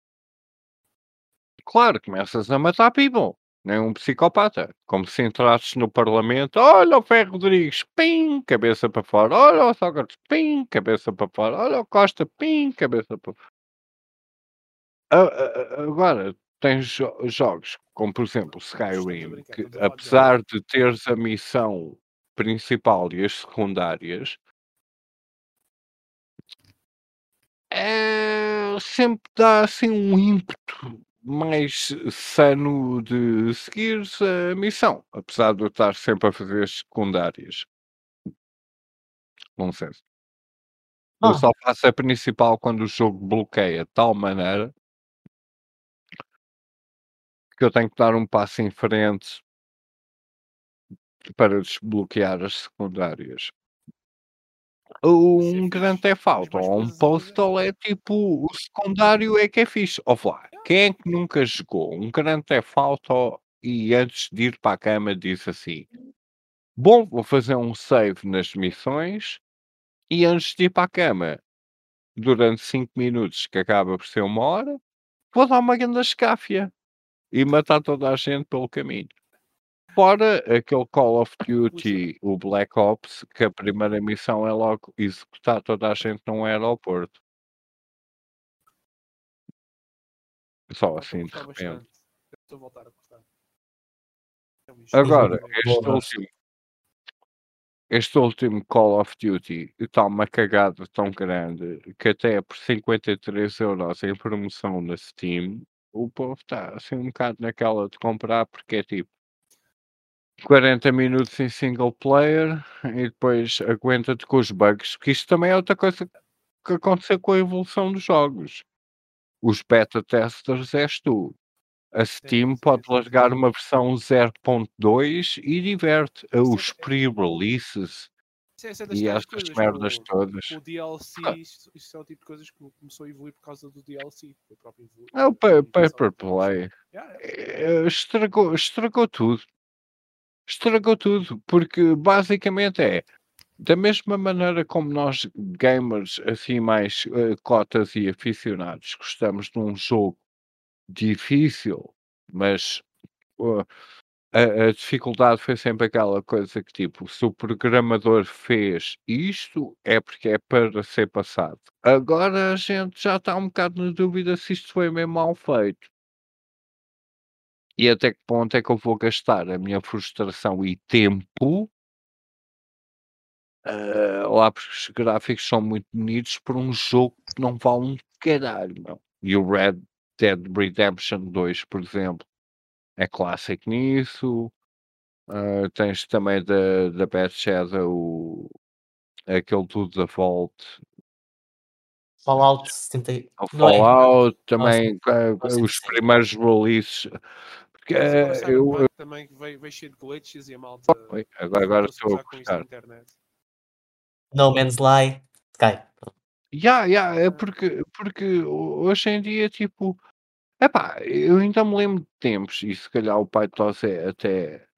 claro, começas a matar people, nem um psicopata, como se entrasses no parlamento: "Olha o Ferro Rodrigues, pim, cabeça para fora. Olha o Sócrates, pim, cabeça para fora. Olha o Costa, pim, cabeça para fora". A a a agora tens jo jogos como, por exemplo, Estamos a Skyrim, brincar, que estamos a falar de Zelda. apesar de teres a missão principal e as secundárias, eh, sempre dá assim um ímpeto mais sano de seguires a missão, apesar de eu estar sempre a fazer as secundárias. Não sei. Eu Ah, só faço a principal quando o jogo bloqueia de tal maneira que eu tenho que dar um passo em frente para desbloquear as secundárias. Isso é Um Grand fixe. Theft Tens Auto mais ou um coisas a fazer. Postal é tipo, o secundário é que é fixe. Ouve lá, Yeah. quem é que nunca jogou um Grand Theft Auto e antes de ir para a cama disse assim: "Bom, vou fazer um save nas missões e antes de ir para a cama, durante cinco minutos, que acaba por ser uma hora, vou dar uma grande escáfia e matar toda a gente pelo caminho". Fora aquele Call of Polícia. Duty, o Black Ops, que a primeira missão é logo executar toda a gente num aeroporto. Só Ah, estou a assim de gostar repente. bastante. Eu estou a voltar a gostar. É um diz-me Agora, estilo mesmo. este boas. último este último Call of Duty está uma cagada tão grande que até por cinquenta e três euros em promoção na Steam, o povo está assim um bocado naquela de comprar, porque é tipo quarenta minutos em single player e depois aguenta-te com os bugs, porque isto também é outra coisa que aconteceu com a evolução dos jogos. Os beta testers és tu. A É, Steam sim, pode sim, largar sim. uma versão zero ponto dois e diverte. Isso é, Os é, pre-releases isso é, isso é das e tais essas coisas merdas com, todas. com o D L C. Ah, Isso, isso é o tipo de coisas que começou a evoluir por causa do D L C. Foi a própria evolu- É o a pa- invenção Paper do D L C. Play. Yeah, yeah. Eh, Estragou, estragou tudo. Estragou tudo. Porque basicamente é da mesma maneira como nós, gamers, assim, mais eh, cotas e aficionados, gostamos de um jogo difícil, mas uh, a, a dificuldade foi sempre aquela coisa que, tipo, se o programador fez isto, é porque é para ser passado. Agora a gente já está um bocado na dúvida se isto foi mesmo mal feito. E até que ponto é que eu vou gastar a minha frustração e tempo ah, lá porque os gráficos são muito bonitos por um jogo que não vale um caralho, meu. E o Red Dead Redemption dois, por exemplo, é clássico nisso. Ah, tens também da, da Bad Shadow, aquele tudo da Vault, Fallout setenta e- o não é? Fallout, Nossa, também ah, os novecentos e sete. primeiros releases. Porque Mas agora o ah, eu, eu Cyberpunk também veio, veio cheio de glitches e a malta oi, agora, agora fartou-se de estou a gozar com isso na gostar. internet. No Man's Sky. Sky. Ya, ya, é Ah, porque, porque ho- hoje em dia, tipo, epá, eu ainda me lembro de tempos, e se calhar o pai de Tosé até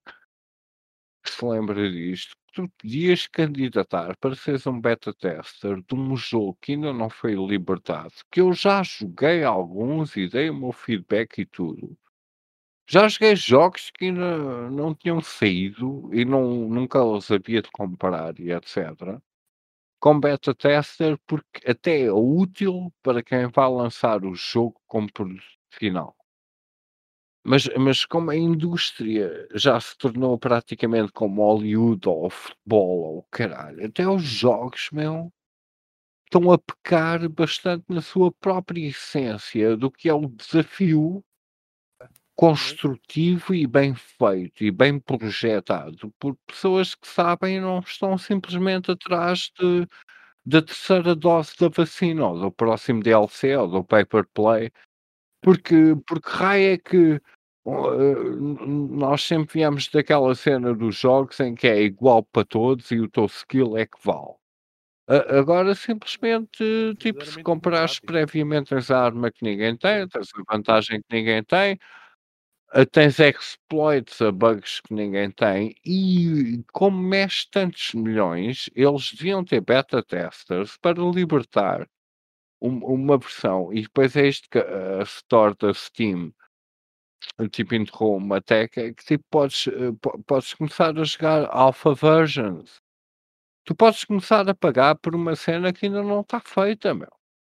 se lembra disto, que tu podias candidatar para seres um beta tester de um jogo que ainda não foi libertado, que eu já joguei alguns e dei o meu feedback e tudo. Já joguei jogos que ainda não tinham saído e não, nunca os havia de comprar e etcétera. Com beta tester, porque até é útil para quem vai lançar o jogo como produto final. Mas mas como a indústria já se tornou praticamente como Hollywood ou o futebol ou o caralho, até os jogos, meu, estão a pecar bastante na sua própria essência do que é o desafio exatamente. construtivo e bem feito e bem projetado por pessoas que sabem e não estão simplesmente atrás de da terceira dose da vacina ou do próximo D L C ou do Paper Play. Porque porque raio é que, oh, eh, n nós sempre viemos daquela cena dos jogos em que é igual para todos e o teu skill é que vale. A agora É simplesmente, tipo, se verdadeiramente comprares democrático. previamente tens a arma que ninguém tem, Sim. tens a vantagem que ninguém tem, ah, tens exploits a bugs que ninguém tem e como mexe tantos milhões, eles deviam ter beta testers para libertar um uma versão e depois é isto que a a store da Steam tipo enterrou-me até que é que tipo podes, eh, po podes começar a jogar alpha versions. Tu podes começar a pagar por uma cena que ainda não está feita, meu.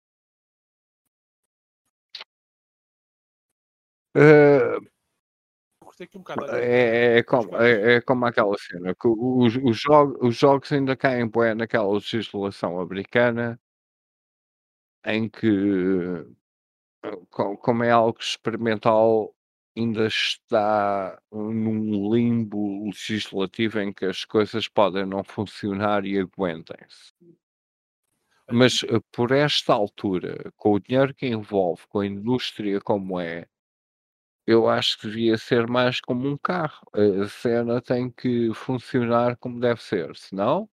Eh, Eu curtei aqui um bocado, olha, é é é ah, os como quais. é é como aquela cena que os os jo os jogos ainda caem bué naquela legislação americana em que co como é algo experimental, ainda está num limbo legislativo em que as coisas podem não funcionar e aguentem-se. Olha, Mas, eh, por esta altura, com o dinheiro que envolve, com a indústria como é, eu acho que devia ser mais como um carro. A a cena tem que funcionar como deve ser, senão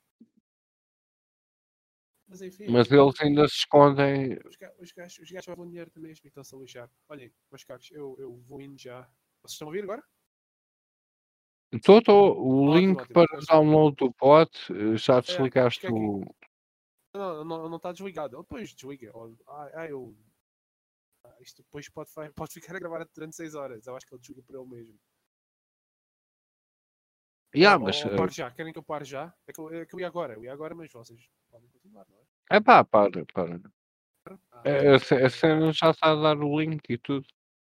mas enfim, mas olha, eles ainda se escondem. os, ga- os gajos, os gajos levam dinheiro também, as estão-se a lixar. Olhem, meus caros, eu, eu vou indo já. Vocês estão a ouvir agora? Estou, estou. O Ótimo, link ótimo. para Então, se- download do bot, eh, já é, é, desligaste porque é que. o. Não, não, não está desligado. Ele depois desliga. Ou- Ah, ah, eu. ah, Isto depois pode, fa- pode ficar a gravar durante seis horas. Eu acho que ele desliga por ele mesmo. Ou, Yeah, mas, ou, ou eh, paro já. Querem que eu pare já? É que, eu, é que eu ia agora. Eu ia agora, mas vocês podem continuar, não é? epá, para, para. Ah, A então a vá. ce a Ah, cena já está a dar o link e tudo.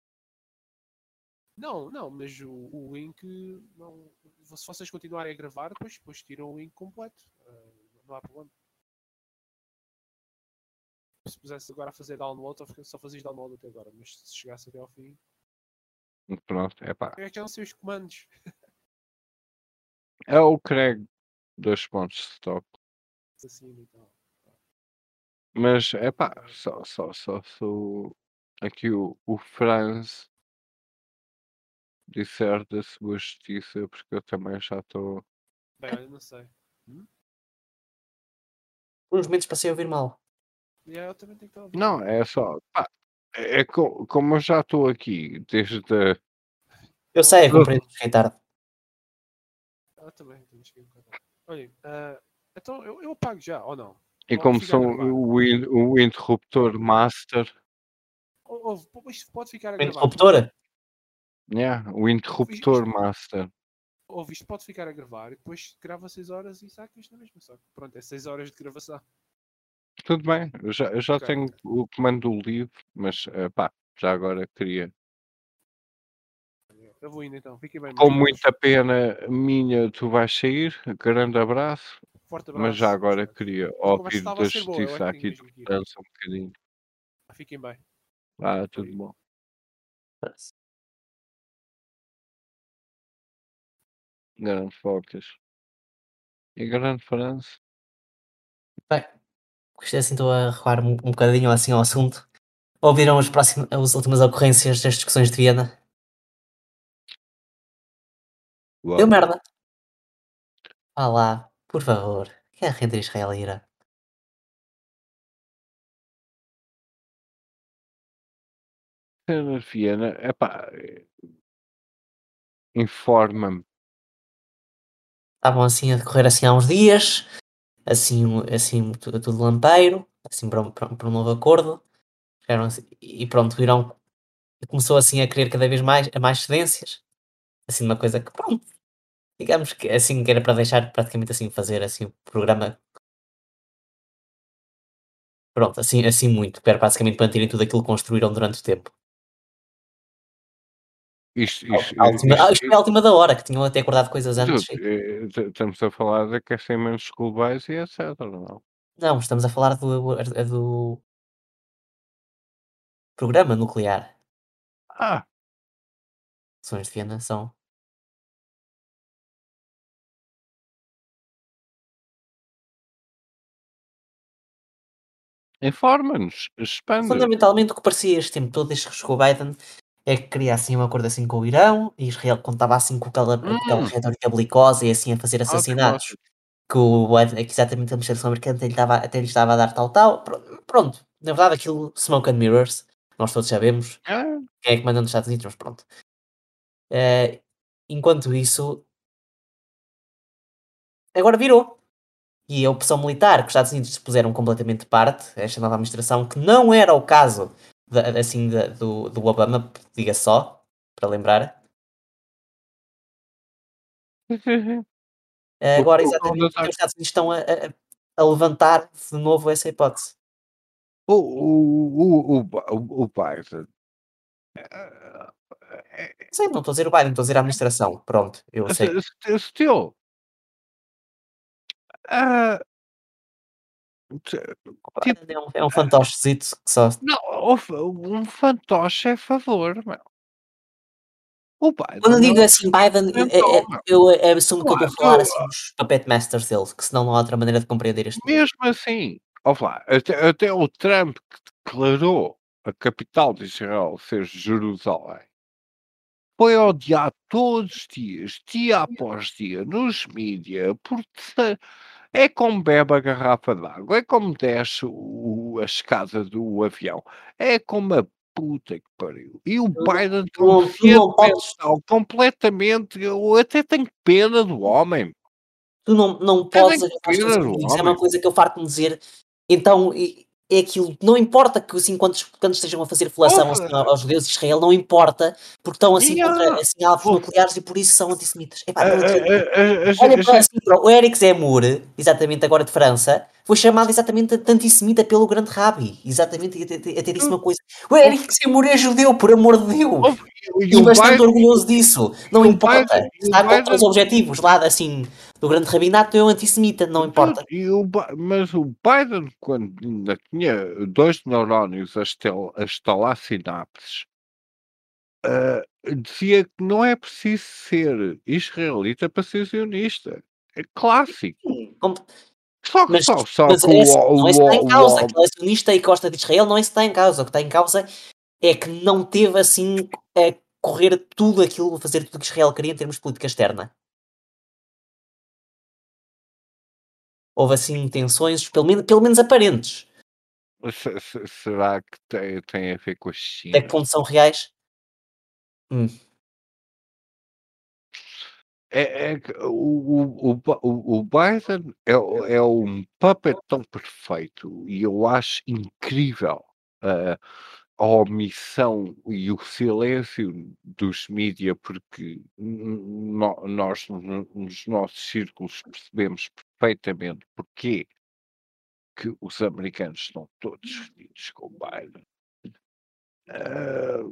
não, não, mas o, o link. Não, se vocês continuarem a gravar, depois, depois tiram o link completo. Ah, não há problema. Se pusesse agora a fazer download, só fazias download até agora. Mas se chegasse até ao fim. Pronto, epá. Eu é que já não sei os comandos. É o Craig, dois pontos de stop. Assim, então. Mas, epá, Ah, só só só só aqui o o Franz disser da sua justiça, porque eu também já estou. Bem, olha, não sei. Hum? Uns momentos passei a ouvir mal. E aí eu também tenho que estar a ouvir Não, mal. é só. Pá, é co- como eu já estou aqui desde. a- Eu sei, eu do- compreendo, cheguei tarde. Ah, também, também cheguei um bocado tarde. Olhem, ah, então eu, eu apago já, ou não? E Ou como fica a sou gravar? o, in- o interruptor master. Ou, ou- pô, isto pode ficar a O gravar. interruptor? Yeah, o Ouve, interruptor isto, master. ouve, isto pode ficar a gravar e depois grava seis horas e saca isto na mesma. Só que pronto, é seis horas de gravação. Tudo bem, eu já, eu já Ok, tenho ok. o comando do livro, mas eh, pá, já agora queria. Eu vou indo então. Fiquem bem, meus Com caros. muita pena minha, tu vais sair. Grande abraço. Forte Mas já abraço, meus agora caros. queria Mas a conversa ouvir estava a da ser boa, eu é justiça que tenho aqui de mesmo que ir. França um bocadinho. Fiquem bem. Ah, tudo Oi. bom. Grande Focas. E grande França. Bem, gostei assim, estou a recuar um, um bocadinho assim ao assunto. Ouviram as, próximas, as últimas ocorrências das discussões de Viena? Deu Uau. merda. Vá lá, por favor. Guerra entre Israel e Irã. Cena de Viena, epá, eh, informa-me. Estavam assim a decorrer assim há uns dias, assim, um- assim tudo, tudo lampeiro, assim para um, para um- para um novo acordo. Chegaram assim- e pronto, o Irão começou assim a querer cada vez mais, a mais cedências. Assim, uma coisa que pronto, digamos que assim que era para deixar praticamente assim fazer assim o programa. Pronto, assim, assim muito, que era basicamente para manterem tudo aquilo que construíram durante o tempo. Isto, À isto, à eh, última, ah, isto, isto foi à última da hora, que tinham até acordado coisas antes. isto, eh, t- estamos a falar de aquecimentos globais e etcétera. Não? Não, estamos a falar do, do programa nuclear. Ah, Ações de Viena são. informa-nos, expande. Fundamentalmente, o que parecia este tempo todo, desde que chegou Biden, é que queria assim um acordo assim com o Irão, e Israel contava assim com aquela, com aquela Hum, retórica belicosa e assim a fazer ótimo, assassinatos, ótimo. que o Biden, é que exatamente a administração americana até lhe, estava, até lhe estava a dar tal tal. Pro- Pronto, na verdade aquilo smoke and mirrors, nós todos sabemos Ah, quem é que manda nos Estados Unidos, mas pronto. Eh, enquanto isso, agora virou. E a opção militar, que os Estados Unidos se puseram completamente de parte, esta nova administração, que não era o caso da- assim, da- do, do Obama, diga só, para lembrar. Eh, o, Agora, o, o, exatamente, porque os Estados Unidos estão a, a- a levantar de novo essa hipótese. o, o, o, o, o Biden. ah, é- Sei, não estou a dizer o Biden, estou a dizer a administração. Pronto, eu é- sei que é- Still, ah, t- o tipo, Biden é um, é um fantochezito que só. não, houve um fantoche é a favor, meu. O Quando eu Biden é digo um assim, Biden, é- é- presidentão, meu. eu é, assumo que eu estou a falar Claro, assim dos puppet masters dele, que senão não há outra maneira de compreender este mundo. mesmo assim, ouve lá, até, até o Trump que declarou a capital de Israel ser Jerusalém, foi odiado todos os dias, dia após dia, nos mídia, porque se- é como bebe a garrafa d'água, é como desce o, a escada do avião, é como a puta que pariu. E o Tu não, Biden tu tão não, tu não deficientemente, podes. não, completamente, eu até tenho pena do homem. Tu não, não Até podes tenho agarrar as coisas pena do comigo. Isso é uma homem. coisa que eu farto de dizer. Então, e- é aquilo. Não importa que assim, quando, quando estejam a fazer felação Ouve, assim, aos judeus de Israel, não importa, porque estão assim contra yeah, assim, alvos ouve, nucleares e por isso são antissemitas. Epá, a, não a, adianta. a, a, a, Olha a para, gente, assim, para o Eric Zemmour, exatamente agora de França, foi chamado exatamente de antissemita pelo grande Rabi. Exatamente, e até, até até disse uma coisa. O ouve, Eric Zemmour é judeu, por amor de Deus! ouve, e E o bastante Biden, orgulhoso disso. Não e o importa. Biden, e o Está contra os Biden objetivos lá, assim, do grande rabinato, é um antissemita. Não Dude, importa. e o Bi- mas o Biden, quando ainda tinha dois neurónios a, estel- a estalar sinapses, ah, dizia que não é preciso ser israelita para ser sionista. É clássico. Sim, com- Só que, Mas, só, só mas que o, é assim, não é isso que está em o, causa. o, Que ele é sionista e gosta de Israel, não é isso que está em causa. O que está em causa é que não teve, assim, é correr tudo aquilo, fazer tudo o que Israel queria em termos de política externa? Houve assim tensões, pelo menos, pelo menos aparentes. Se- se- será que tem, tem a ver com a Até China? que ponto são reais? Hum. É, é que o, o, o, Ba- o o Biden é, o- é um puppet tão perfeito e eu acho incrível ah, a omissão e o silêncio dos mídia, porque n- no- nós, no- nos nossos círculos, percebemos perfeitamente porque que os americanos estão todos fedidos com o Biden. Ah,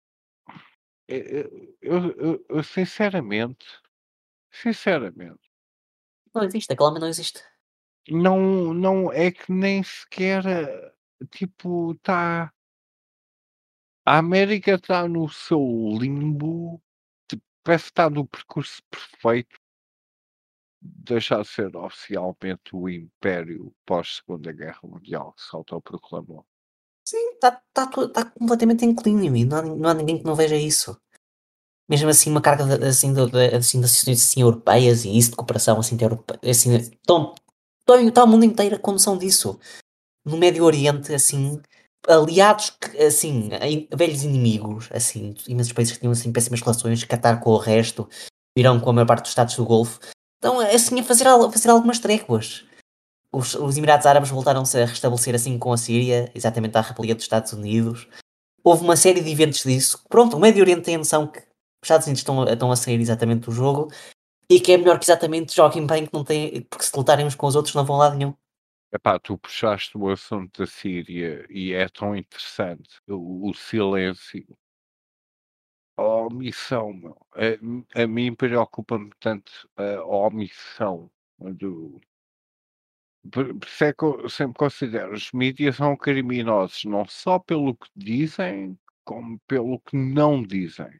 eu, eu- eu- eu sinceramente, sinceramente, Não existe, aquele homem não existe. não, não é que nem sequer, eh, tipo, está. A América está no seu limbo, tipo, parece que está no percurso perfeito de deixar de ser oficialmente o império pós-Segunda Guerra Mundial que se autoproclamou. Sim, está tá, tu- tá completamente em declínio e não há, nin- não há ninguém que não veja isso. Mesmo assim, uma carga de- assim, de, de- assim, das instituições assim, europeias e isso de cooperação assim, de europe... assim, estão, estão, está o mundo inteiro com noção disso. No Médio Oriente, assim, aliados, que, assim, em- velhos inimigos, assim, imensos países que tinham assim, péssimas relações, Qatar com o resto, Irão com a maior parte dos Estados do Golfo, estão assim a fazer, al- a fazer algumas tréguas. Os, os Emirados Árabes voltaram-se a restabelecer assim com a Síria, exatamente à replica dos Estados Unidos. Houve uma série de eventos disso. Pronto, o Médio Oriente tem a noção que os Estados Unidos estão, a- estão a sair exatamente do jogo e que é melhor que exatamente joguem bem, que não tem, porque se lutarem uns com os outros não vão a lado nenhum. Epá, tu puxaste o assunto da Síria e é tão interessante o, o silêncio, a omissão, meu. A, a mim preocupa-me tanto a omissão do. Por, por isso é que eu sempre considero os mídias são criminosos, não só pelo que dizem, como pelo que não dizem.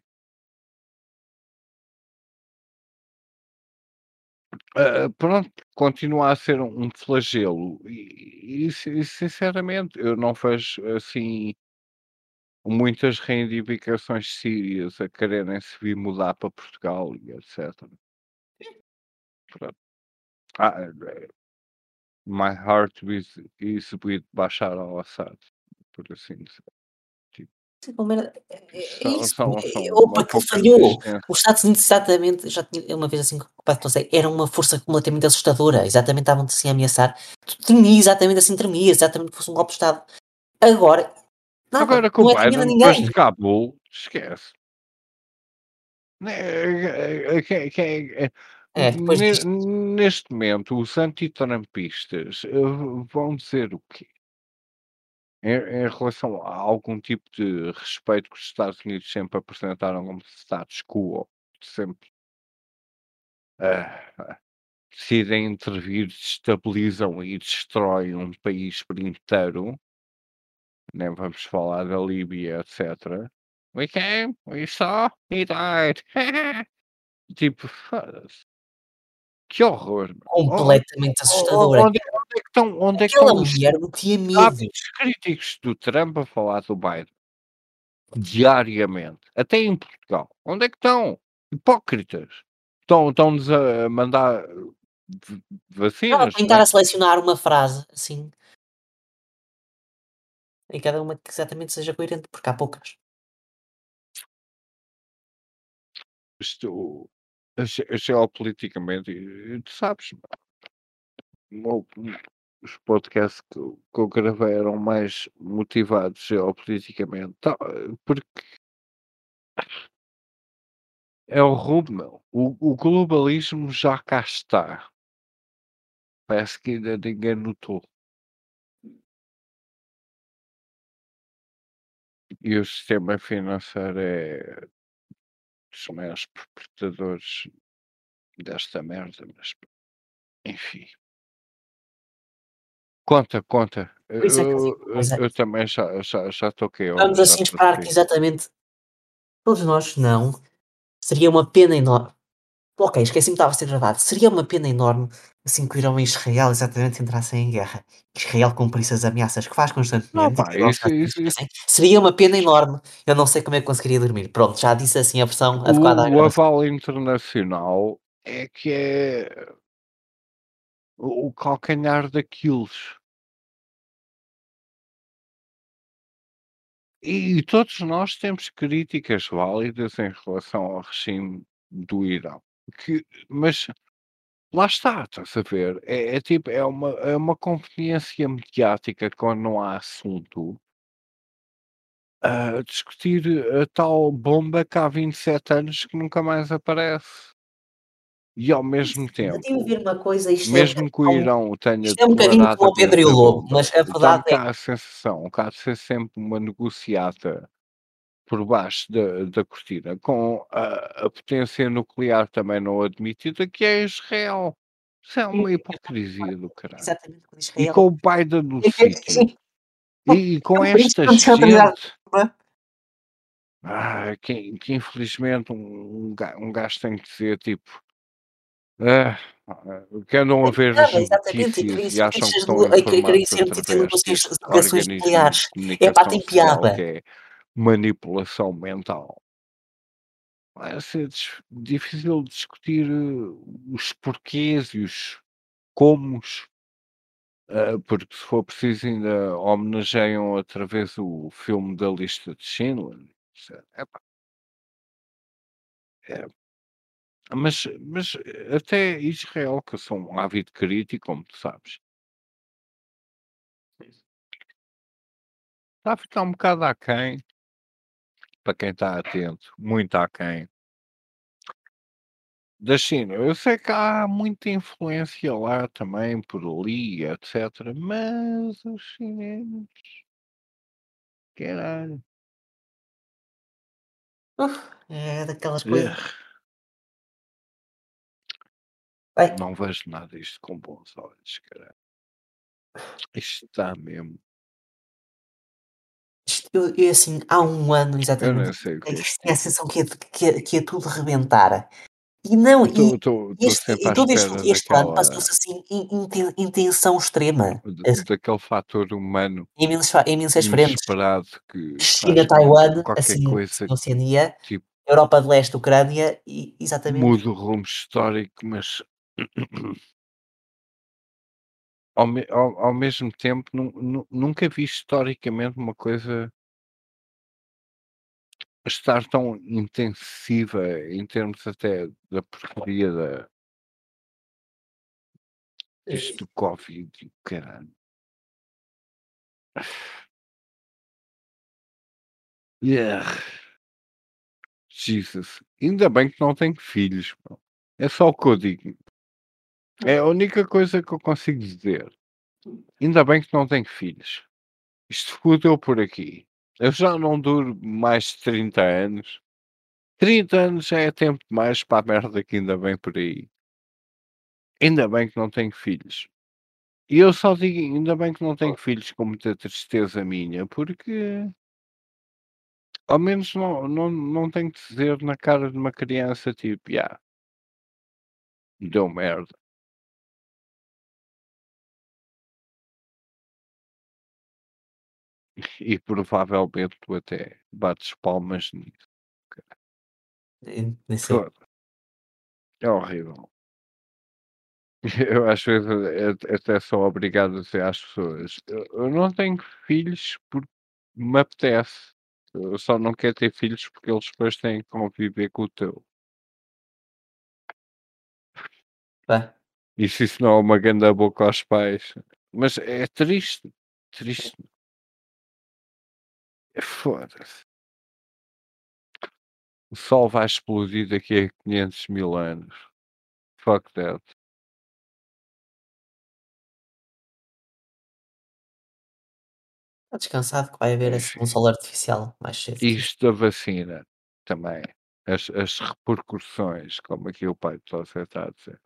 Ah, pronto, continua a ser um um flagelo e, e, si- sinceramente eu não vejo assim muitas reivindicações sírias a quererem se vir mudar para Portugal e etcétera. Pronto. Ah, eh, my heart is, is with Bashar al-Assad, por assim dizer. Tipo, Sim, pelo menos é, é- é são, isso. são, É, são opa, uma aquilo pouca falhou. resistência. Os Estados Unidos, exatamente, já tinha uma vez assim, que o Pato sei, era uma força completamente assustadora. Exatamente, estavam-te assim a ameaçar. Tu tinhas exatamente assim, tremias, exatamente que fosse um golpe de Estado. Agora, nada, Agora com o não é tremendo a Biden, depois ninguém. de Cabul, esquece. Né, eh, eh, quem- quem- eh, É, depois ne- disto, Neste momento, os antitrampistas eh, vão dizer o quê? Em, em relação a algum tipo de respeito que os Estados Unidos sempre apresentaram como status quo, sempre ah, decidem intervir, destabilizam e destroem um país por inteiro, nem vamos falar da Líbia, etcétera. We came, we saw, he died. Tipo, foda-se. Que horror, meu. O o completamente o assustadora. onde é onde é que estão onde é que Aquela estão os mulher metia medo. hábitos críticos do Trump a falar do Biden? Diariamente, até em Portugal. Onde é que estão? Hipócritas. Estão estão-nos a mandar v Ela vacinas, tentar né. a selecionar uma frase, assim, e cada uma que exatamente seja coerente, porque há poucas. Isto ge geopoliticamente, e tu sabes, o meu os podcasts que eu que eu gravei eram mais motivados geopoliticamente, tá, porque é o rumo, meu. O o globalismo já cá está. Parece que ainda ninguém notou. E o sistema financeiro é dos maiores perpetradores desta merda, mas enfim. Conta, conta. Por isso é que eu Eu digo, eu pois é, eu também já já já toquei vamos horas, já assim esperar que passei. exatamente todos nós não, seria uma pena enorme. ok, esqueci-me que estava a ser gravado. Seria uma pena enorme assim que o Irão e Israel exatamente entrassem em guerra. Israel cumprisse as ameaças que faz Não, constantemente e pá, que os isso, Estados Unidos isso, isso. esquecem. Seria uma pena enorme. Eu não sei como é que conseguiria dormir. Pronto, já disse assim a versão adequada à O, o gravação. aval internacional é que é o, o calcanhar daqueles. E todos nós temos críticas válidas em relação ao regime do Irão. Que, mas lá está, estás a ver? É, é tipo, é uma, é uma conveniência mediática quando não há assunto a discutir a tal bomba que há vinte e sete anos que nunca mais aparece. E ao mesmo Eu tive a ver tempo, uma coisa, isto é um mesmo que o bocadinho, Irão tenha isto é um bocadinho como o Pedro e declaradamente o a Lobo, bomba, mas a dá-me verdade é cá a sensação que há de ser sempre uma negociata por baixo da, da cortina, com a, a potência nuclear também não admitida, que é Israel. Isso é uma que hipocrisia do caralho. exatamente quando E Israel com o Biden no é que é sítio, sim, e, e com é um país que esta não tem autoridade gente, nenhuma. ah, que, que infelizmente um, um, ga- um gajo tem que dizer tipo, ah, ah, que andam a ver as Nada, exatamente, e que notícias querem e ser acham que notícias estão nu e que querem informados ser notícias de através negociações deste negociações organismo de nucleares. Epá, comunicação tem social que piada. é manipulação mental. Vai ser dis difícil discutir, eh, os porquês e os comos, ah, porque se for preciso ainda homenageiam outra vez o filme da lista de Schindler. Isso é epá, é mas mas eh, até Israel, que eu sou um ávido crítico, como tu sabes, está a ficar um bocado aquém, para quem está atento, muito aquém da China. Eu sei que há muita influência lá também, por ali, etcétera, mas os chineses, caralho. Uf, é daquelas coisas. Ugh, Bem, não vejo nada isto com bons olhos, caralho. Isto está mesmo. isto eu eu, assim, há um ano Eu exatamente, nem sei o eu que é que tinha a digo. sensação que ia que ia que ia tudo rebentar. E não, e Estou este sempre e à todo este espera este ano daquela, passou-se assim em em ten em tensão extrema, d assim, daquele fator humano em imensas em imensas frentes. inesperado que faz China, com que Taiwan, qualquer assim, assim, coisa, Oceania, tipo, Europa de Leste, Ucrânia e exatamente. mude o rumo histórico, mas ao me ao ao mesmo tempo nu nu nunca vi historicamente uma coisa estar tão intensiva em termos até da porcaria da Eh, disto do Covid e o caralho. Yeah. Jesus, ainda bem que não tenho filhos, meu. É só o que eu digo. É a única coisa que eu consigo dizer. Ainda bem que não tenho filhos. Isto fudeu por aqui. Eu já não duro mais de trinta anos. trinta anos já é tempo demais para a merda que ainda vem por aí. Ainda bem que não tenho filhos. E eu só digo ainda bem que não tenho filhos com muita tristeza minha, porque ao menos não não não tenho que dizer na cara de uma criança tipo: "Ya, deu merda". E provavelmente tu até bates palmas nisso. eh, nem sei. Foda, é horrível. Eu às vezes a até sou obrigado a dizer às pessoas: "Eu eu não tenho filhos porque me apetece, eu só não quero ter filhos porque eles depois têm que conviver com o teu". Pá, E se isso não é uma grande boca aos pais. Mas é triste, triste. Foda-se. O sol vai explodir daqui a quinhentos mil anos. Fuck that. estou descansado que vai haver assim um Enfim. sol artificial mais cedo que isto. Isto da vacina também. As, as repercussões, como aqui o pai de você está a dizer.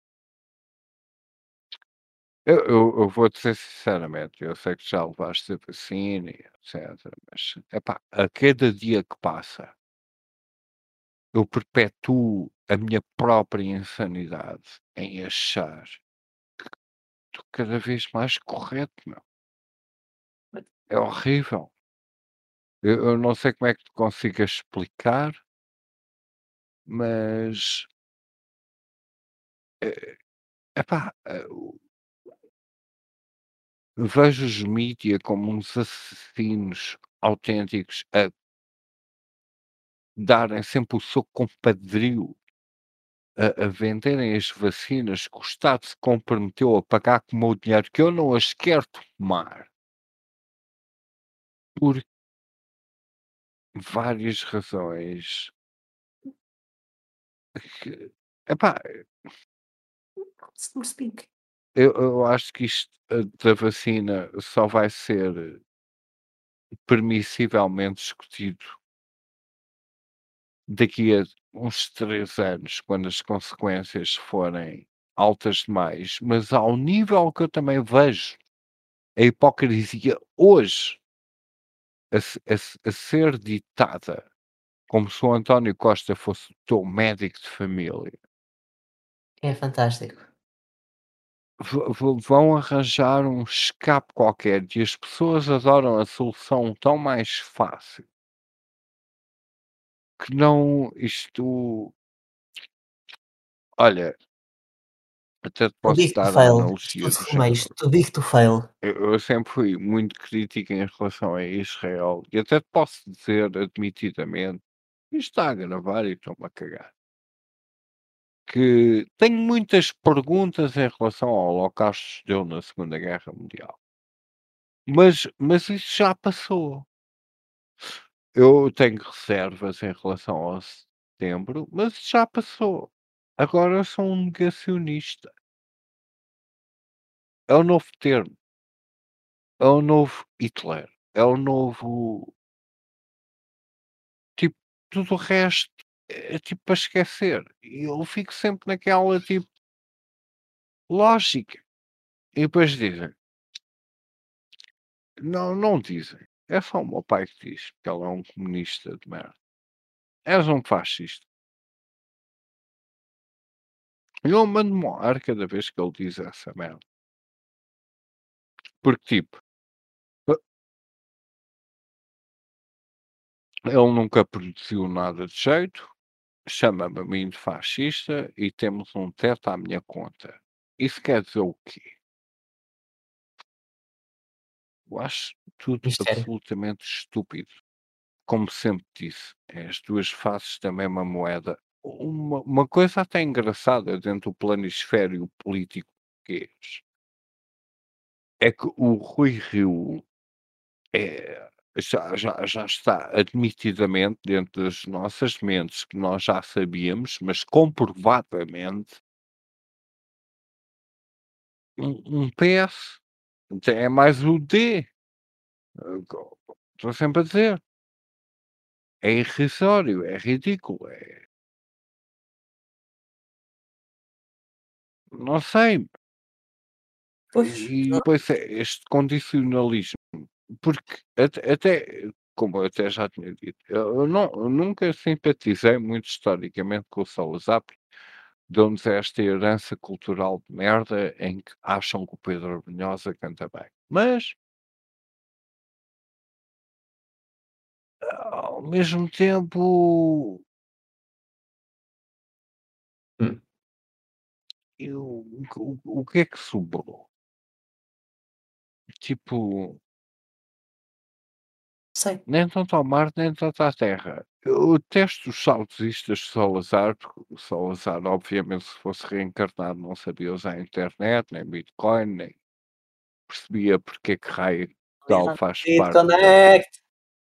Eu, eu, eu vou dizer sinceramente, eu sei que já levaste a vacina, e etcétera. Mas, epá, a cada dia que passa, eu perpetuo a minha própria insanidade em achar que estou cada vez mais correto, meu. É horrível. Eu eu não sei como é que te consigo explicar, mas, eh, epá, eh, o vejo os mídia como uns assassinos autênticos a darem sempre o seu compadrio a a venderem as vacinas que o Estado se comprometeu a pagar com o meu dinheiro, que eu não as quero tomar, por várias razões que, epá, Se não speak. eu eu acho que isto, eh, da vacina só vai ser permissivelmente discutido daqui a uns três anos, quando as consequências forem altas demais, mas ao nível que eu também vejo a hipocrisia hoje a se a se a ser ditada como se o António Costa fosse o teu médico de família, É fantástico. va va vão arranjar um escape qualquer e as pessoas adoram a solução tão mais fácil que não isto olha, até te Too posso big to dar uma fail. analogia Estudos do formais. género. Too big to fail. Eu eu sempre fui muito crítico em relação a Israel e até te posso dizer admitidamente, isto está a gravar e estou-me a cagar, que tenho muitas perguntas em relação ao holocausto que se deu na Segunda Guerra Mundial, mas mas isso já passou. Eu tenho reservas em relação ao setembro, mas isso já passou. Agora eu sou um negacionista. É o novo termo, é o novo Hitler, é o novo tipo, tudo o resto é tipo para esquecer. E eu fico sempre naquela tipo, lógica. E depois dizem, não, não dizem. É só o meu pai que diz que ele é um comunista de merda. És um fascista. E eu mando-me ao ar cada vez que ele diz essa merda. Porque, tipo, eh, ele nunca produziu nada de jeito, chama-me a mim de fascista e temos um teto à minha conta. Isso quer dizer o quê? Eu acho tudo Mistério. absolutamente estúpido. Como sempre disse, é as duas faces da mesma moeda. Uma, uma coisa até engraçada dentro do planisfério político português é que o Rui Rio é, já, já, já está admitidamente dentro das nossas mentes, que nós já sabíamos, mas comprovadamente, um, um P S. É mais o D. eh, co- Estou sempre a dizer. É irrisório, é ridículo. É, não sei. Pois. E depois é este condicionalismo, porque até até como eu até já tinha dito, eu eu não eu nunca simpatizei muito historicamente com o Salazar, porque deu-nos esta herança cultural de merda em que acham que o Pedro Brunhosa canta bem. Mas, ao mesmo tempo, Hum. eu o que o o que é que sobrou? Tipo, Sei. nem tanto ao mar, nem tanto à terra. Eu detesto os saudosistas de Salazar, porque o Salazar, obviamente, se fosse reencarnado, não sabia usar a internet, nem Bitcoin, nem percebia porque é que raio tal faz It parte da, connect.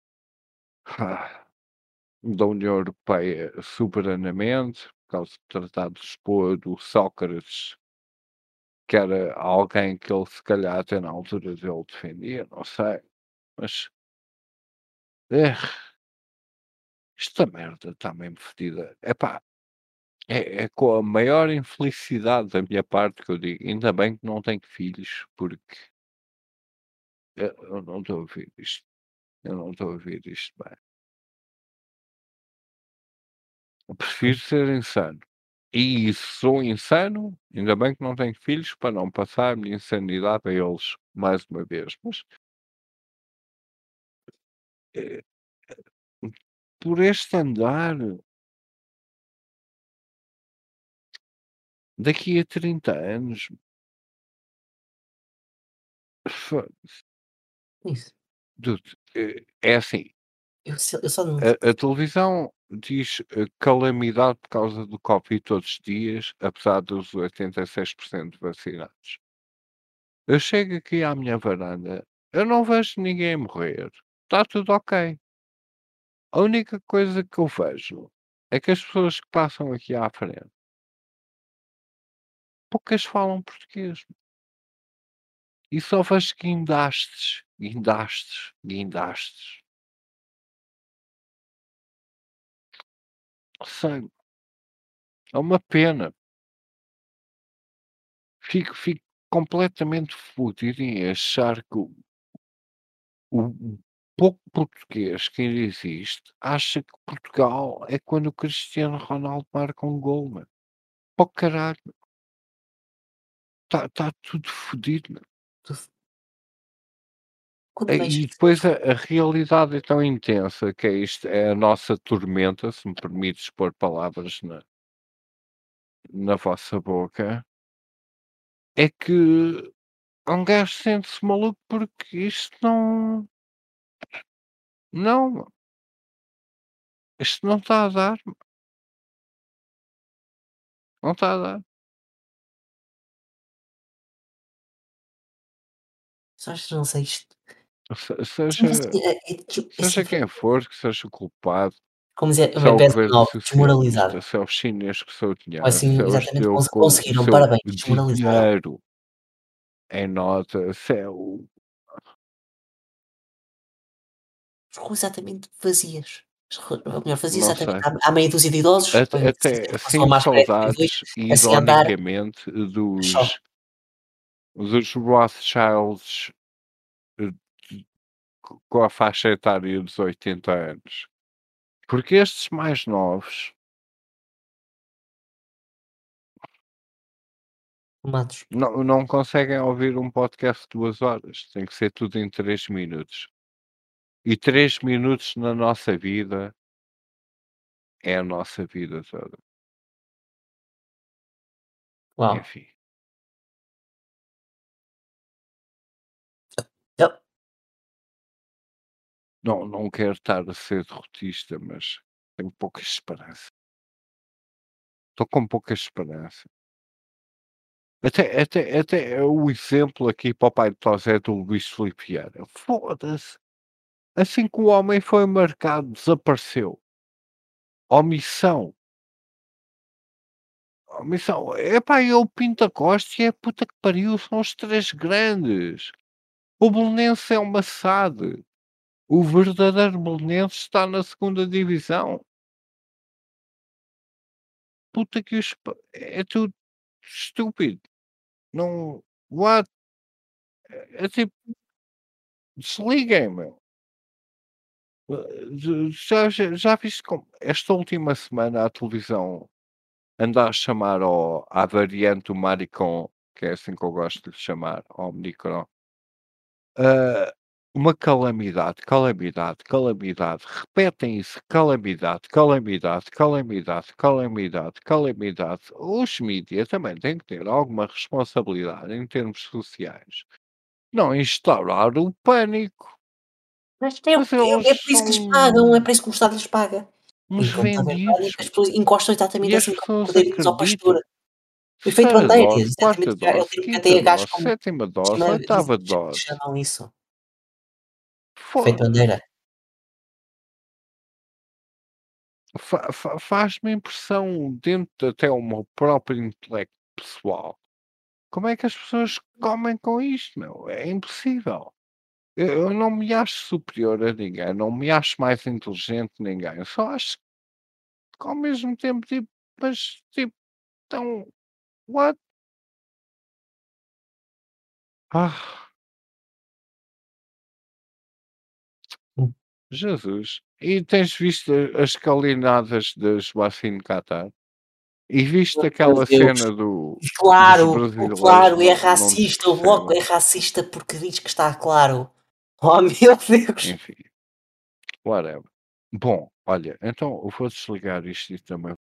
da União Europeia soberanamente, por causa do Tratado de Lisboa, do Sócrates, que era alguém que ele, se calhar, até na altura dele defendia, não sei, mas. eh, esta merda está mesmo fedida. Epá, É é com a maior infelicidade da minha parte que eu digo: "Ainda bem que não tenho filhos, porque eu eu não estou a ver isto, eu não estou a ver isto bem". Eu prefiro ser insano. E se sou insano, ainda bem que não tenho filhos para não passar a minha insanidade a eles mais uma vez. Mas eh, por este andar, daqui a trinta anos, fo- Isso. dude, eh, é assim. Eu, só- eu só não. A, a televisão diz eh, calamidade por causa do Covid todos os dias, apesar dos oitenta e seis por cento vacinados. Eu chego aqui à minha varanda, eu não vejo ninguém morrer. Está tudo ok. A única coisa que eu vejo é que as pessoas que passam aqui à frente, poucas falam português. E só vejo guindastes, guindastes, guindastes. Sério, é uma pena. Fico, fico completamente fodido em achar que o, o pouco português que ainda existe acha que Portugal é quando o Cristiano Ronaldo marca um gol, mano. Pô, caralho, está tá tudo fodido, meu. tu- Quando Eh, vejo E isso, depois a, a realidade é tão intensa que é isto, é a nossa tormenta, se me permites pôr palavras na, na vossa boca, é que um gajo sente-se maluco porque isto não, não, isto não está a dar, não está a dar. sabes, não sei isto. Se- Sim, Seja, assim, é, é, tipo, assim, seja quem for que seja o culpado, como dizer, se é bem, o peço governo mal, desmoralizado. socialista, se é o chinês que sou Ou dinheiro, se assim, é o exatamente, judeu cons- com o conseguiram, seu parabéns, desmoralizaram. dinheiro em nota, se é o. Ficou exatamente vazias. As ru- Ou melhor, vazia Não exatamente. sei. Há, há meia dúzia de idosos, Até, bem, assim, até passou a sinto máscara F P dois, saudades, assim a andar, ironicamente, só. dos, dos Rothschilds eh, de- com a faixa etária dos oitenta anos. Porque estes mais novos Fumados. não, não conseguem ouvir um podcast de duas horas. Tem que ser tudo em três minutos. E três minutos na nossa vida é a nossa vida toda. Uau. Enfim. Yep. Não, não quero estar a ser derrotista, mas tenho pouca esperança. Estou com pouca esperança. Até, até, até o exemplo aqui para o pai de Tosé do Luís Filipe Vieira. Foda-se. Assim que o homem foi marcado, desapareceu. Omissão. Omissão. Epá, e o Pinta Costa e a puta que pariu são os três grandes. O Belenense é uma S A D. O verdadeiro Belenense está na segunda divisão. Puta que os... pa- É tudo estúpido. Não... What? É tipo, desliguem, meu. Eh, Já, já, já viste como esta última semana a televisão anda a chamar ao, à variante do Maricon, que é assim que eu gosto de lhe chamar, ao Omicron, ah, uma calamidade, calamidade, calamidade. Repetem isso, calamidade, calamidade, calamidade, calamidade, calamidade. Os mídias também têm que ter alguma responsabilidade em termos sociais. Não instaurar o pânico. Mas é, o Mas que- eles é por isso que lhes pagam, é são por isso que o Estado lhes paga. uns Enquanto haver pânico, vendidos as pessoas encostam e exatamente as assim como pessoas cordeirinhos ao pastor. acreditam. O efeito Terceira bandeira, dose, quarta exatamente, é o dose, termo que até quinta a gajos dose, como sétima dose, chama, oitava dizem, dose. chamam isso. Efeito Foda-se. bandeira. Fa- fa- Faz-me impressão dentro até o meu próprio intelecto pessoal. Como é que as pessoas comem com isto, meu? É impossível. Eu, eu não me acho superior a ninguém, não me acho mais inteligente que ninguém. Eu só acho que ao mesmo tempo, tipo, mas tipo, tão. What? Ah, Hum. Jesus. E tens visto as escalinadas da Joacine Catar? E viste Meu aquela Deus. cena do, dos Claro, o brasileiros claro é não, não nos racista, o bloco percebem? é racista porque diz que está claro. Oh meu Deus! Enfim, whatever. Bom, olha, então eu vou desligar isto e também